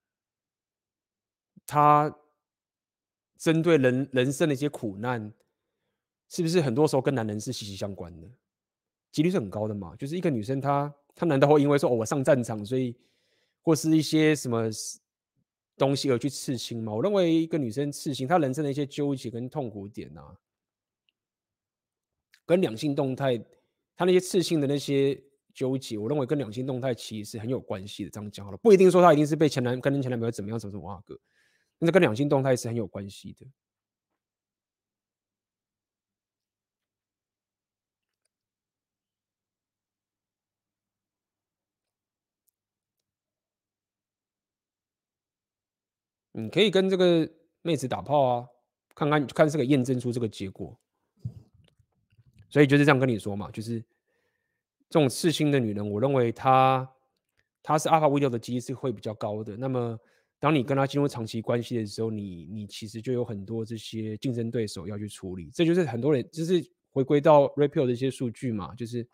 她针对人生的一些苦难，是不是很多时候跟男人是息息相关的？几率是很高的嘛。就是一个女生她难道会因为说哦我上战场，所以或是一些什么东西而去刺青吗？我认为一个女生刺青，她人生的一些纠结跟痛苦点啊，跟两性动态，她那些刺青的那些纠结，我认为跟两性动态其实是很有关系的。这样讲好了，不一定说她一定是被跟前男朋友怎么样怎么哇个，那跟两性动态是很有关系的。你可以跟这个妹子打炮啊，看是可以验证出这个结果。所以就是这样跟你说嘛，就是这种刺青的女人，我认为她是 Alpha Video 的机是会比较高的。那么当你跟她进入长期关系的时候，你其实就有很多这些竞争对手要去处理。这就是很多人就是回归到 Rapio 的一些数据嘛，就是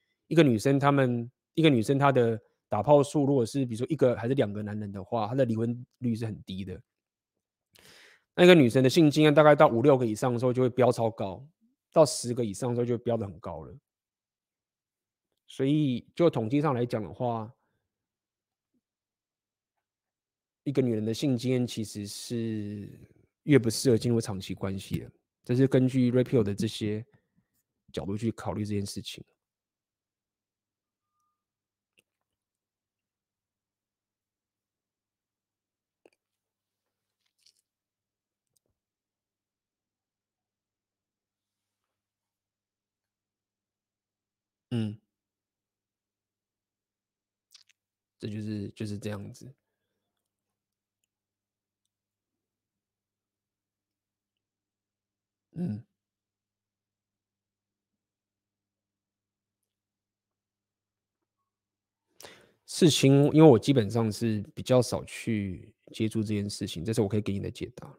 一个女生她的打炮数，如果是比如说一个还是两个男人的话，她的离婚率是很低的。那个女生的性经验大概到5、6个以上的时候就会飙超高，到10个以上的时候就飙得很高了。所以就统计上来讲的话，一个女人的性经验其实是越不适合进入长期关系的。这是根据 Rapio 的这些角度去考虑这件事情。嗯，这就是这样子。嗯，事情因为我基本上是比较少去接触这件事情，这是我可以给你的解答。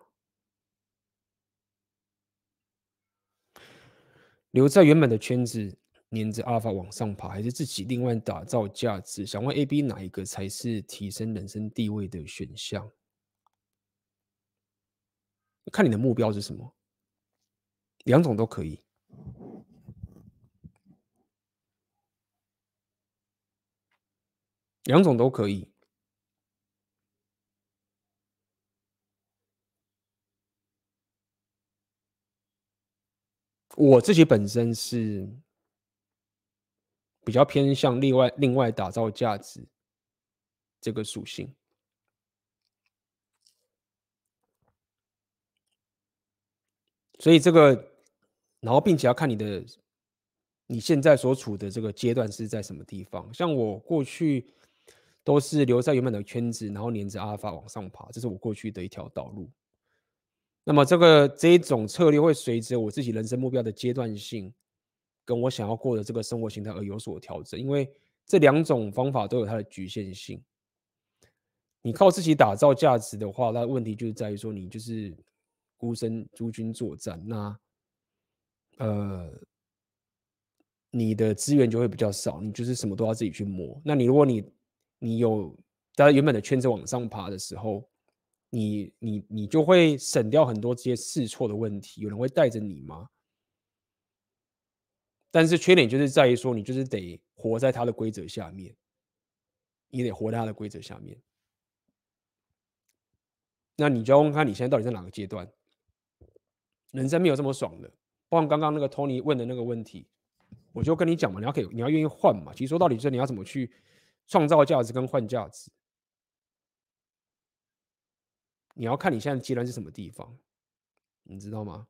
留在原本的圈子，黏着阿尔法往上爬，还是自己另外打造价值？想问 A、B 哪一个才是提升人生地位的选项？看你的目标是什么，两种都可以，两种都可以。我自己本身是比较偏向另外打造价值这个属性，所以这个，然后并且要看你现在所处的这个阶段是在什么地方。像我过去都是留在原本的圈子，然后沿着阿尔法往上爬，这是我过去的一条道路。那么这一种策略会随着我自己人生目标的阶段性，跟我想要过的这个生活形态而有所调整。因为这两种方法都有它的局限性。你靠自己打造价值的话，那问题就是在于说，你就是孤身孤军作战，那呃，你的资源就会比较少，你就是什么都要自己去摸。那如果你有在原本的圈子往上爬的时候，你就会省掉很多这些试错的问题。有人会带着你吗？但是缺点就是在于说，你就是得活在他的规则下面，你得活在他的规则下面。 那你就要问看你现在到底在哪个阶段，人生没有这么爽的。包括刚刚那个 Tony 问的那个问题，我就跟你讲嘛，你要愿意换嘛。其实说到底就是你要怎么去创造价值跟换价值，你要看你现在的阶段是什么地方，你知道吗？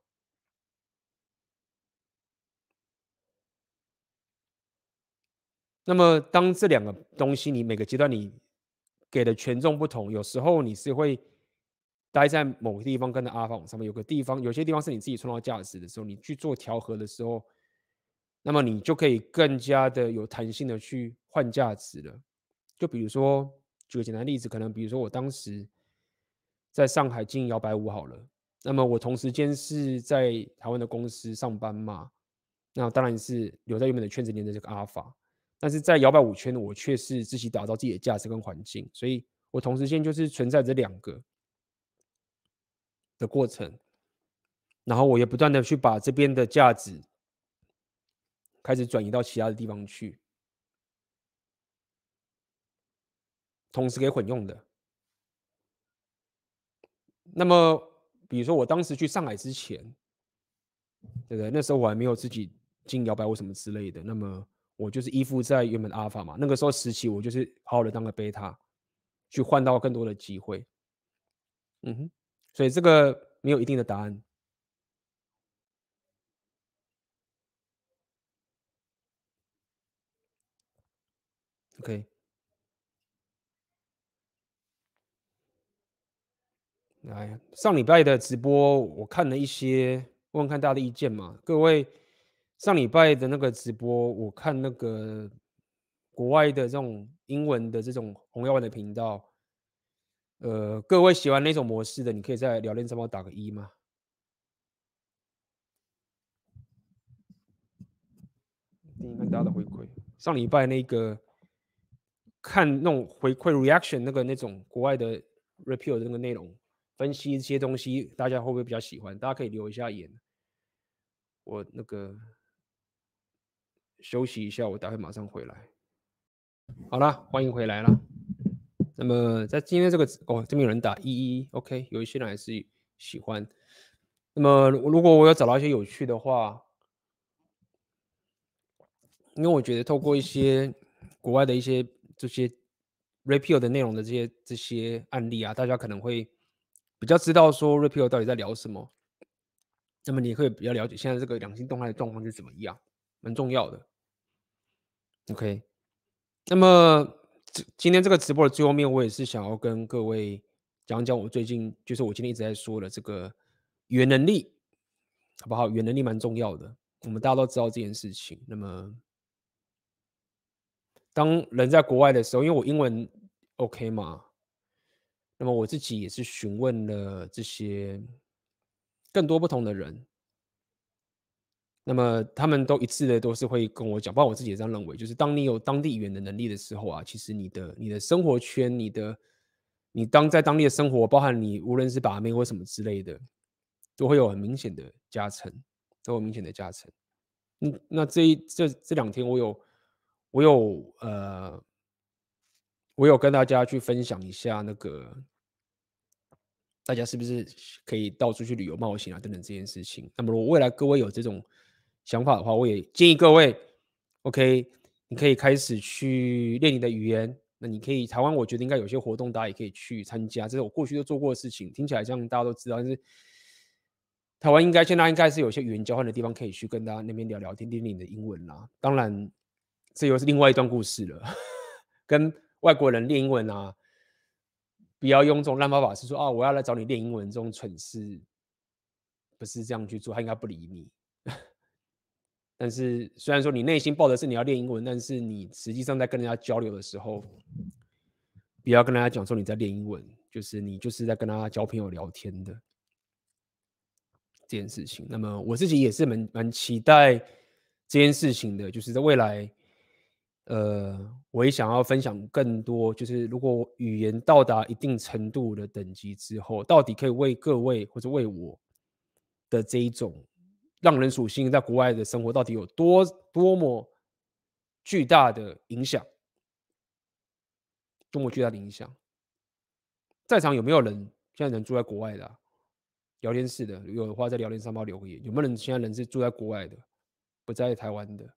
那么当这两个东西你每个阶段你给的权重不同，有时候你是会待在某个地方跟着阿法往上面，有些地方是你自己创造价值的时候，你去做调和的时候，那么你就可以更加的有弹性的去换价值了。就比如说，举个简单的例子，可能比如说我当时在上海经营摇摆舞好了，那么我同时间是在台湾的公司上班嘛，那当然是留在原本的圈子里的这个阿尔法，但是在摇摆舞圈，我却是自己打造自己的价值跟环境，所以我同时间就是存在这两个的过程，然后我也不断的去把这边的价值开始转移到其他的地方去，同时给混用的。那么比如说我当时去上海之前，对不对？那时候我还没有自己进摇摆或什么之类的，那么我就是依附在原本的阿尔法嘛。那个时候时期，我就是好好的当个贝塔，去换到更多的机会。嗯哼，所以这个没有一定的答案。OK，来上礼拜的直播我看了一些，问问看大家的意见嘛。各位上礼拜的那个直播，我看那个国外的这种英文的这种红药丸的频道，各位喜欢哪种模式的，你可以在聊天上帮我打个一吗？听听看大家的回馈。上礼拜那个看那种回馈 reaction 那种国外的 repeal 的那个内容，分析一些东西，大家会不会比较喜欢？大家可以留一下言。我那个休息一下，我待会马上回来。好了，欢迎回来了。那么在今天这个这边有人打11，OK，有一些人还是喜欢。那么如果我有找到一些有趣的话，因为我觉得透过一些国外的一些这些 repeal 的内容的这些案例啊，大家可能会比较知道说 repeal 到底在聊什么。那么你会比较了解现在这个两性动态的状况是怎么样，蛮重要的。OK，那么今天这个直播的最后面，我也是想要跟各位讲讲我最近就是我今天一直在说的这个语言能力，好不好？语言能力蛮重要的，我们大家都知道这件事情。那么当人在国外的时候，因为我英文 OK 嘛，那么我自己也是询问了这些更多不同的人，那么他们都一致的都是会跟我讲，包括我自己也这样认为，就是当你有当地语言的能力的时候啊，其实你的生活圈，你在当地的生活，包含你无论是把妹或什么之类的，都会有很明显的加成，都有明显的加成。那这两天我有我有跟大家去分享一下那个大家是不是可以到处去旅游冒险啊等等这件事情。那么如果未来各位有这种想法的话，我也建议各位，OK，你可以开始去练你的语言。那你可以台湾，我觉得应该有些活动大家也可以去参加，这是我过去都做过的事情，听起来这样大家都知道。但是台湾现在应该是有些语言交换的地方，可以去跟大家那边聊聊天，练练你的英文啦。当然，这又是另外一段故事了，跟外国人练英文啊，不要用这种烂方法，是说啊，我要来找你练英文这种蠢事，不是这样去做，他应该不理你。但是虽然说你内心抱的是你要练英文，但是你实际上在跟人家交流的时候，不要跟人家讲说你在练英文，就是你就是在跟他交朋友聊天的这件事情。那么我自己也是蛮期待这件事情的，就是在未来，我也想要分享更多，就是如果语言到达一定程度的等级之后，到底可以为各位或者为我的这一种让人属性在国外的生活到底有多么巨大的影响，多么巨大的影响。在场有没有人现在人住在国外的啊，聊天室的，有的话在聊天上帮我留个言。有没有人现在人是住在国外的，不在台湾的？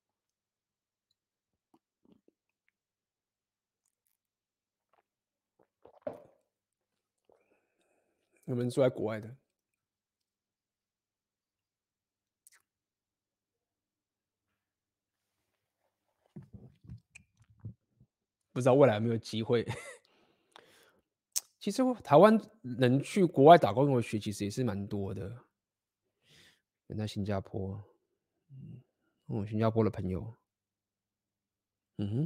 有没有人住在国外的？不知道未来有没有机会。其实台湾人去国外打工游学，其实也是蛮多的。人在新加坡，新加坡的朋友，嗯哼，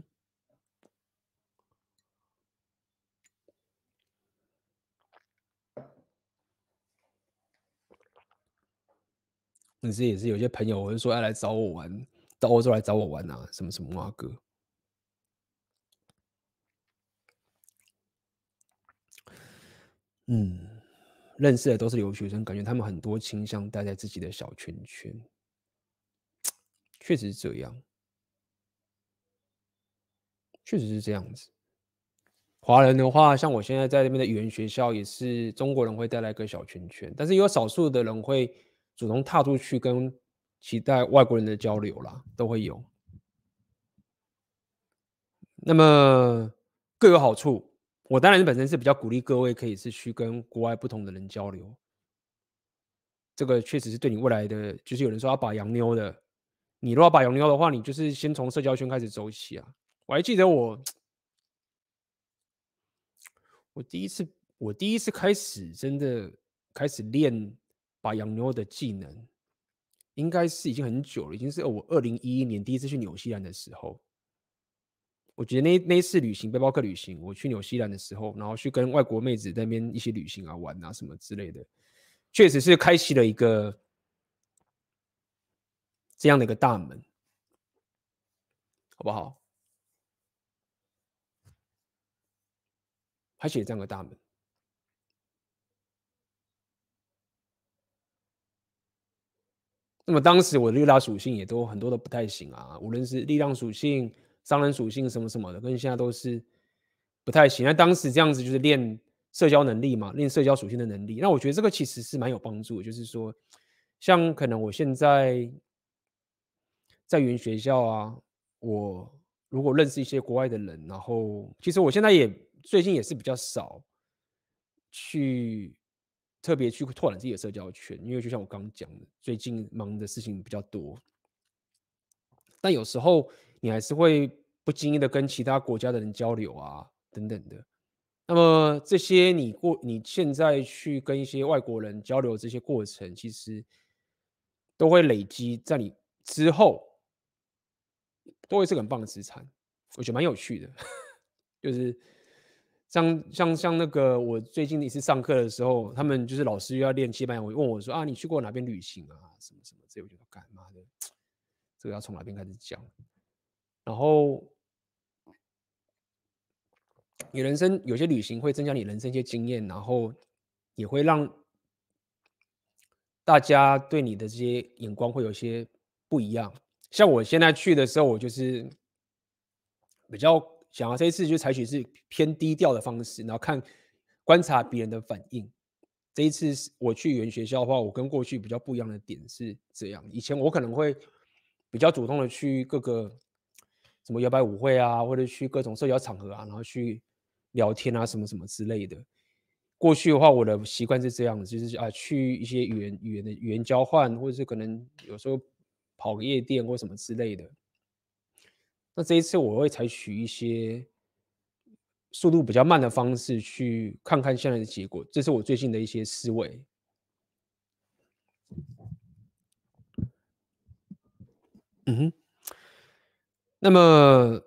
可是也是有些朋友，我就说要来找我玩，到欧洲来找我玩啊，什么什么啊哥。嗯，认识的都是留学生，感觉他们很多倾向待在自己的小圈圈，确实是这样，确实是这样子。华人的话，像我现在在那边的语言学校，也是中国人会带来一个小圈圈，但是有少数的人会主动踏出去跟其他外国人的交流啦，都会有。那么各有好处，我当然本身是比较鼓励各位可以是去跟国外不同的人交流，这个确实是对你未来的，就是有人说要把洋妞的，你如果要把洋妞的话，你就是先从社交圈开始走起啊。我还记得我第一次开始真的开始练把洋妞的技能，应该是已经很久了，已经是我2011年第一次去纽西兰的时候。我觉得那一次旅行，背包客旅行，我去纽西兰的时候，然后去跟外国妹子在那边一起旅行啊、玩啊什么之类的，确实是开启了一个这样的一个大门，好不好？开启了这样的大门。那么当时我的六大属性也都很多都不太行啊，无论是力量属性、商人属性什么什么的，跟现在都是不太行。那当时这样子就是练社交能力嘛，练社交属性的能力。那我觉得这个其实是蛮有帮助的，就是说，像可能我现在在语言学校啊，我如果认识一些国外的人，然后其实我现在也最近也是比较少去特别去拓展自己的社交圈，因为就像我刚刚讲的，最近忙的事情比较多，但有时候你还是会不经意的跟其他国家的人交流啊，等等的。那么这些你现在去跟一些外国人交流这些过程，其实都会累积在你之后都会是个很棒的资产，我觉得蛮有趣的。就是像那个我最近一次上课的时候，他们就是老师又要练西班牙文，问我说啊，你去过哪边旅行啊？什么什么这，我就说干妈的，这个要从哪边开始讲？然后你人生有些旅行会增加你人生一些经验，然后也会让大家对你的这些眼光会有些不一样。像我现在去的时候，我就是比较想要这一次就采取是偏低调的方式，然后观察别人的反应。这一次是我去语言学校的话，我跟过去比较不一样的点是这样：以前我可能会比较主动的去各个什么摇摆舞会啊，或者去各种社交场合啊，然后去聊天啊，什么什么之类的。过去的话，我的习惯是这样子，就是啊，去一些语言交换，或者是可能有时候跑个夜店或什么之类的。那这一次我会采取一些速度比较慢的方式去看看现在的结果，这是我最近的一些思维。嗯哼，那么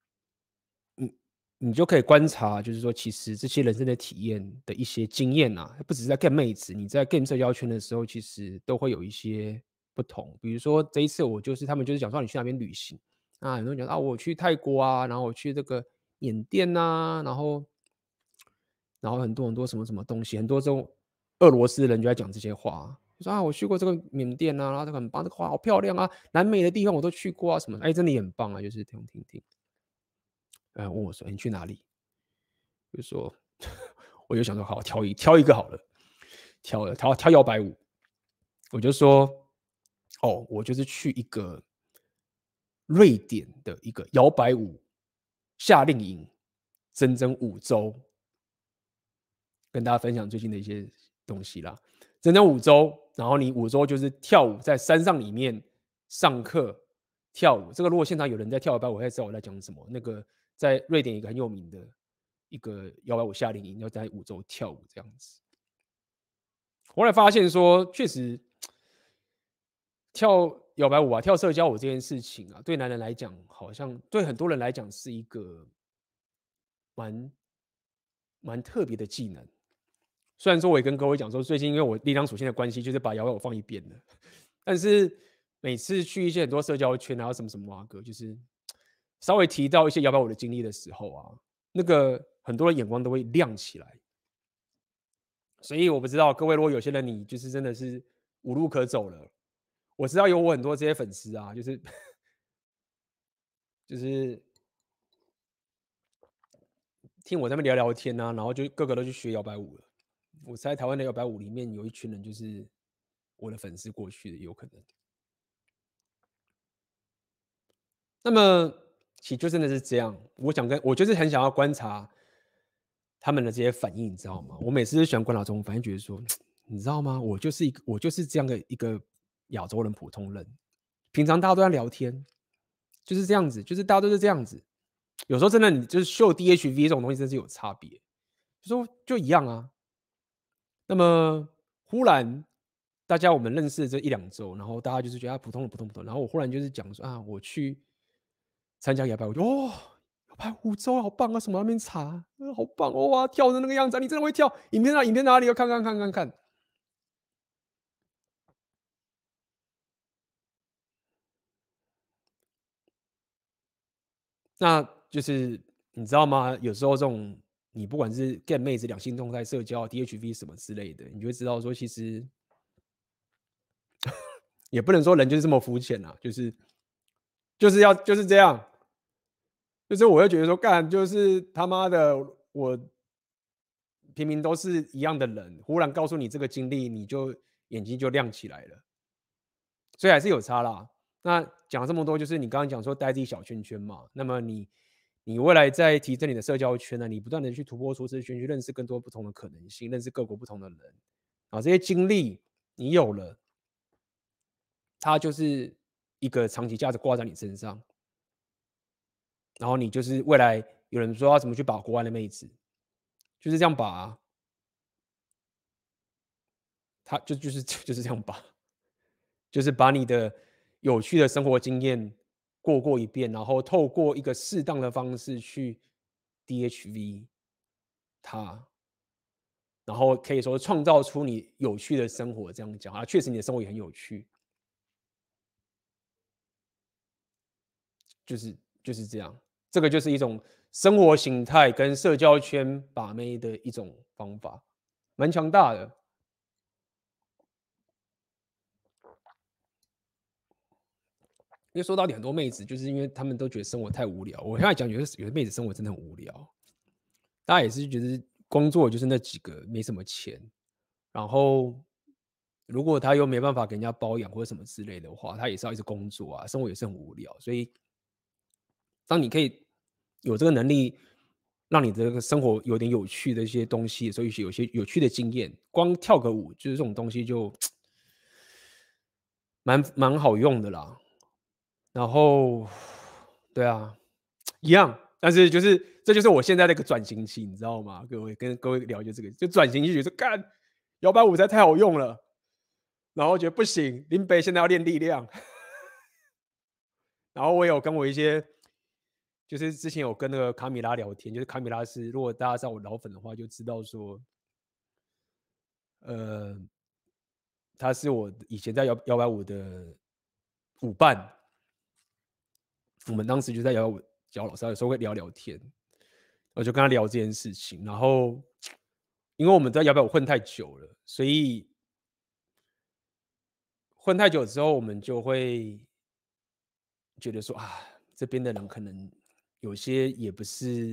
你就可以观察，就是说，其实这些人生的体验的一些经验啊，不只是在 g 妹子，你在 game 社交圈的时候，其实都会有一些不同。比如说这一次他们就是讲说你去哪边旅行啊，很多人讲啊，我去泰国啊，然后我去这个缅甸呐、然后很多什么什么东西，很多这种俄罗斯人就在讲这些话，就说啊，我去过这个缅甸啊，然后这个很棒，这个花好漂亮啊，南美的地方我都去过啊，什么，哎，真的也很棒啊，就是听听。问我说：“欸你去哪里？”就说我就想说好挑一个好了，挑摇摆舞，我就说哦，我就是去一个瑞典的一个摇摆舞夏令营，整整5周，跟大家分享最近的一些东西啦。整整5周，然后你5周就是跳舞，在山上里面上课跳舞。这个如果现场有人在跳摇摆舞，我才知道我在讲什么。那个在瑞典一个很有名的一个摇摆舞夏令营，要在5周跳舞这样子。后来发现说，确实跳摇摆舞啊，跳社交舞这件事情啊，对男人来讲，好像对很多人来讲是一个蛮特别的技能。虽然说我也跟各位讲说，最近因为我力量属性的关系，就是把摇摆舞放一边了，但是每次去一些很多社交圈啊，什么什么啊哥，就是稍微提到一些摇摆舞的经历的时候啊，那个很多的眼光都会亮起来。所以我不知道各位，如果有些人你就是真的是无路可走了，我知道有我很多这些粉丝啊，就是听我在那边聊聊天啊，然后就个个都去学摇摆舞了。我猜台湾的摇摆舞里面有一群人就是我的粉丝过去的，有可能。那么其实就真的是这样，我就是很想要观察他们的这些反应，你知道吗？我每次都喜欢观察这种反应，觉得说，你知道吗？我就是这样的一个亚洲人普通人，平常大家都在聊天，就是这样子，就是大家都是这样子。有时候真的你就是秀 DHV 这种东西，真是有差别，就说就一样啊。那么忽然大家我们认识这1-2周，然后大家就是觉得普通的普通普通，然后我忽然就是讲说啊，我去参加摇摆，我就哦，摇摆5周好棒啊，什么那边查，好棒哦哇，跳的那个样子啊，你真的会跳？影片哪里？要看看看看看。那就是你知道吗？有时候这种你不管是 get 妹子、两性动态、社交、DHV 什么之类的，你就会知道说，其实也不能说人就是这么肤浅啊，就是这样，就是我会觉得说，干就是他妈的，我平民都是一样的人，忽然告诉你这个经历，你就眼睛就亮起来了，所以还是有差啦。那讲了这么多，就是你刚刚讲说待自己小圈圈嘛，那么你未来在提升你的社交圈呢，你不断的去突破舒适圈，去认识更多不同的可能性，认识各国不同的人啊，这些经历你有了，它就是一个长期价值挂在你身上，然后你就是未来有人说要怎么去把国外的妹子，就是这样把啊，他就是这样把，就是把你的有趣的生活经验过一遍，然后透过一个适当的方式去 DHV 它，然后可以说创造出你有趣的生活。这样讲啊，确实你的生活也很有趣，就是这样。这个就是一种生活形态跟社交圈把妹的一种方法，蛮强大的。因为说到底，很多妹子就是因为她们都觉得生活太无聊。我现在讲，有的妹子生活真的很无聊，大家也是觉得工作就是那几个，没什么钱。然后，如果她又没办法给人家包养或者什么之类的话，她也是要一直工作啊，生活也是很无聊。所以，当你可以有这个能力，让你的这个生活有点有趣的一些东西，所以有些有趣的经验，光跳个舞就是这种东西就蛮好用的啦。然后，对啊，一样，但是这就是我现在的一个转型期，你知道吗？各位跟各位了解这个，就转型期，觉得干摇摆舞实在太好用了，然后觉得不行，林北现在要练力量，然后我有跟我一些，就是之前有跟那个卡米拉聊天，就是卡米拉是如果大家知道我老粉的话，就知道说，呃，他是我以前在摇摆舞的舞伴，我们当时就在摇摆舞教老师，有时候会聊聊天，我就跟他聊这件事情。然后，因为我们在摇摆舞混太久了，所以混太久之后，我们就会觉得说啊，这边的人可能有些也不是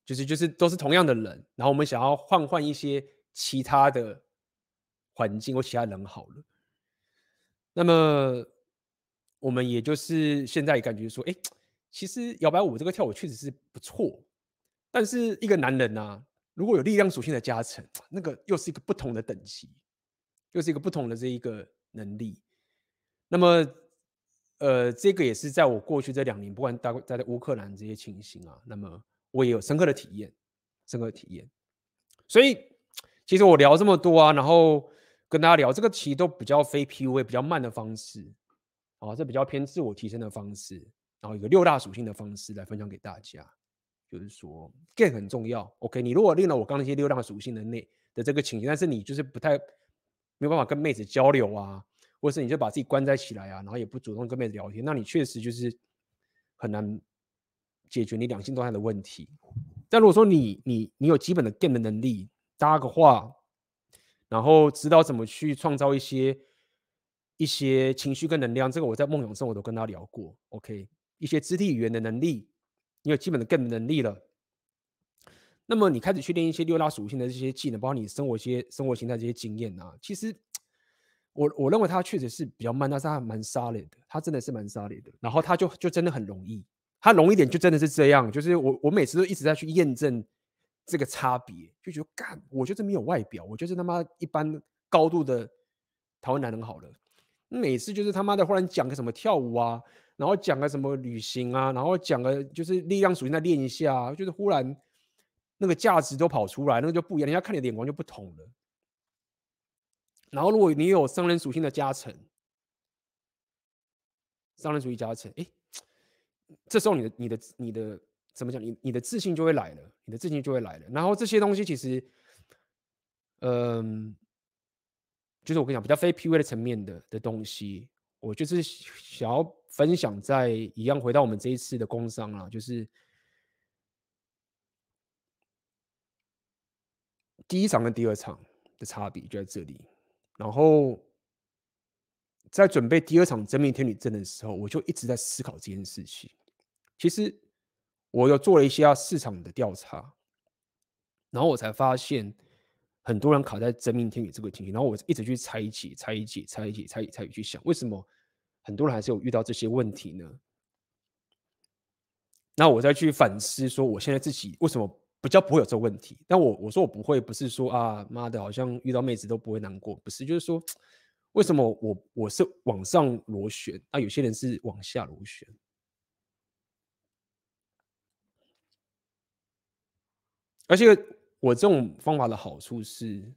就是都是同样的人，然后我们想要换一些其他的环境或其他人好了。那么我们也就是现在也感觉说，哎，其实摇摆舞这个跳舞确实是不错，但是一个男人啊，如果有力量属性的加成，那个又是一个不同的等级，又是一个不同的这一个能力。那么，这个也是在我过去这2年，不管在乌克兰这些情形啊，那么我也有深刻的体验，深刻的体验。所以其实我聊这么多啊，然后跟大家聊这个其实都比较非 PUA 比较慢的方式，这比较偏自我提升的方式，然后一个6大属性的方式来分享给大家。就是说 get 很重要。OK， 你如果练了我刚那些6大属性的这个情形，但是你就是没有办法跟妹子交流啊，或是你就把自己关在起来啊，然后也不主动跟妹子聊天，那你确实就是很难解决你两性动态的问题。但如果说你有基本的 game 的能力，搭个话，然后知道怎么去创造一些情绪跟能量，这个我在梦想生活都跟他聊过。OK， 一些肢体语言的能力，你有基本的 game 的能力了，那么你开始去练一些6大属性的这些技能，包括你生活形态这些经验啊，其实我认为它确实是比较慢，但是它蛮 solid 的，它真的是蛮 solid 的。然后它就真的很容易，它容易点就真的是这样，就是我每次都一直在去验证这个差别，就觉得干，我就是没有外表，我就是他妈一般高度的台湾男人好了。每次就是他妈的忽然讲个什么跳舞啊，然后讲个什么旅行啊，然后讲个就是力量属性再练一下啊，就是忽然那个价值都跑出来，那个就不一样，人家看你的眼光就不同了。然后如果你有商人属性的加成，商人属性加成，哎，这时候你的怎么讲？你的自信就会来了，你的自信就会来了。然后这些东西其实，嗯，就是我跟你讲比较非 PUA 的层面的东西，我就是想要分享在一样回到我们这一次的工商啊，就是第一场跟第二场的差别就在这里。然后在准备第二场真命天女阵的时候，我就一直在思考这件事情。其实我有做了一些市场的调查，然后我才发现很多人卡在真命天女这个情形，然后我一直去拆解去想，为什么很多人还是有遇到这些问题呢？那我再去反思说，我现在自己为什么比较不会有这个问题？但我说我不会，不是说啊妈的，好像遇到妹子都不会难过，不是，就是说为什么我是往上螺旋，那有些人是往下螺旋？而且我这种方法的好处是，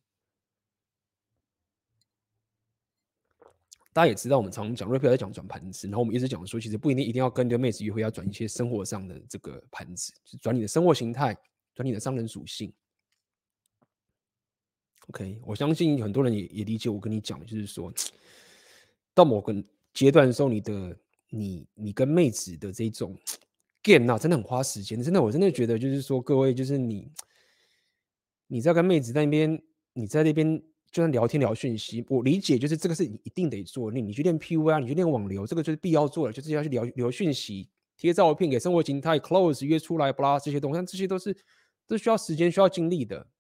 大家也知道，我们常讲瑞克在讲转盘子，然后我们一直讲说，其实不一定要跟一个妹子约会，要转一些生活上的这个盘子，就转你的生活形态，转你的商人属性。OK，我相信很多人也理解我跟你讲，就是说，到某个阶段的时候，你跟妹子的这种 game 啊，真的很花时间。真的，我真的觉得就是说，各位就是你在跟妹子在那边，你在那边就算聊天聊讯息，我理解就是这个是你一定得做。你去练 PU 啊，你去练网流，这个就是必要做的，就是要去聊讯息，贴照片给生活形态，close 约出来，不啦这些东西，这些都需要时间、需要精力的。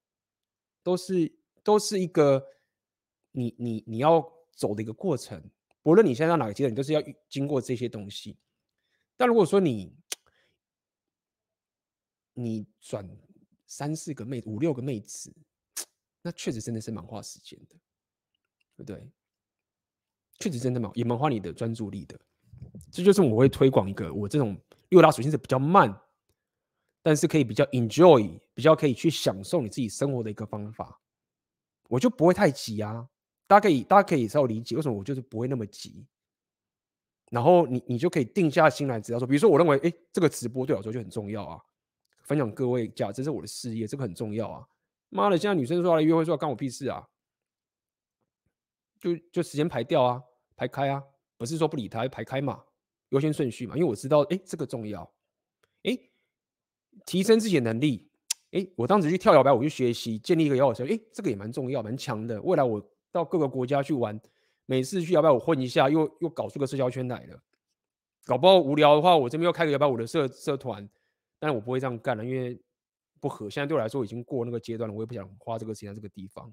都是一个你要走的一个过程。不论你现在到哪个阶段，你都是要经过这些东西。但如果说你转3、4个妹子、5、6个妹子，那确实真的是蛮花时间的，对不对？确实真的也蛮花你的专注力的。这就是我会推广一个我这种6大属性是比较慢，但是可以比较 enjoy，比较可以去享受你自己生活的一个方法。我就不会太急啊。大家可以稍微理解为什么我就是不会那么急。然后你就可以定下心来，知道说，比如说我认为，哎，这个直播对我来说就很重要啊，分享各位价值，这是我的事业，这个很重要啊。妈的，现在女生说要来约会，说要干我屁事啊？就时间排掉啊，排开啊，不是说不理他，排开嘛，优先顺序嘛。因为我知道，哎，这个重要，哎，提升自己的能力，哎，我当时去跳摇摆舞去学习，建立一个摇摆社，哎，这个也蛮重要，蛮强的。未来我到各个国家去玩，每次去摇摆舞混一下，又搞出个社交圈来了。搞不好无聊的话，我这边又开个摇摆舞的社团，但是我不会这样干了，因为不合，现在对我来说已经过那个阶段了，我也不想花这个时间在这个地方。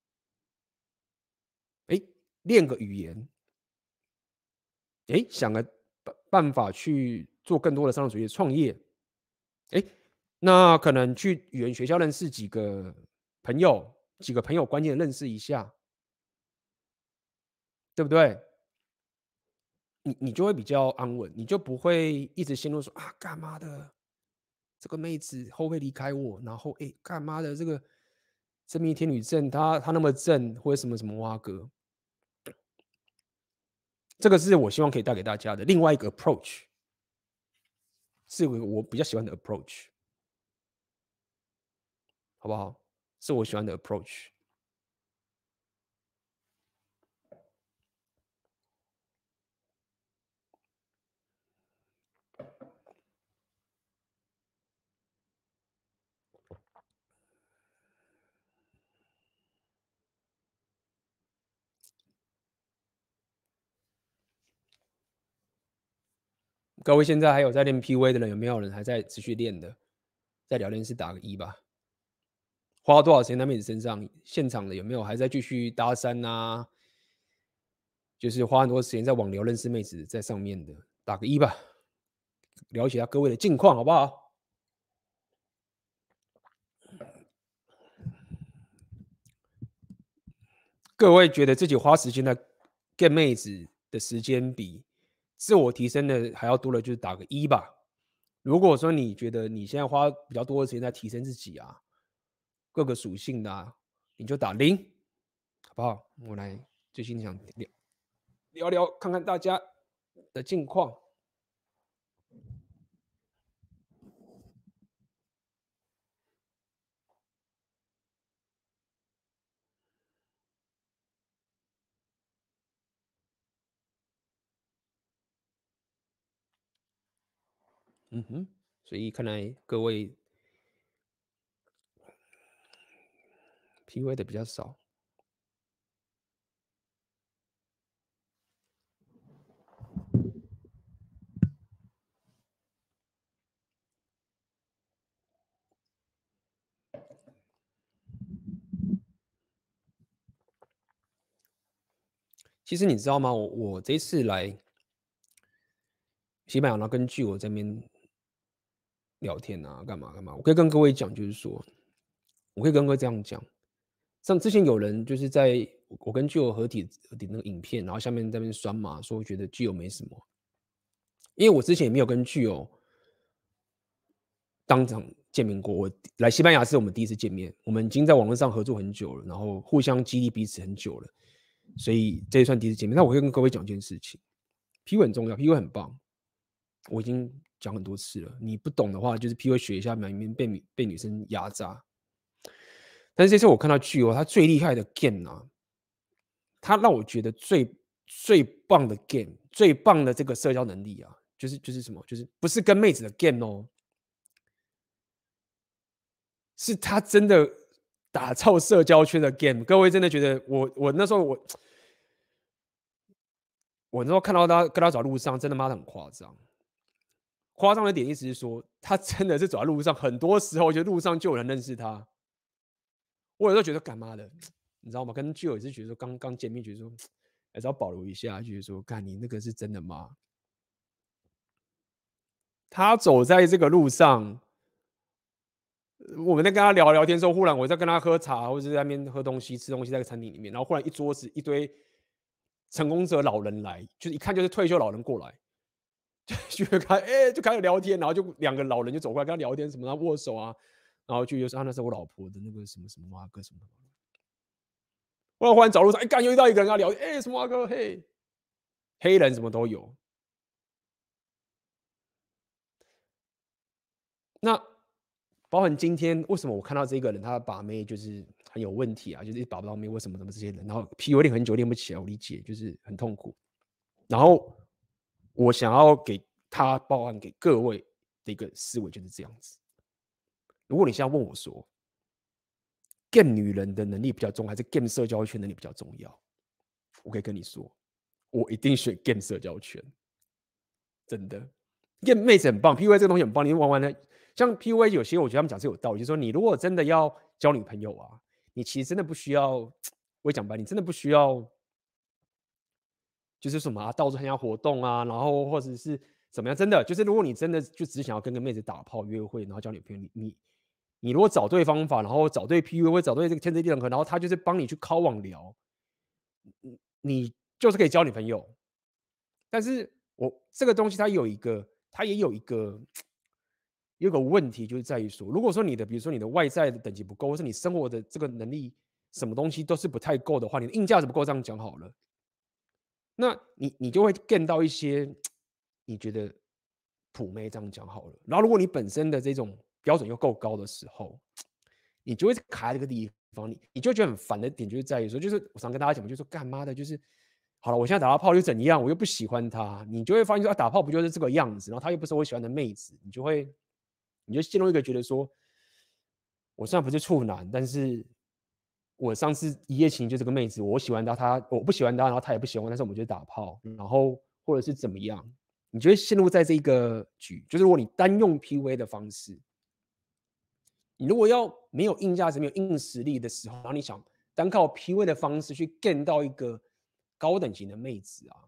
哎，练个语言，哎，想个办法去做更多的商业主义创业，哎，那可能去语言学校认识几个朋友，几个朋友关键认识一下，对不对？你就会比较安稳，你就不会一直陷入说啊，干嘛的，这个妹子会不会离开我？然后哎，干嘛的这个真命天女症，她那么正，或者什么什么蛙哥，这个是我希望可以带给大家的另外一个 approach，是我比较喜欢的 approach，好不好？是我喜欢的 approach。各位现在还有在练 PV 的人，有没有人还在持续练的？在聊天室打个一吧。花了多少时间在妹子身上？现场的有没有还在继续搭讪啊？就是花很多时间在网聊认识妹子在上面的，打个一吧，了解一下各位的近况，好不好？各位觉得自己花时间在 get 妹子的时间比自我提升的还要多的，就是打个一吧。如果说你觉得你现在花比较多的时间在提升自己啊，各个属性的啊，你就打零，好不好？我来最近想聊聊，看看大家的近况。嗯哼，所以看来各位 PV 的比较少。其实你知道吗？我这次来西班牙，然后跟据我这边聊天啊，干嘛干嘛，我可以跟各位讲，就是说，我可以跟各位这样讲。像之前有人就是在我跟具有合体的那个影片，然后下面在那边酸嘛，说觉得具有没什么，因为我之前也没有跟具有当场见面过。我来西班牙是我们第一次见面，我们已经在网络上合作很久了，然后互相激励彼此很久了，所以这也算第一次见面。那我会跟各位讲一件事情，PU 很重要，PU 很棒，我已经讲很多次了。你不懂的话，就是 PU 学一下，免免被女生压榨。但是这次我看到具有他最厉害的 game 啊，他让我觉得最棒的 game，最棒的这个社交能力啊，就是什么？就是不是跟妹子的 game 哦，是他真的打造社交圈的 game。各位真的觉得我那时候我那时候看到他跟他走在路上，真的妈的很夸张。夸张的点意思是说，他真的是走在路上，很多时候我觉得路上就有人认识他。我有时候觉得干嘛的，你知道吗？跟 Joe 也是觉得说刚见面，觉得说还是要保留一下，觉得说，干你那个是真的吗？他走在这个路上，我们在跟他聊聊天的时候，忽然我在跟他喝茶，或者在那边喝东西、吃东西，在餐厅里面，然后忽然一桌子一堆成功者老人来，就是一看就是退休老人过来，就就开始聊天，然后就两个老人就走过来跟他聊天，什么他握手啊，然后就说啊那是我老婆的那个什么什么阿哥什么的。忽然走路上，干又遇到一个人跟他聊天，什么阿哥嘿，黑人什么都有。那包含今天为什么我看到这个人他把妹就是很有问题啊，就是把不到妹，为什么这些人，然后 PU 练很久练不起来，我理解就是很痛苦。然后我想要给他包含给各位的一个思维就是这样子。如果你现在问我说，game 女人的能力比较重，还是 game 社交圈能力比较重要？我可以跟你说，我一定选 game 社交圈，真的。game 妹子很棒，PUA 这个东西很棒，你玩玩的像 PUA 有些我觉得他们讲是有道理，就是说你如果真的要交女朋友啊，你其实真的不需要，我也讲白，你真的不需要，就是什么到处参加活动啊，然后或者是怎么样，真的就是如果你真的就只是想要跟个妹子打炮约会，然后交女朋友，你如果找对方法，然后找对 PUA 或找对这个天时地利人和，然后他就是帮你去敲网聊，你就是可以交女朋友。但是这个东西它也有一个问题，就是在于说，如果说比如说你的外在的等级不够，或是你生活的这个能力什么东西都是不太够的话，你的硬价值不够，这样讲好了，那你就会 get 到一些你觉得普妹这样讲好了。然后如果你本身的这种标准又够高的时候，你就会卡在这个地方，你就觉得很烦的点就是在于说，就是我常跟大家讲，就是说干妈的，就是好了，我现在打到炮又怎样，我又不喜欢他，你就会发现说，打炮不就是这个样子，然后他又不是我喜欢的妹子，你就陷入一个觉得说，我虽然不是处男，但是我上次一夜情就这个妹子，我喜欢她，我不喜欢她，然后她也不喜欢我，但是我们就打炮，然后或者是怎么样，你就会陷入在这个局。就是如果你单用 PUA 的方式，你如果要没有硬价值、没有硬实力的时候，然后你想单靠 PUA 的方式去 get 到一个高等级的妹子啊，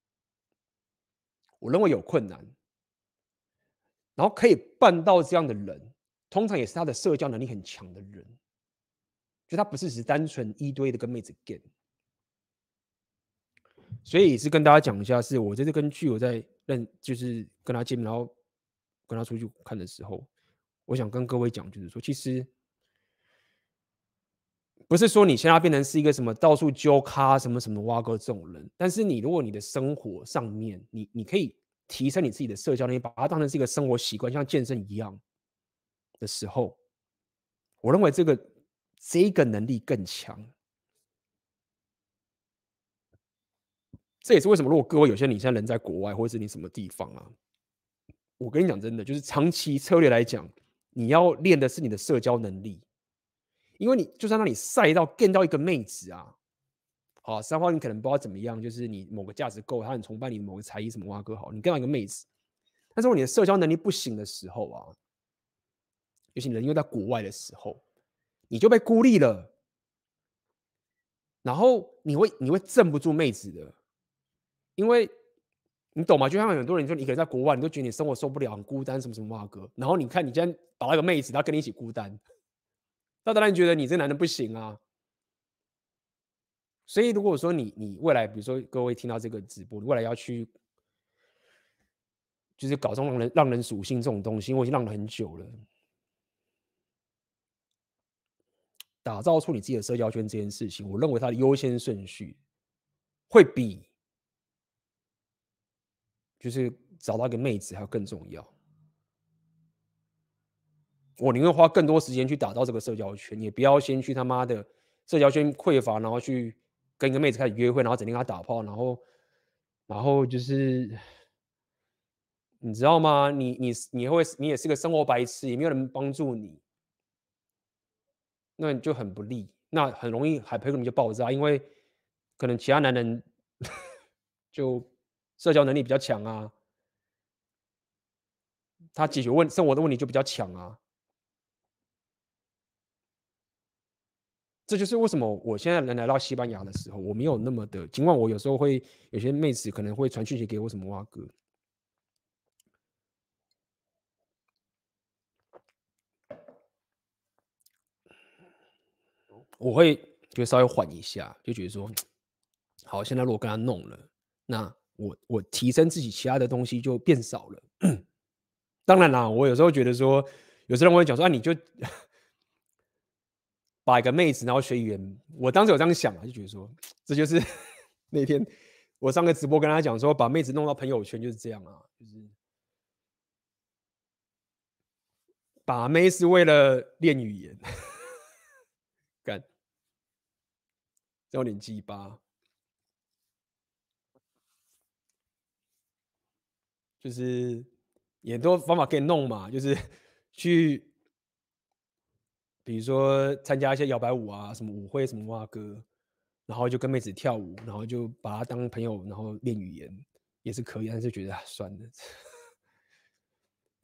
我认为有困难。然后可以办到这样的人，通常也是他的社交能力很强的人，就他不是只是单纯一堆的跟妹子 get。所以也是跟大家讲一下，是我这次跟剧友在就是跟他见面，然后跟他出去看的时候，我想跟各位讲，就是说，其实不是说你现在变成是一个什么到处揪咖、什么什么挖哥这种人，但是如果你的生活上面，你可以提升你自己的社交能力，把它当成是一个生活习惯，像健身一样的时候，我认为这个能力更强。这也是为什么，如果各位有些你现在人在国外，或者是你什么地方啊，我跟你讲真的，就是长期策略来讲，你要练的是你的社交能力，因为你就算让你晒到 get 到一个妹子啊，好，三花你可能不知道怎么样，就是你某个价值够，他很崇拜你某个才艺什么挖哥好，你 get 到一个妹子，但是如果你的社交能力不行的时候啊，尤其你人又在国外的时候，你就被孤立了，然后你会镇不住妹子的，因为你懂吗？就像很多人说，你可能在国外，你都觉得你生活受不了，很孤单，什么什么哇哥。然后你看，你今天找到一个妹子，她跟你一起孤单，那当然觉得你这男人不行啊。所以如果说你未来，比如说各位听到这个直播，你未来要去就是搞这种让人属性这种东西，我已经让了很久了。打造出你自己的社交圈这件事情，我认为它的优先顺序会比就是找到一个妹子还要更重要。我宁愿花更多时间去打造这个社交圈，也不要先去他妈的社交圈匮乏，然后去跟一个妹子开始约会，然后整天跟她打炮，然后就是你知道吗？你也是个生活白痴，也没有人帮助你，那你就很不利，那很容易海培根就爆炸，因为可能其他男人就社交能力比较强啊，他解决生活的问题就比较强啊。这就是为什么我现在能来到西班牙的时候，我没有那么的，尽管我有时候会有些妹子可能会传讯息给我什么哇哥，我会就稍微缓一下，就觉得说，好，现在如果跟他弄了，那我提升自己其他的东西就变少了。当然啦，我有时候觉得说，有些人会讲说，啊，你就把一个妹子然后学语言，我当时有这样想啊，就觉得说，这就是那天我上个直播跟他讲说，把妹子弄到朋友圈就是这样啊，就是把妹是为了练语言，干，有点鸡巴，就是也很多方法可以弄嘛，就是去比如说参加一些摇摆舞啊，什么舞会什么哇歌，然后就跟妹子跳舞，然后就把她当朋友，然后练语言也是可以，但是觉得算了。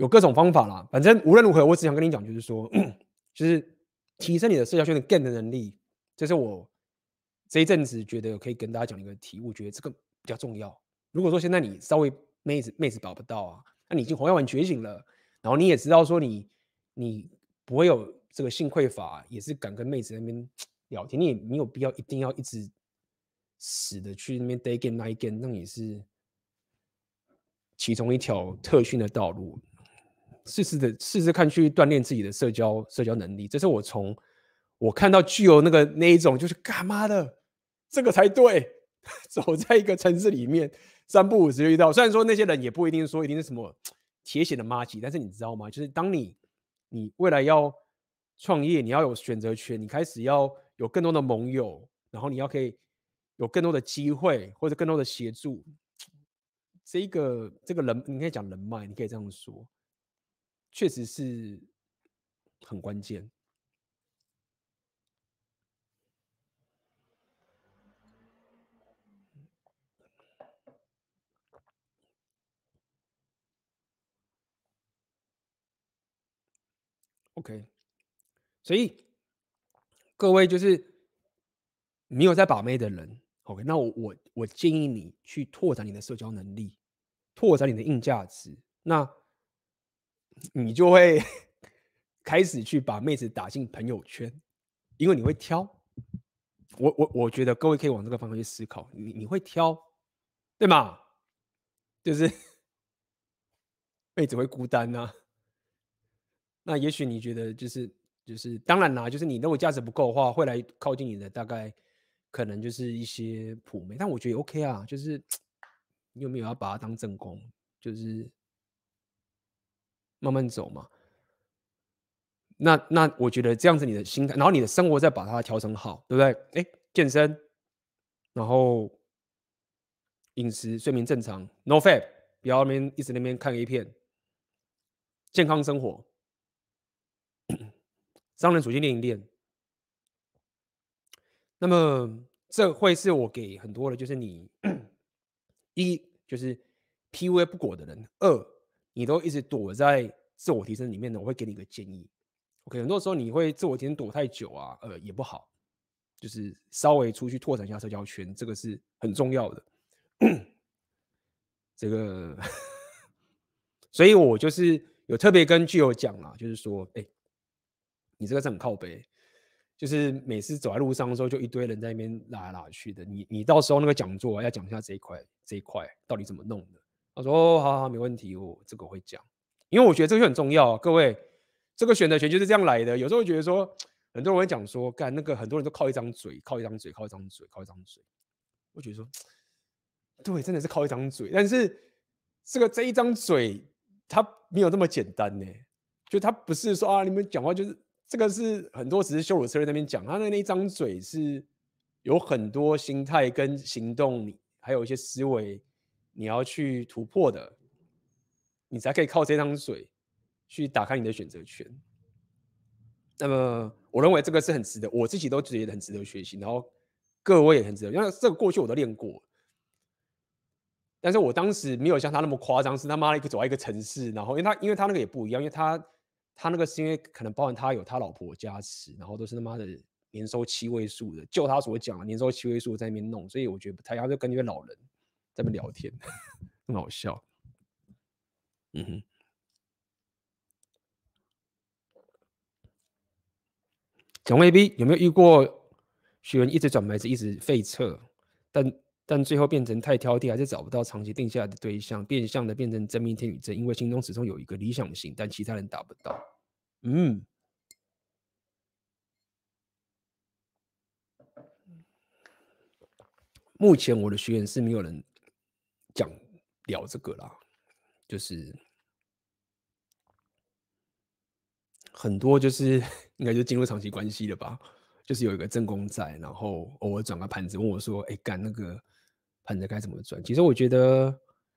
有各种方法啦。反正无论如何，我只想跟你讲，就是说，就是提升你的社交圈的 gain 的能力，这是我这一阵子觉得可以跟大家讲一个题，我觉得这个比较重要。如果说现在你稍微妹子找不到啊，那你已经红药丸觉醒了，然后你也知道说你不会有这个性匮乏，也是敢跟妹子那边聊天，你有必要一定要一直死的去那边 day game night game，那也是其中一条特训的道路。试试看去锻炼自己的社交能力，这是我看到具有那一种就是干嘛的，这个才对。走在一个城市里面，3不5时就遇到。虽然说那些人也不一定说一定是什么铁血的妈吉，但是你知道吗？就是当你未来要创业，你要有选择权，你开始要有更多的盟友，然后你要可以有更多的机会或者更多的协助。这个人，你可以讲人脉，你可以这样说，确实是很关键。OK，所以各位就是没有在把妹的人，OK，那我建议你去拓展你的社交能力，拓展你的硬价值，那你就会开始去把妹子打进朋友圈，因为你会挑。我觉得各位可以往这个方向去思考，你会挑，对吗？就是妹子会孤单啊。那也许你觉得就是当然啦，就是你认为价值不够的话，会来靠近你的大概可能就是一些普妹，但我觉得 OK 啊，就是你有没有要把它当正宫，就是慢慢走嘛。那我觉得这样子你的心态，然后你的生活再把它调整好，对不对？健身，然后饮食、睡眠正常，no fap，不要那边一直那边看 A 片，健康生活，商人属性练一练。那么这会是我给很多的，就是你一就是 PUA 不果的人，二你都一直躲在自我提升里面呢，我会给你一个建议。OK，很多时候你会自我提升躲太久啊，也不好，就是稍微出去拓展一下社交圈，这个是很重要的。这个，所以我就是有特别跟具有讲啦，就是说，你这个是很靠北，就是每次走在路上的时候，就一堆人在那边拉来拉去的。你到时候那个讲座要讲一下这一块到底怎么弄的。他说：“哦，好，没问题，我这个会讲。”因为我觉得这个就很重要，各位，这个选择权就是这样来的。有时候会觉得说，很多人会讲说，干那个很多人都靠一张嘴，靠一张嘴，靠一张嘴，靠一张嘴。我觉得说，对，真的是靠一张嘴，但是这一张嘴，它没有那么简单呢。就它不是说啊，你们讲话就是这个是很多只是羞辱策略那边讲，他那一张嘴是有很多心态跟行动，还有一些思维你要去突破的，你才可以靠这张嘴去打开你的选择权。那么，我认为这个是很值得，我自己都觉得很值得学习，然后各位也很值得，因为这个过去我都练过。但是我当时没有像他那么夸张，是他妈的走到一个城市，然后因为他那个也不一样，因为他那个是因为可能包含他有他老婆加持，然后都是他妈的年收7位数的，就他所讲的年收7位数在那边弄，所以我觉得不太一样，就跟那边老人在那边聊天，很好笑。嗯哼，蒋卫 B 有没有遇过学员一直转牌子，一直废撤，但最后变成太挑剔，还是找不到长期定下来的对象，变相的变成真命天女症，因为心中始终有一个理想型，但其他人达不到。嗯，目前我的学员是没有人聊这个啦，就是很多就是应该就进入长期关系了吧，就是有一个正宫在，然后偶尔转个盘子问我说：“哎，干那个盘子该怎么转？”其实我觉得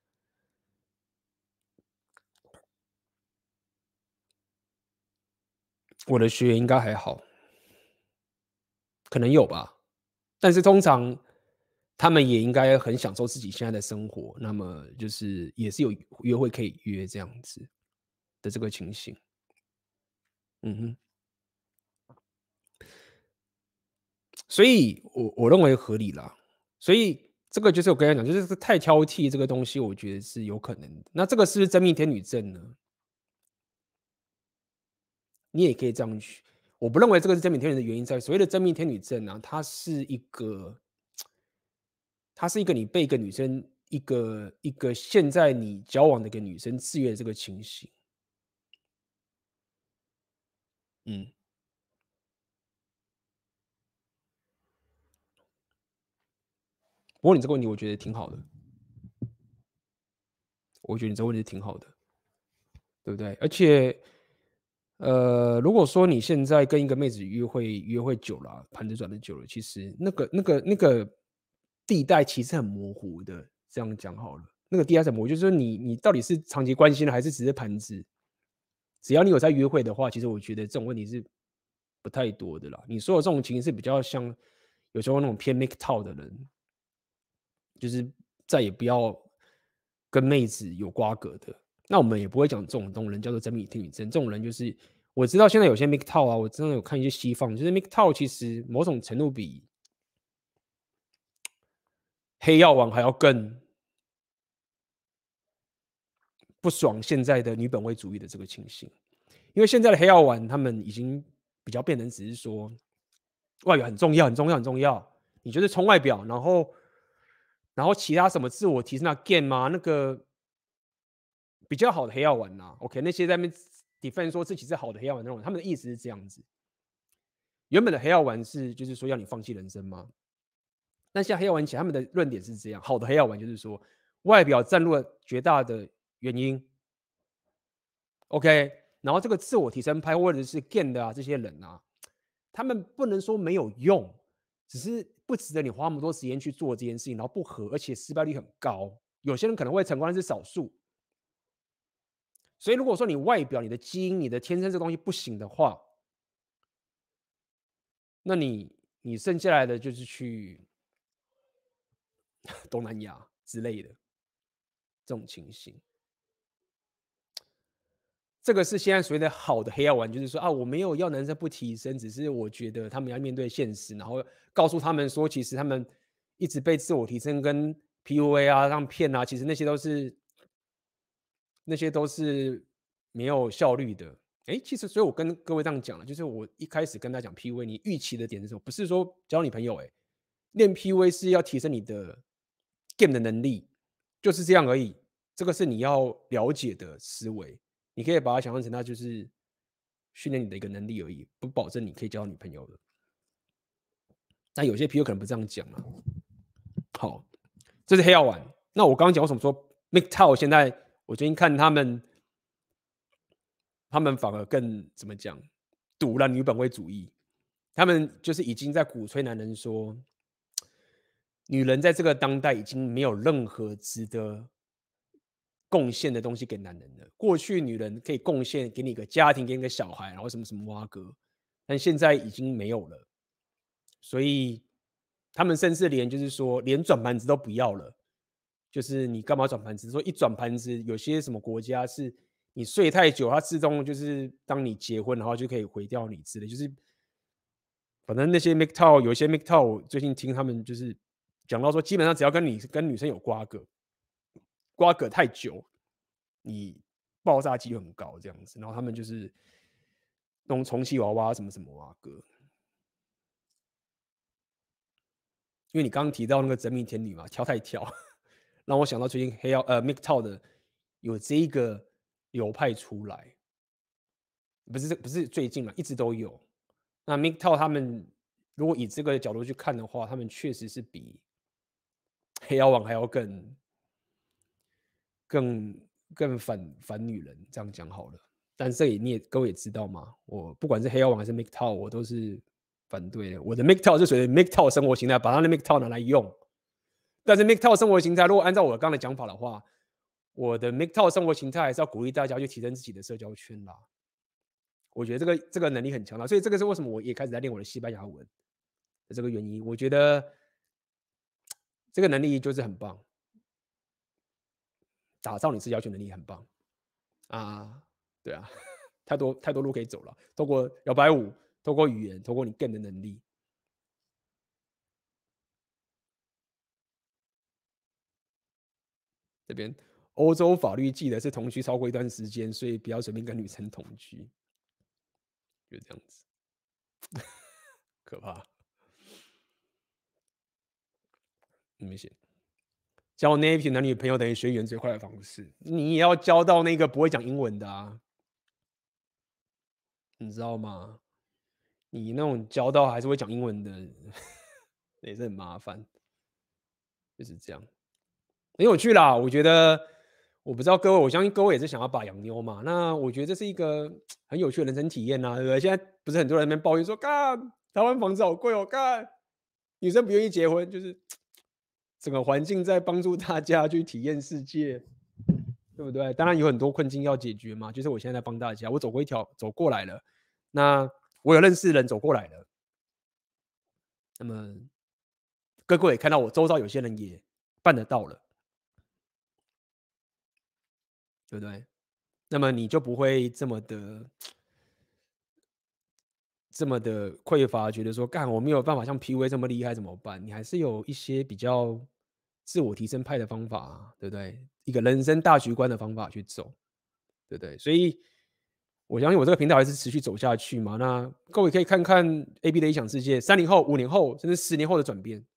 我的学员应该还好，可能有吧，但是通常他们也应该很享受自己现在的生活，那么就是也是有约会可以约这样子。 的这个情形。嗯哼，所以我认为合理啦。所以这个就是我跟他讲，就是太挑剔这个东西，我觉得是有可能的。那这个是不是真命天女症呢？你也可以这样去。我不认为这个是真命天女的原因在于所谓的真命天女症啊，它是一个你被一个女生一个现在你交往的一个女生制约的这个情形。嗯，不过你这个问题我觉得挺好的，我觉得你这个问题挺好的，对不对？而且，如果说你现在跟一个妹子约会久了啊盘子转的久了，其实那个地带其实很模糊的。这样讲好了，那个地带是很模糊，就是说你到底是长期关心呢，还是只是盘子？只要你有在约会的话，其实我觉得这种问题是不太多的啦。你说的这种情形是比较像有时候那种偏 make talk 的人，就是再也不要跟妹子有瓜葛的。那我们也不会讲这种人叫做真命天女症，这种人就是我知道现在有些 make talk 啊，我真的有看一些西方，就是 make talk 其实某种程度比黑药丸还要更不爽现在的女本位主义的这个情形。因为现在的黑药丸他们已经比较变成只是说外表很重要，很重要，很重要，你就是冲外表，然后其他什么自我提升啊 gain 嘛，那个比较好的黑药丸呐、OK，那些在那边 defend 说自己是好的黑药丸那种，他们的意思是这样子。原本的黑药丸是就是说要你放弃人生吗？但现在黑药丸起来，他们的论点是这样：好的黑药丸就是说外表占入了绝大的原因，OK，然后这个自我提升派或者是 gain 的啊这些人啊，他们不能说没有用，只是不值得你花那么多时间去做这件事情，然后不合，而且失败率很高。有些人可能会成功，但是少数。所以如果说你外表、你的基因、你的天生这东西不行的话，那你剩下来的就是去东南亚之类的这种情形。这个是现在所谓的好的黑药丸，就是说啊，我没有要男生不提升，只是我觉得他们要面对现实，然后告诉他们说，其实他们一直被自我提升跟 PUA 啊、让骗啊，其实那些都是没有效率的。其实所以我跟各位这样讲了，就是我一开始跟他讲 PUA，你预期的点是什么？不是说交女朋友，练 PUA 是要提升你的 game 的能力，就是这样而已。这个是你要了解的思维。你可以把它想象成它就是训练你的一个能力而已，不保证你可以交到女朋友的。但有些 PU 可能不这样讲啊。好，这是黑药丸。那我刚刚讲为什么说 MGTOW 现在我最近看他们反而更怎么讲，堵了女本位主义。他们就是已经在鼓吹男人说，女人在这个当代已经没有任何值得贡献的东西给男人了。过去女人可以贡献给你一个家庭，给你一个小孩，然后什么什么挖哥，但现在已经没有了。所以他们甚至连就是说连转盘子都不要了。就是你干嘛转盘子？说一转盘子，有些什么国家是你睡太久，它自动就是当你结婚，然后就可以毁掉你之类。就是反正那些 MGTOW 有一些 MGTOW，我最近听他们就是讲到说，基本上只要跟女生有瓜葛太久，你爆炸几率很高这样子。然后他们就是弄充气娃娃什么什么啊哥，因为你刚刚提到那个真命天女嘛，挑太挑，让我想到最近MGTOW 的有这一个流派出来，不是最近了，一直都有。那 MGTOW 他们如果以这个角度去看的话，他们确实是比黑妖王还要更更反女人，这样讲好了。但是各位也知道嘛，我不管是黑妖王还是 MGTOW，我都是反对的。我的 MGTOW 是属于 MGTOW 生活形态，把他的 MGTOW 拿来用。但是 MGTOW 生活形态，如果按照我刚才讲法的话，我的 MGTOW 生活形态还是要鼓励大家去提升自己的社交圈啦。我觉得这个能力很强大，所以这个是为什么我也开始在练我的西班牙文的这个原因。我觉得这个能力就是很棒，打造你社交圈能力很棒啊。 对啊，太多路可以走了，透过摇摆舞，透过语言，透过你 game 的能力。这边欧洲法律记得是同居超过一段时间，所以不要随便跟女生同居，就这样子，可怕。明显交那一群男女朋友等于学语言最快的方式，你也要交到那个不会讲英文的啊，你知道吗？你那种交到还是会讲英文的，也是很麻烦，就是这样。很有趣啦，我觉得，我不知道各位，我相信各位也是想要把洋妞嘛。那我觉得这是一个很有趣的人生体验呐，对不对？现在不是很多人在那边抱怨说，干台湾房子好贵哦，干女生不愿意结婚，就是整个环境在帮助大家去体验世界，对不对？当然有很多困境要解决嘛，就是我现在在帮大家，我走过来了，那我有认识人走过来了，那么各位也看到我周遭有些人也办得到了，对不对？那么你就不会这么的匮乏，觉得说干我没有办法像 PUA 这么厉害怎么办？你还是有一些比较自我提升派的方法啊，对不对？一个人生大局观的方法去走，对不对？所以我相信我这个频道还是持续走下去嘛。那各位可以看看 AB 的理想世界，3年后、5年后，甚至10年后的转变。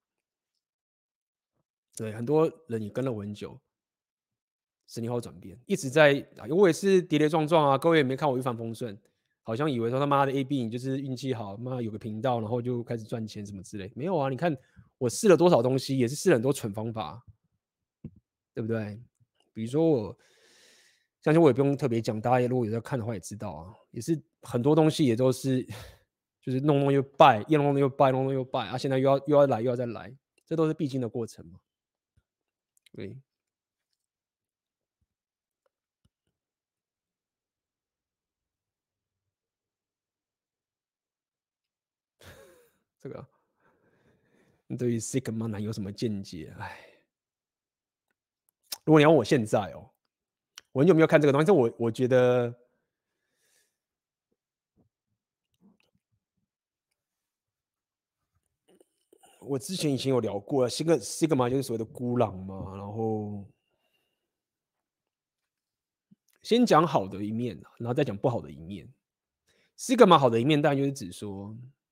对，很多人也跟了我很久，10年后转变，一直在我也是跌跌撞撞啊。各位也没看我一帆风顺，好像以为说他妈的 AB 你就是运气好，妈有个频道，然后就开始赚钱什么之类。没有啊，你看我试了多少东西，也是试了很多蠢方法，对不对？比如说相信我也不用特别讲，大家如果有在看的话也知道啊，也是很多东西也都是就是弄又败，弄又败，弄又败啊，现在又要来又要再来，这都是必经的过程嘛。对，这个你对于 Sigma 男有什么见解？哎，如果你要我现在哦，我很久没有看这个东西，但我觉得我之前以前有聊过，Sigma 就是所谓的孤狼嘛，然后先讲好的一面，然后再讲不好的一面。Sigma 好的一面，当然就是指说，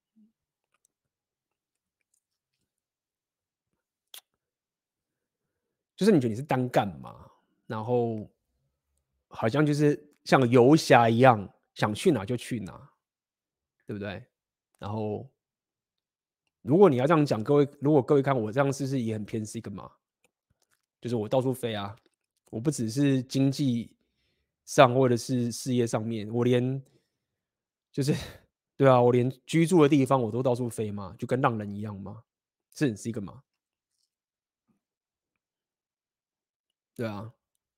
就是你觉得你是单干嘛，然后好像就是像游侠一样，想去哪就去哪，对不对？然后如果你要这样讲，如果各位看我这样，是不是也很偏 Sigma？就是我到处飞啊，我不只是经济上或者是事业上面，我连就是对啊，我连居住的地方我都到处飞嘛，就跟浪人一样嘛，是很 Sigma，对啊。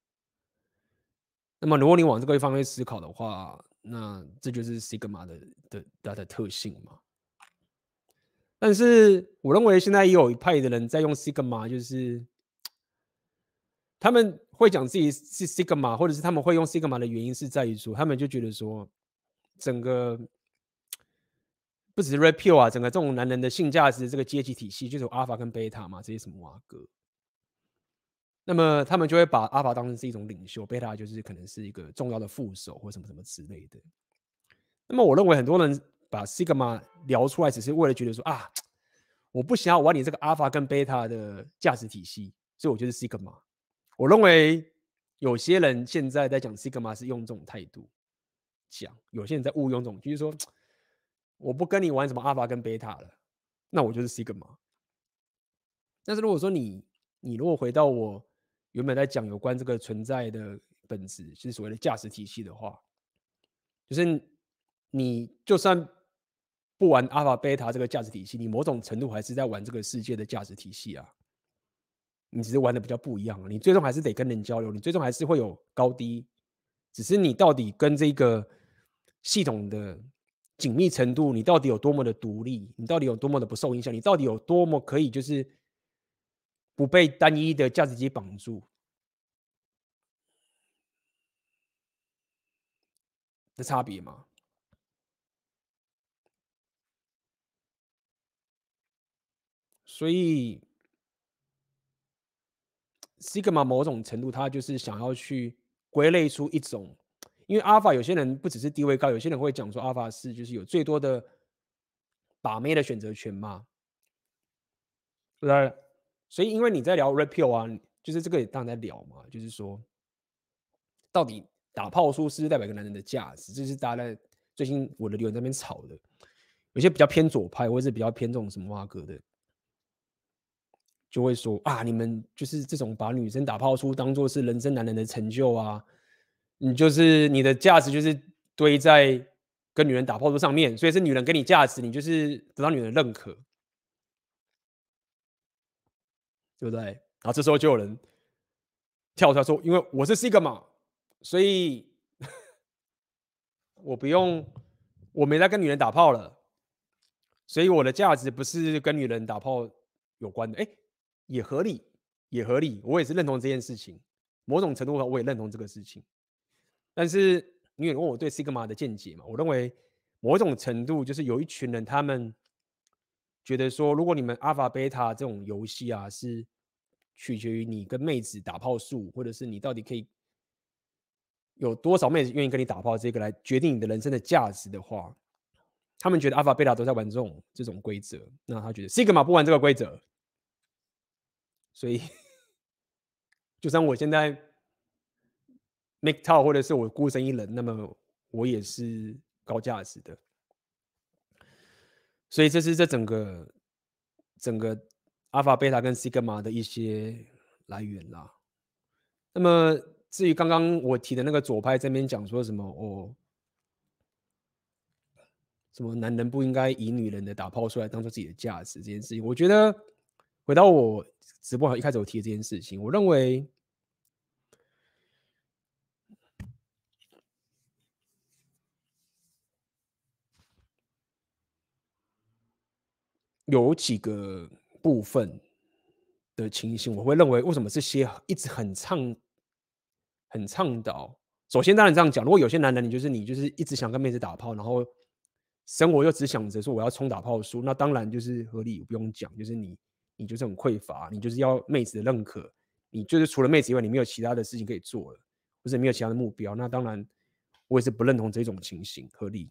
那么如果你往这个方面思考的话，那这就是 Sigma 的特性嘛。但是我认为现在也有一派的人在用 Sigma，就是他们会讲自己是 Sigma，或者是他们会用 Sigma 的原因是在于说，他们就觉得说，整个不只是 Red Pill 啊，整个这种男人的性价值这个阶级体系，就是有 Alpha 跟 Beta 嘛，这些什么瓦格。那么他们就会把 Alpha 当成是一种领袖，Beta 就是可能是一个重要的副手或什么什么之类的。那么我认为很多人把 Sigma 聊出来，只是为了觉得说啊，我不想要玩你这个 Alpha 跟 Beta 的价值体系，所以我就是 Sigma。我认为有些人现在在讲 Sigma 是用这种态度讲，有些人在误用这种，就是说我不跟你玩什么 Alpha 跟 Beta 了，那我就是 Sigma。但是如果说你如果回到我原本在讲有关这个存在的本质，就是所谓的价值体系的话，就是你就算不玩阿尔法、贝塔这个价值体系，你某种程度还是在玩这个世界的价值体系啊。你只是玩的比较不一样，你最终还是得跟人交流，你最终还是会有高低，只是你到底跟这个系统的紧密程度，你到底有多么的独立，你到底有多么的不受影响，你到底有多么可以就是不被单一的价值体绑住。 的差别嘛。所以 Sigma 某种程度，它就是想要去归类出一种，因为 Alpha 有些人不只是地位高，有些人会讲说 Alpha 是就是有最多的把妹的选择权嘛，对不对？所以因为你在聊 Red Pill 啊，就是这个也当然在聊嘛，就是说到底打炮术是不是代表一个男人的价值？这是大家在最近我的留言在那边吵的，有些比较偏左派，或者是比较偏这种什么蛙哥的，就会说啊，你们就是这种把女生打炮术当做是人生男人的成就啊，你就是你的价值就是堆在跟女人打炮术上面，所以是女人给你价值，你就是得到女人认可，对不对？然后这时候就有人跳出来说，因为我是 Sigma，所以我不用，我没在跟女人打炮了，所以我的价值不是跟女人打炮有关的。哎，也合理，也合理，我也是认同这件事情，某种程度上我也认同这个事情。但是你也问我对 Sigma 的见解嘛？我认为某种程度就是有一群人，他们觉得说，如果你们 Alpha Beta 这种游戏啊，是取决于你跟妹子打炮数，或者是你到底可以有多少妹子愿意跟你打炮，这个来决定你的人生的价值的话，他们觉得 Alpha Beta 都在玩这种规则，那他觉得 Sigma 不玩这个规则，所以就算我现在 make t 或者是我孤身一人，那么我也是高价值的。所以这是这整个 Alpha、Beta 跟 Sigma 的一些来源啦。那么至于刚刚我提的那个左派这边讲说什么什么男人不应该以女人的打炮出来当做自己的价值这件事情，我觉得回到我直播一开始我提的这件事情，我认为有几个部分的情形，我会认为为什么这些一直很倡导。首先，当然这样讲，如果有些男人你就是一直想跟妹子打炮，然后生活又只想着说我要冲打炮数，那当然就是合理，不用讲，就是你就是很匮乏，你就是要妹子的认可，你就是除了妹子以外，你没有其他的事情可以做了，或者没有其他的目标，那当然我也是不认同这种情形，合理。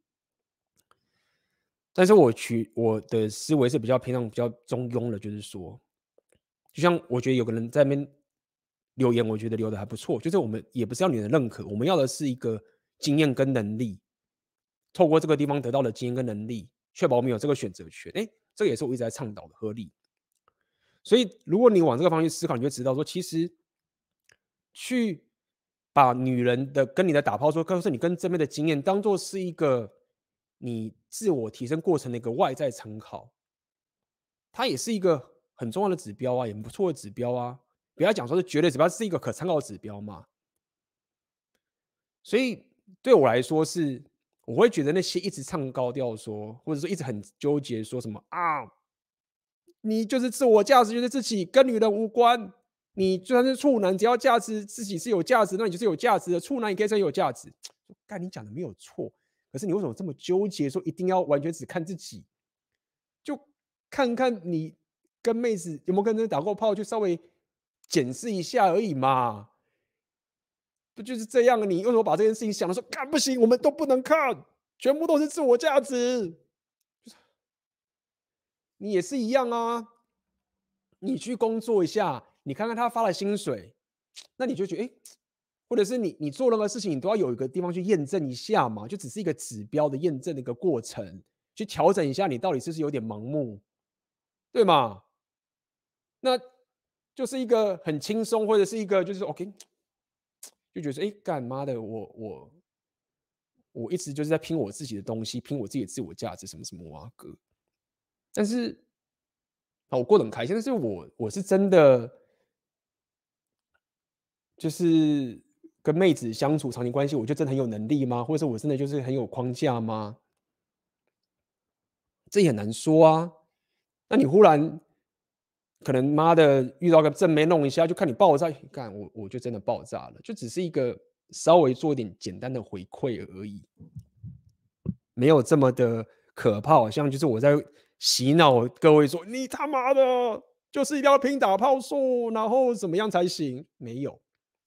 但是我的思维是比较偏向比较中庸的，就是说，就像我觉得有个人在那边留言，我觉得留的还不错，就是我们也不是要你的认可，我们要的是一个经验跟能力，透过这个地方得到的经验跟能力，确保我们有这个选择权。哎，这个也是我一直在倡导的，合理。所以如果你往这个方向去思考，你就知道说，其实去把女人的跟你的打炮说，告诉你跟这边的经验，当做是一个你自我提升过程的一个外在参考，它也是一个很重要的指标啊，也很不错的指标啊。不要讲说是绝对指标，是一个可参考的指标嘛。所以对我来说是，我会觉得那些一直唱高调说，或者说一直很纠结说什么啊，你就是自我价值就是自己，跟女人无关。你就算是处男，只要价值自己是有价值，那你就是有价值的。处男也可以是有价值。干，你讲的没有错，可是你为什么这么纠结，说一定要完全只看自己？就看看你跟妹子有没有跟人打过炮，就稍微检视一下而已嘛。不就是这样？你为什么把这件事情想的说，干不行，我们都不能看，全部都是自我价值？你也是一样啊。你去工作一下，你看看他发的薪水，那你就觉得，哎，或者是你做任何事情，你都要有一个地方去验证一下嘛，就只是一个指标的验证的一个过程，去调整一下你到底是不是有点盲目，对吗？那就是一个很轻松，或者是一个就是说 OK，就觉得说，哎，干妈的，我一直就是在拼我自己的东西，拼我自己的自我价值，什么什么啊哥。但是，我过得很开心，但是我是真的就是跟妹子相处长期关系，我就真的很有能力吗？或者是我真的就是很有框架吗？这也很难说啊。那你忽然可能妈的遇到个正妹弄一下，就看你爆炸，干我就真的爆炸了，就只是一个稍微做一点简单的回馈而已，没有这么的可怕。好像就是我在洗脑各位说，你他妈的就是一定要拼打炮数，然后怎么样才行？没有，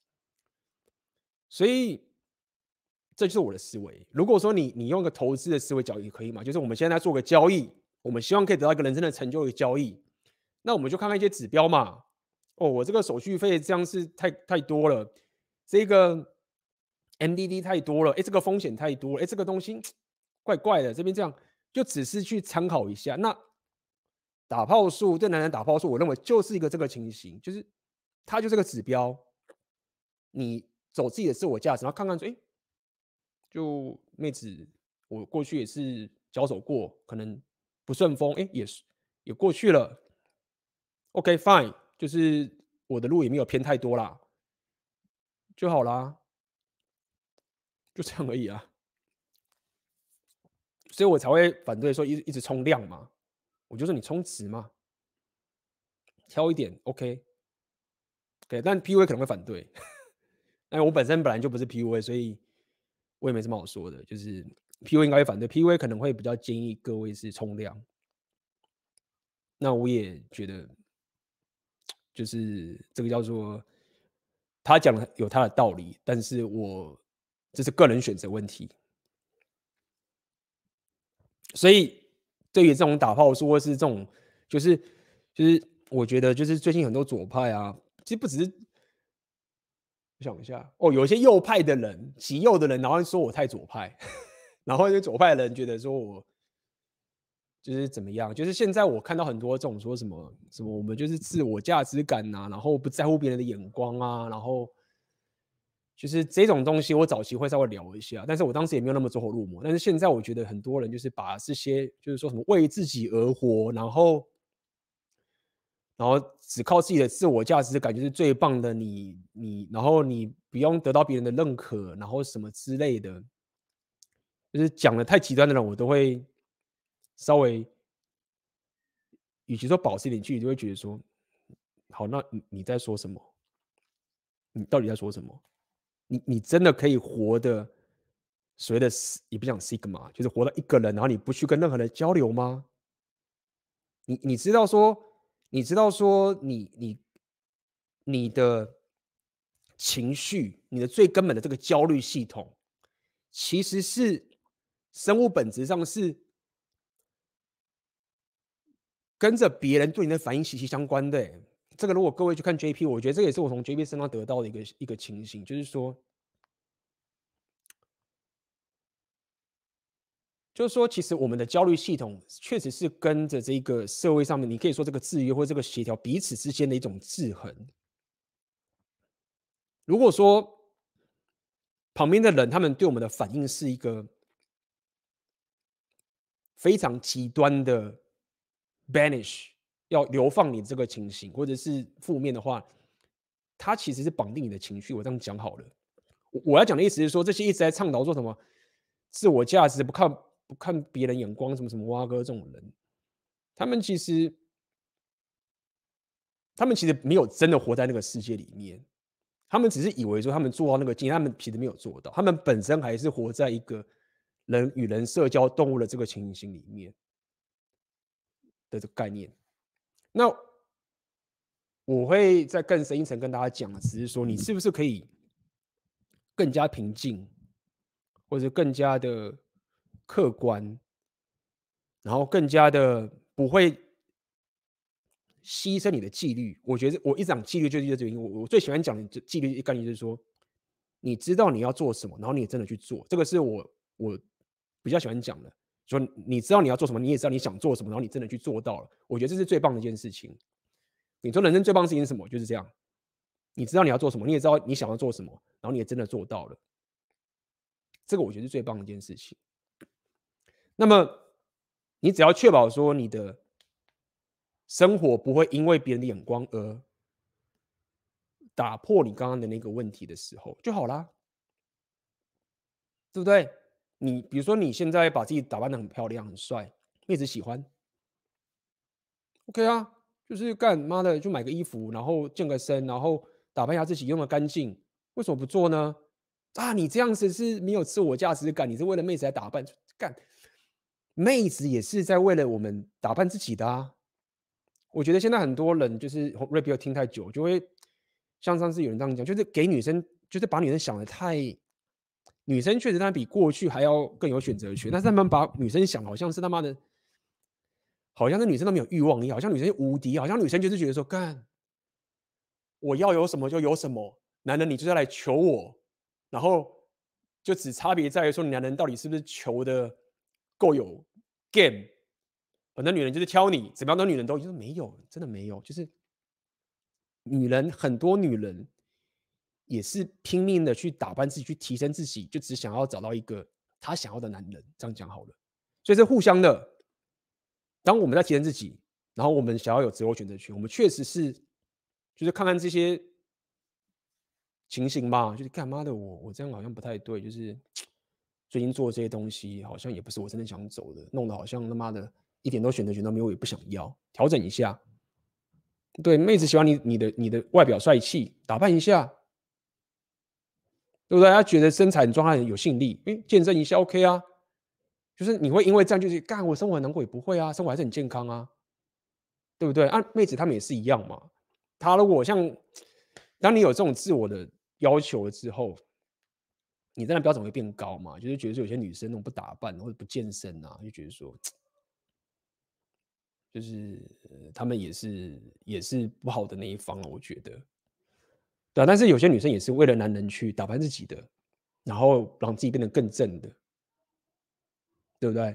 所以这就是我的思维。如果说你用一个投资的思维角也可以嘛，就是我们现在做个交易，我们希望可以得到一个人生的成就的交易，那我们就看看一些指标嘛。哦，我这个手续费这样是太多了，这个 MDD 太多了，哎，这个风险太多了，哎，这个东西怪怪的，这边这样就只是去参考一下。那打炮数对男人打炮数，我认为就是一个这个情形，就是它就是个指标，你走自己的自我价值，然后看看说，哎，就妹子，我过去也是交手过，可能不顺风，哎，也过去了，OK fine，就是我的路也没有偏太多啦，就好啦，就这样而已啊。所以我才会反对说一直冲量嘛，我就说你充值嘛，挑一点 OK，对，但 PUA 可能会反对，但我本来就不是 PUA，所以我也没什么好说的，就是 PUA 应该会反对，PUA 可能会比较建议各位是冲量，那我也觉得就是这个叫做他讲的有他的道理，但是这是个人选择问题，所以对于这种打炮说，或是这种就是我觉得就是最近很多左派啊，其实不只是我想一下哦，有一些右派的人，极右的人，然后说我太左派，然后有左派的人觉得说我就是怎么样，就是现在我看到很多这种说什么我们就是自我价值感呐、然后不在乎别人的眼光啊，然后就是这种东西，我早期会稍微聊一下，但是我当时也没有那么走火入魔。但是现在我觉得很多人就是把这些就是说什么为自己而活，然后只靠自己的自我价值感觉是最棒的然后你不用得到别人的认可，然后什么之类的，就是讲的太极端的人，我都会稍微，与其说保持一点距离，就会觉得说，好，那你在说什么？你到底在说什么？你真的可以活的所谓的也不讲 sigma，就是活到一个人，然后你不去跟任何人交流吗？你知道说，你知道说你的情绪，你的最根本的这个焦虑系统，其实是生物本质上是跟着别人对你的反应息息相关的欸。这个如果各位去看 JP，我觉得这也是我从 JP 身上得到的一个情形，就是说，其实我们的焦虑系统确实是跟着这个社会上面，你可以说这个制约或这个协调彼此之间的一种制衡。如果说旁边的人他们对我们的反应是一个非常极端的 banish，要流放你这个情形，或者是负面的话，它其实是绑定你的情绪。我这样讲好了，我要讲的意思是说，这些一直在倡导说什么自我价值，不看别人眼光，什么什么蛙哥这种人，他们其实他们其实没有真的活在那个世界里面，他们只是以为说他们做到那个境界，他们其实没有做到，他们本身还是活在一个人与人社交动物的这个情形里面的这个概念。那我会再更深一层跟大家讲的，只是说你是不是可以更加平静，或者更加的客观，然后更加的不会牺牲你的纪律。我觉得我一直讲纪律，就是这个原因。我最喜欢讲的纪律概念就是说，你知道你要做什么，然后你也真的去做。这个是我比较喜欢讲的。说你知道你要做什么，你也知道你想做什么，然后你真的去做到了。我觉得这是最棒的一件事情。你说人生最棒的事情是什么？就是这样。你知道你要做什么，你也知道你想要做什么，然后你也真的做到了。这个我觉得是最棒的一件事情。那么你只要确保说你的生活不会因为别人的眼光而打破你刚刚的那个问题的时候就好啦，对不对？你比如说你现在把自己打扮的很漂亮、很帅，妹子喜欢，OK 啊，就是干妈的就买个衣服，然后健个身，然后打扮一下自己，用的干净，为什么不做呢？ 啊，你这样子是没有自我价值感，你是为了妹子来打扮，干，妹子也是在为了我们打扮自己的啊。我觉得现在很多人就是 rap 听太久，就会像上次有人这样讲，就是给女生，就是把女生想的太，女生确实她比过去还要更有选择权，但是他们把女生想好像是他妈的，好像是女生都没有欲望一样，好像女生无敌，好像女生就是觉得说，干，我要有什么就有什么，男人你就是要来求我，然后就只差别在于说，男人到底是不是求的够有 game，反正女人就是挑你，怎么样的女人都就是没有，真的没有，就是女人很多女人也是拼命的去打扮自己，去提升自己，就只想要找到一个她想要的男人，这样讲好了。所以是互相的。当我们在提升自己，然后我们想要有自由选择权，我们确实是就是看看这些情形嘛，就是干妈的我这样好像不太对，就是最近做这些东西好像也不是我真的想走的，弄得好像他妈的一点都选择权都没有，我也不想要，调整一下。对，妹子喜欢你的外表帅气，打扮一下，对不对？她觉得身材很壮，她很有吸引力，健身一下 OK 啊。就是你会因为这样就是干我生活很难过也不会啊，生活还是很健康啊，对不对？啊，妹子她们也是一样嘛。她如果像当你有这种自我的要求了之后，你真的标准会变高嘛？就是觉得说有些女生那种不打扮或者不健身啊，就觉得说就是她们也是不好的那一方啊，我觉得。对啊，但是有些女生也是为了男人去打扮自己的，然后让自己变得更正的，对不对？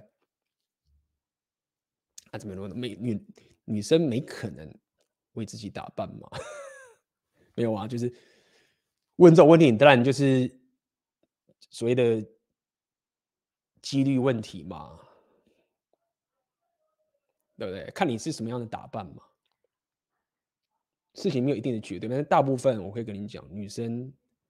啊，怎么说呢？女生没可能为自己打扮嘛？没有啊，就是问这种问题，你当然就是所谓的几率问题嘛，对不对？看你是什么样的打扮嘛。事情没有一定的绝对，但是大部分我可以跟你讲，女生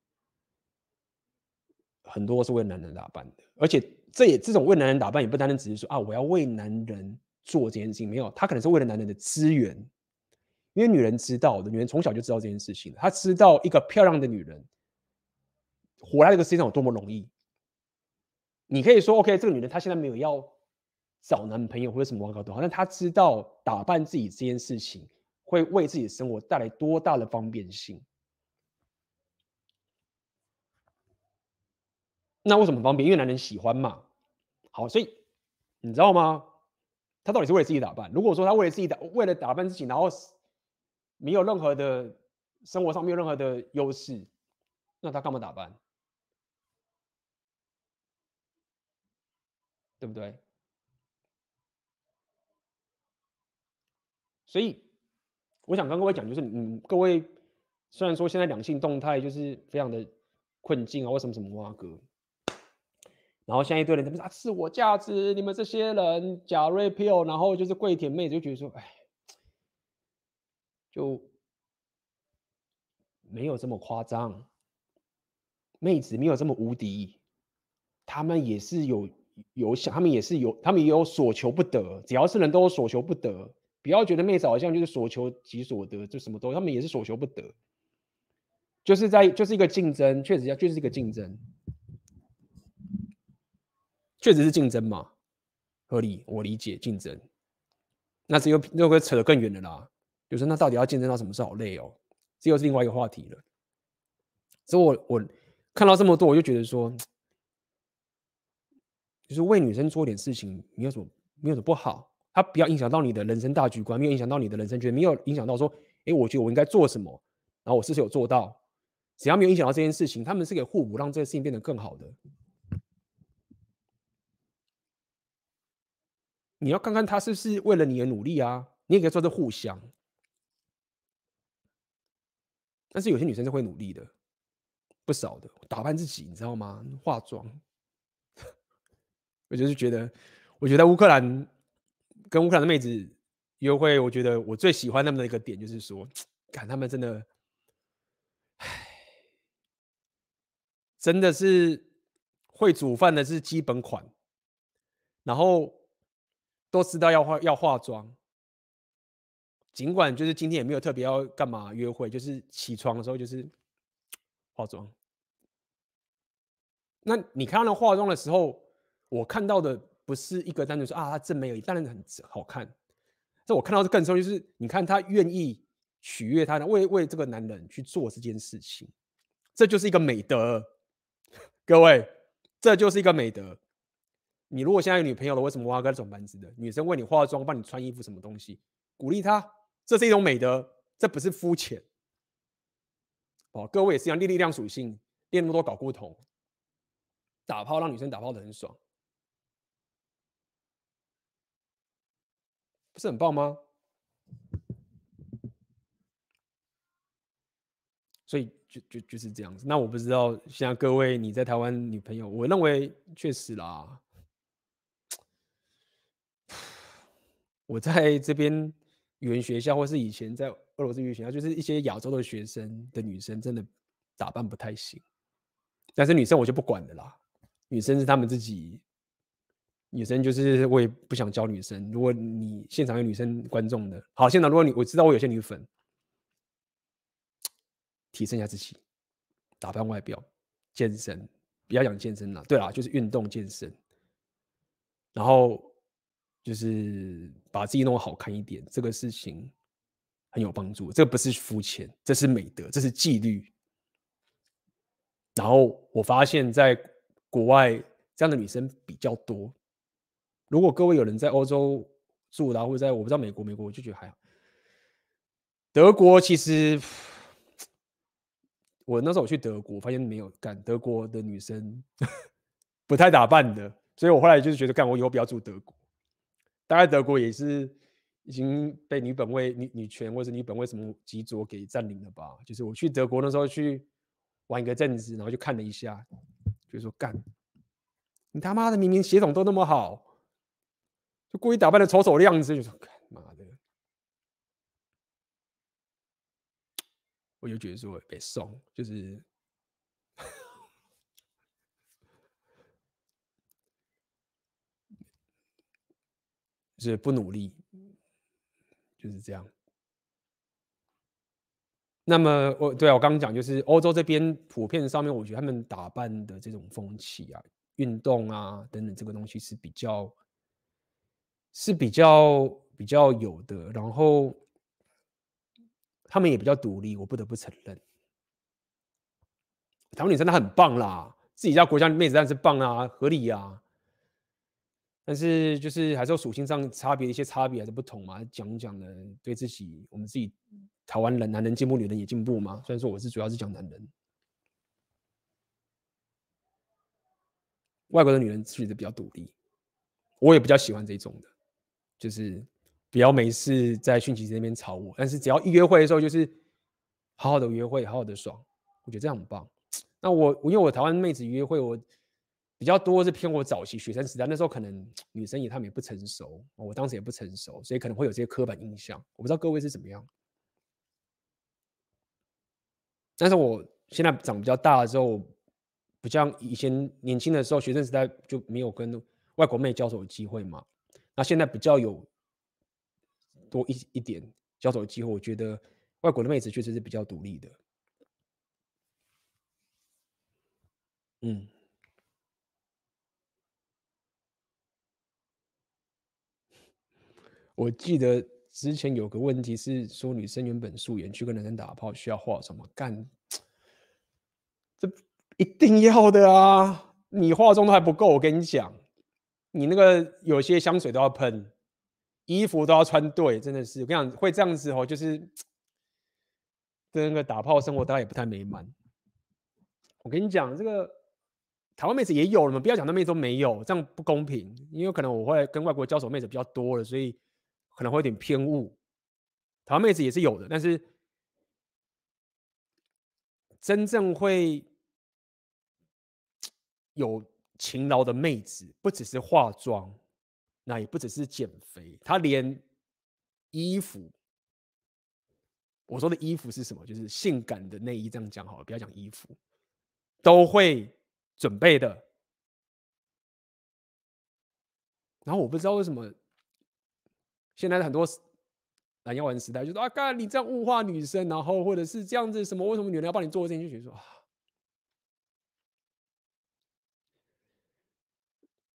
很多是为男人打扮的，而且这种为男人打扮，也不单单只是说啊，我要为男人做这件事情，没有，他可能是为了男人的资源，因为女人知道的，女人从小就知道这件事情，她知道一个漂亮的女人活在这个世界上有多么容易。你可以说 OK，这个女人她现在没有要找男朋友或者什么搞多好，但她知道打扮自己这件事情会为自己的生活带来多大的方便性。那为什么方便？因为男人喜欢嘛。好，所以你知道吗？他到底是为了自己打扮？如果说他为了打扮自己，然后没有任何的生活上没有任何的优势，那他干嘛打扮？对不对？所以我想跟各位讲，就是各位虽然说现在两性动态就是非常的困境啊，或什么什么哇哥，然后现在一堆人他们说啊自我价值，你们这些人假 rapio，然后就是跪舔妹子，就觉得说，哎，就没有这么夸张，妹子没有这么无敌，他们也是有想，他们也有所求不得，只要是人都有所求不得，不要觉得妹子好像就是所求即所得，就什么都，他们也是所求不得，就是一个竞争，就是一个竞争，确实是竞争嘛，合理，我理解竞争，那这又会扯得更远了啦，就是那到底要竞争到什么时候？好累哦，这又是另外一个话题了。所以我看到这么多，我就觉得说，就是为女生做点事情，没有什么不好，它不要影响到你的人生大局观，没有影响到你的人生觉得没有影响到说，我觉得我应该做什么，然后我是不是有做到，只要没有影响到这件事情，他们是可以互补，让这个事情变得更好的。你要看看他是不是为了你而努力啊，你也可以说是互相，但是有些女生是会努力的，不少的，打扮自己，你知道吗？化妆，我就是觉得，我觉得乌克兰跟乌克兰的妹子约会，我觉得我最喜欢他们的一个点就是说，看他们真的是会煮饭的是基本款，然后都知道要化妆，尽管就是今天也没有特别要干嘛约会，就是起床的时候就是化妆， 那你看到那化妆的时候，我看到的不是一个单纯说啊，她正美而已，当然很好看。这我看到的更深，就是你看她愿意取悦她的，为这个男人去做这件事情，这就是一个美德。各位，这就是一个美德。你如果现在有女朋友了，为什么我要跟她总班子的女生为你化妆、帮你穿衣服什么东西，鼓励她，这是一种美德，这不是肤浅。哦，各位也是一样，力量属性，练那么多睾固酮，打炮让女生打炮的很爽，不是很棒吗？所以就是这样子。那我不知道现在各位你在台湾女朋友，我认为确实啦。我在这边语言学校，或是以前在俄罗斯语言学校，就是一些亚洲的学生的女生，真的打扮不太行。但是女生我就不管了啦，女生是她们自己。女生就是我也不想教女生。如果你现场有女生观众的，好，现场如果我知道我有些女粉，提升一下自己，打扮外表，健身，不要讲健身啦，对啦，就是运动健身，然后就是把自己弄好看一点，这个事情很有帮助。这不是肤浅，这是美德，这是纪律。然后我发现，在国外这样的女生比较多。如果各位有人在欧洲住啦，或者在我不知道美国，我就觉得还好。德国其实我那时候去德国，发现没有干德国的女生不太打扮的，所以我后来就是觉得干我以后不要住德国。大概德国也是已经被女本位、女权或者女本位什么极左给占领了吧？就是我去德国那时候去玩一个阵子，然后就看了一下，就说干，你他妈的明明血统都那么好，就故意打扮的丑丑的样子，就说干妈的，我就觉得说被送，就是不努力，就是这样。那么对啊，我刚刚讲就是欧洲这边普遍上面，我觉得他们打扮的这种风气啊、运动啊等等，这个东西是比较有的。然后他们也比较独立，我不得不承认，台湾女生她很棒啦，自己家国家妹子当然是棒啊，合理啊。但是就是还是有属性上差别，一些差别还是不同嘛。讲讲的，对自己我们自己台湾人，男人进步，女人也进步嘛。虽然说我是主要是讲男人，外国的女人其实比较独立，我也比较喜欢这种的，就是不要没事在讯息那边吵我，但是只要一约会的时候，就是好好的约会，好好的爽，我觉得这样很棒。那因为我台湾妹子约会，我比较多是偏我早期学生时代，那时候可能女生她们也不成熟，我当时也不成熟，所以可能会有这些刻板印象。我不知道各位是怎么样，但是我现在长比较大了之后，不像以前年轻的时候，学生时代就没有跟外国妹交手的机会嘛。那现在比较有多一点交手的机会，我觉得外国的妹子确实是比较独立的。嗯，我记得之前有个问题是说，女生原本素颜去跟男生打炮需要化什么？干，这一定要的啊！你化妆都还不够，我跟你讲，你那个有些香水都要喷，衣服都要穿对，真的是我跟你讲，会这样子哦，就是跟那个打炮生活大家也不太美满。我跟你讲，这个台湾妹子也有了嘛，不要讲那妹子都没有，这样不公平。因为可能我会跟外国交手妹子比较多了，所以可能会有点偏误。台湾妹子也是有的，但是真正会有勤劳的妹子，不只是化妆，那也不只是减肥，她连衣服，我说的衣服是什么？就是性感的内衣，这样讲好了，不要讲衣服，都会准备的。然后我不知道为什么现在很多蓝药丸时代就说啊，干你这样物化女生，然后或者是这样子什么，为什么女人要帮你做这件事情？就觉得说啊，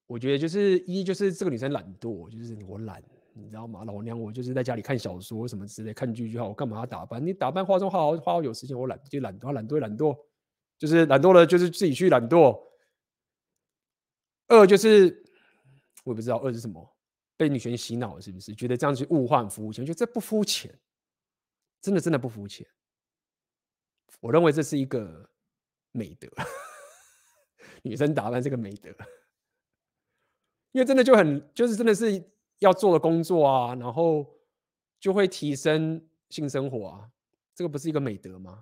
我觉得就是这个女生懒惰，就是我懒，你知道吗？老娘我就是在家里看小说什么之类，看剧就好，我干嘛要打扮？你打扮化妆花好有时间，我懒就懒惰，懒惰，就是懒惰了，就是自己去懒惰。二就是我也不知道二是什么，被女权洗脑了是不是？觉得这样去物换肤浅，我觉得这不肤浅，真的不肤浅。我认为这是一个美德，女生打扮是个美德，因为真的就是真的是要做的工作啊，然后就会提升性生活啊，这个不是一个美德吗？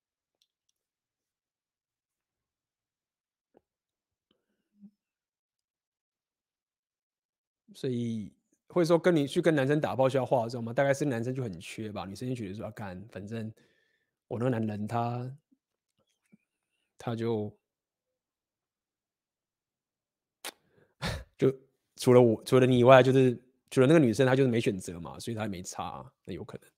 所以会说跟你去跟男生打炮需要化妆吗？大概是男生就很缺吧，女生就觉得说，干，反正我那个男人他就除了你以外，就是除了那个女生，她就是没选择嘛，所以她也没差啊，那有可能。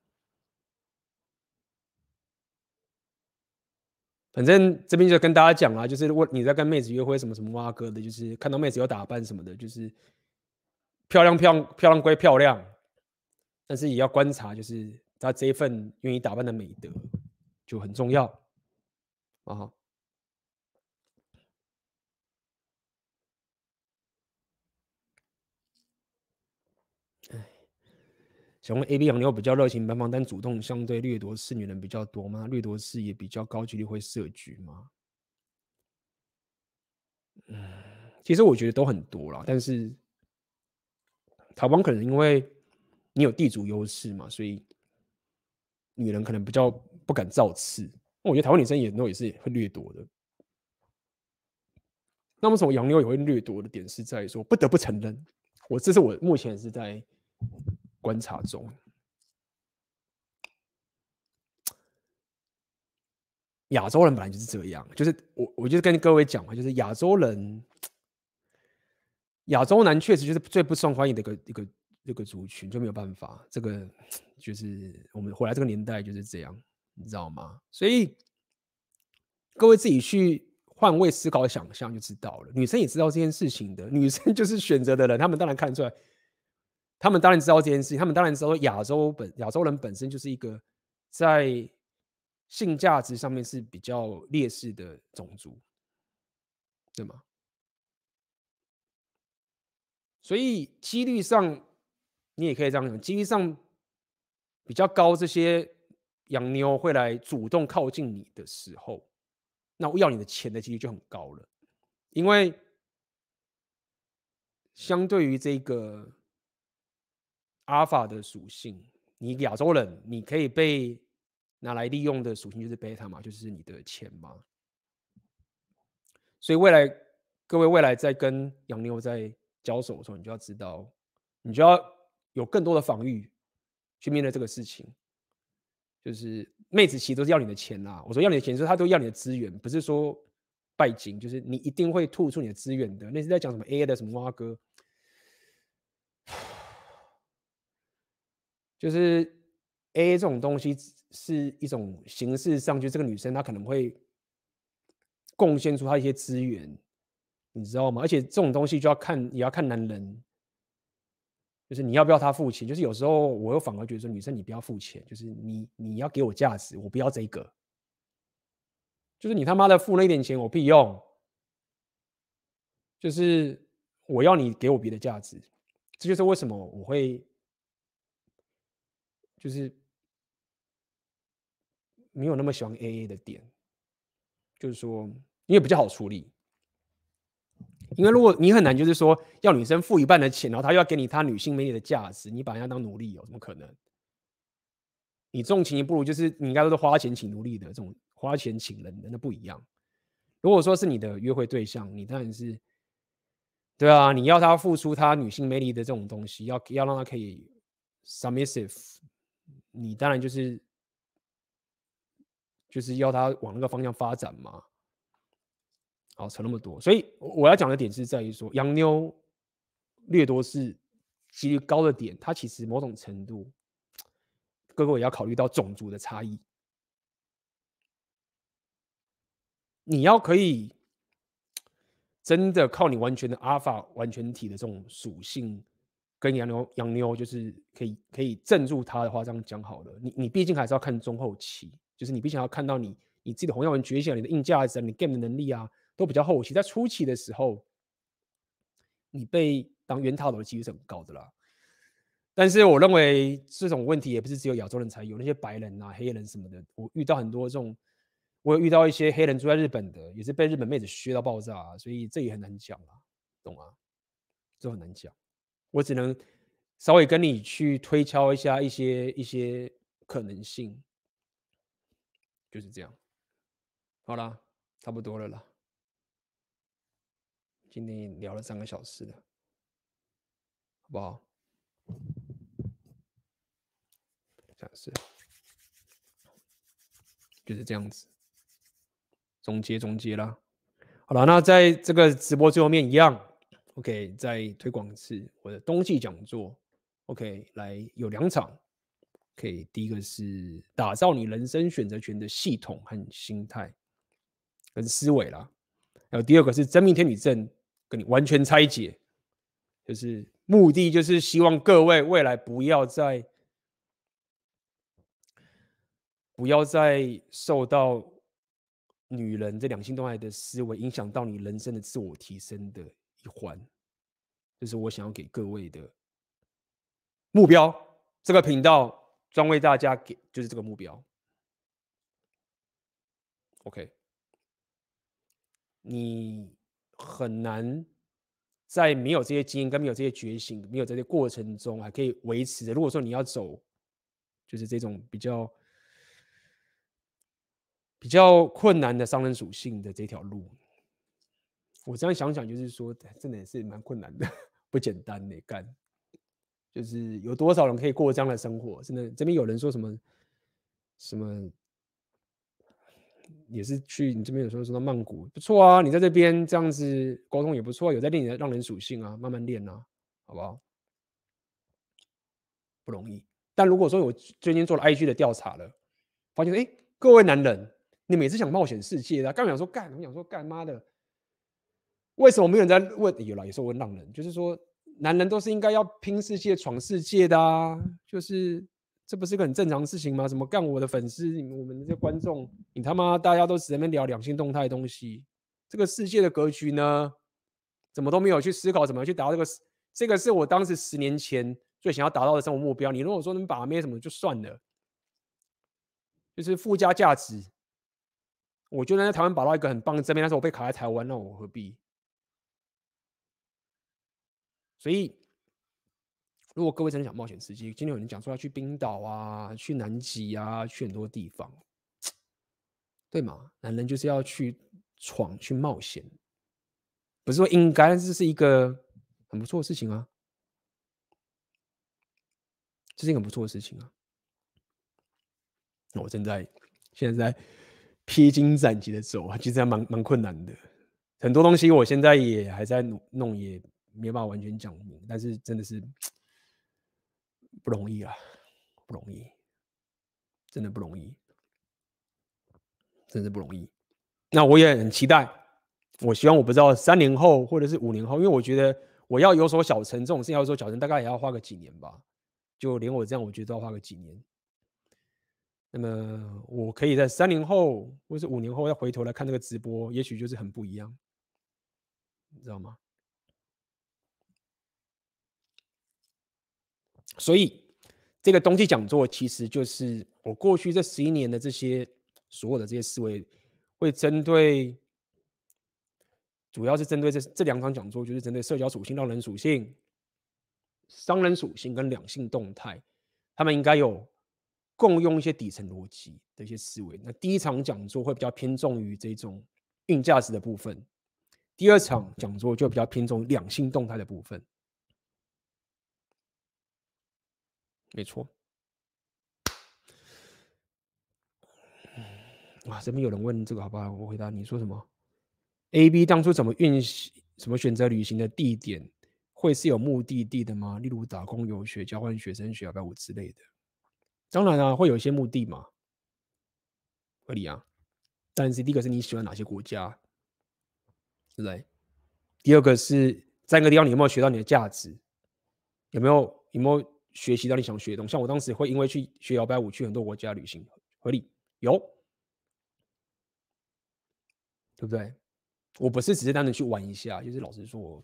反正这边就跟大家讲啦，就是如果你在跟妹子约会什么什么挖哥的，就是看到妹子有打扮什么的，就是漂亮归漂亮，但是也要观察，就是她这一份愿意打扮的美德就很重要啊。想问 AB 洋妞比较热情奔放，但主动相对掠夺式女人比较多吗？掠夺式也比较高几率会设局吗？其实我觉得都很多啦，但是台湾可能因为你有地主优势嘛，所以女人可能比较不敢造次。我觉得台湾女生也是会掠夺的。那为什么洋妞也会掠夺的点是在于说，不得不承认，这是我目前是在观察中，亚洲人本来就是这样，就是我就是跟各位讲嘛，就是亚洲男确实就是最不受欢迎的一个族群，就没有办法，这个就是我们回来这个年代就是这样，你知道吗？所以各位自己去换位思考、想象就知道了。女生也知道这件事情的，女生就是选择的人，他们当然看出来，他们当然知道这件事情，他们当然知道亚洲人本身就是一个在性价值上面是比较劣势的种族，对吗？所以几率上，你也可以这样讲，几率上比较高，这些洋妞会来主动靠近你的时候，那要你的钱的几率就很高了，因为相对于这个阿尔法的属性，你亚洲人你可以被拿来利用的属性就是贝塔嘛，就是你的钱嘛。所以各位未来在跟洋妞在交手的时候，你就要知道，你就要有更多的防御去面对这个事情。就是妹子其实都是要你的钱啦，我说要你的钱，就是她都要你的资源，不是说拜金，就是你一定会吐出你的资源的。那是在讲什么 A 的什么蛙哥，就是 A 这种东西是一种形式上，就这个女生她可能会贡献出她一些资源，你知道吗？而且这种东西也要看男人，就是你要不要他付钱。就是有时候我又反而觉得说，女生你不要付钱，就是你要给我价值，我不要这个。就是你他妈的付那一点钱我屁用，就是我要你给我别的价值。这就是为什么我会就是没有那么喜欢 AA 的点，就是说因为比较好处理。因为如果你很难，就是说要女生付一半的钱，然后她又要给你她女性魅力的价值，你把人家当奴隶，有怎么可能？你重情义不如就是你应该都是花钱请奴隶的这种花钱请人的，那不一样。如果说是你的约会对象，你当然是对啊，你要他付出他女性魅力的这种东西，要让他可以 submissive，你当然就是要他往那个方向发展嘛。好，扯那么多，所以我要讲的点是在于说，洋妞掠夺是几率高的点，它其实某种程度，各位也要考虑到种族的差异。你要可以真的靠你完全的阿法完全体的这种属性，跟洋妞就是可以镇住他的话，这样讲好了。你毕竟还是要看中后期，就是你毕竟要看到你自己的红药丸觉醒，你的硬价值啊，你 game 的能力啊，都比较后期。在初期的时候，你被当冤套的几率是很高的啦。但是我认为这种问题也不是只有亚洲人才有，那些白人啊、黑人什么的，我遇到很多这种，我有遇到一些黑人住在日本的，也是被日本妹子削到爆炸啊，所以这也很难讲啊，懂吗？这很难讲，我只能稍微跟你去推敲一下一些可能性，就是这样。好啦，差不多了啦，今天聊了3个小时了，好不好？这样是，就是这样子，总结啦。好了，那在这个直播最后面一样 ，OK，再推广一次我的冬季讲座，OK，来有2场，OK，第一个是打造你人生选择权的系统和心态跟思维啦，还有第二个是真命天女症，跟你完全拆解，就是目的就是希望各位未来不要再受到女人这两性动态的思维影响到你人生的自我提升的一环，这是我想要给各位的目标。这个频道专为大家给就是这个目标。OK， 你很难在没有这些经验、跟没有这些觉醒、没有这些过程中，还可以维持的。如果说你要走就是这种比较困难的商人属性的这条路，我这样想想，就是说，真的也是蛮困难的，不简单的干。就是有多少人可以过这样的生活？真的，这边有人说什么，也是去你这边有说到曼谷不错啊，你在这边这样子沟通也不错，有在练你的让人属性啊，慢慢练啊，好不好？不容易。但如果说我最近做了 IG 的调查了，发现各位男人，你每次想冒险世界的、啊，刚想说干，我想说干妈的，为什么没有人在问？有啦，有时候问浪人，就是说男人都是应该要拼世界、闯世界的啊，就是这不是个很正常的事情吗？怎么干我的粉丝、我们这些观众，你他妈大家都只在那边聊两性动态的东西，这个世界的格局呢，怎么都没有去思考怎么去达到这个？这个是我当时10年前最想要达到的生活目标。你如果说能把妹什么就算了，就是附加价值，我就能在台湾把到一个很棒的这边，但是我被卡在台湾，那我何必？所以，如果各位真的想冒险世界，今天有人讲说要去冰岛啊，去南极啊，去很多地方，对吗？男人就是要去闯、去冒险，不是说应该，这是一个很不错的事情啊，这是一个很不错的事情啊。我现在披荆斩棘的走，其实还蛮困难的。很多东西我现在也还在弄，也没办法完全讲明，但是真的是不容易啊，不容易，真的不容易，真的不容易。那我也很期待，我希望我不知道3年后或者是5年后，因为我觉得我要有所小成，这种事情要有所小成，大概也要花个几年吧。就连我这样，我觉得都要花个几年。那么我可以在3年后或是5年后再回头来看这个直播，也许就是很不一样，你知道吗？所以这个冬季讲座其实就是我过去这11年的这些所有的这些思维，会针对，主要是针对这2场讲座，就是针对社交属性、让人属性、商人属性跟两性动态，他们应该有共用一些底层逻辑的一些思维。那第一场讲座会比较偏重于这种硬价值的部分，第2场讲座就比较偏重两性动态的部分。没错。哇，这边有人问这个好不好？我回答你说什么？A、B 当初怎么选择旅行的地点，会是有目的地的吗？例如打工、游学、交换学生、学校5之类的。当然啊，会有一些目的嘛，合理啊。但是第一个是你喜欢哪些国家，对不对？ 第二个是在那个地方你有没有学到你的价值，有没有学习到你想学的东西。像我当时会因为去学摇摆舞去很多国家旅行，合理有，对不对？我不是只是单纯去玩一下，就是老实说，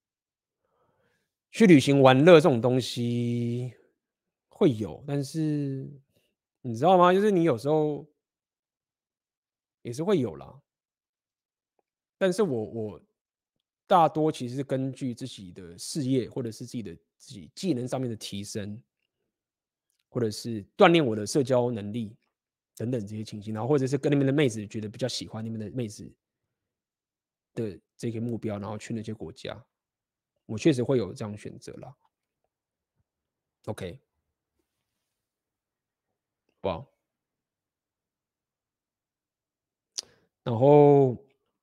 去旅行玩乐这种东西会有，但是你知道吗？就是你有时候也是会有啦。但是我大多其实是根据自己的事业或者是自己技能上面的提升，或者是锻炼我的社交能力等等这些情形，然后或者是跟那边的妹子觉得比较喜欢那边的妹子的这个目标，然后去那些国家，我确实会有这样选择啦。OK，哇，然后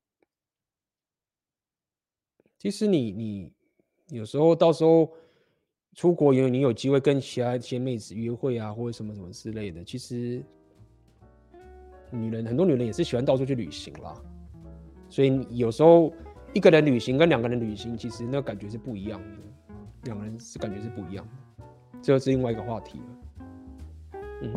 其实你有时候到时候出国，因为你有机会跟其他一些妹子约会啊，或者什么什么之类的，其实很多女人也是喜欢到处去旅行啦。所以你有时候一个人旅行跟两个人旅行，其实那感觉是不一样的，两个人是感觉是不一样的，这是另外一个话题了。嗯，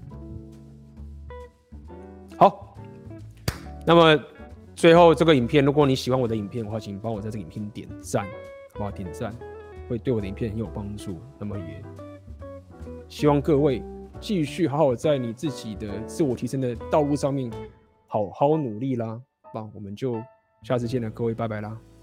好，那么最后这个影片，如果你喜欢我的影片的话，请帮我在这个影片点赞，好不好？点赞会对我的影片很有帮助。那么也希望各位继续好好在你自己的自我提升的道路上面好好努力啦。好，我们就下次见了，各位，拜拜啦。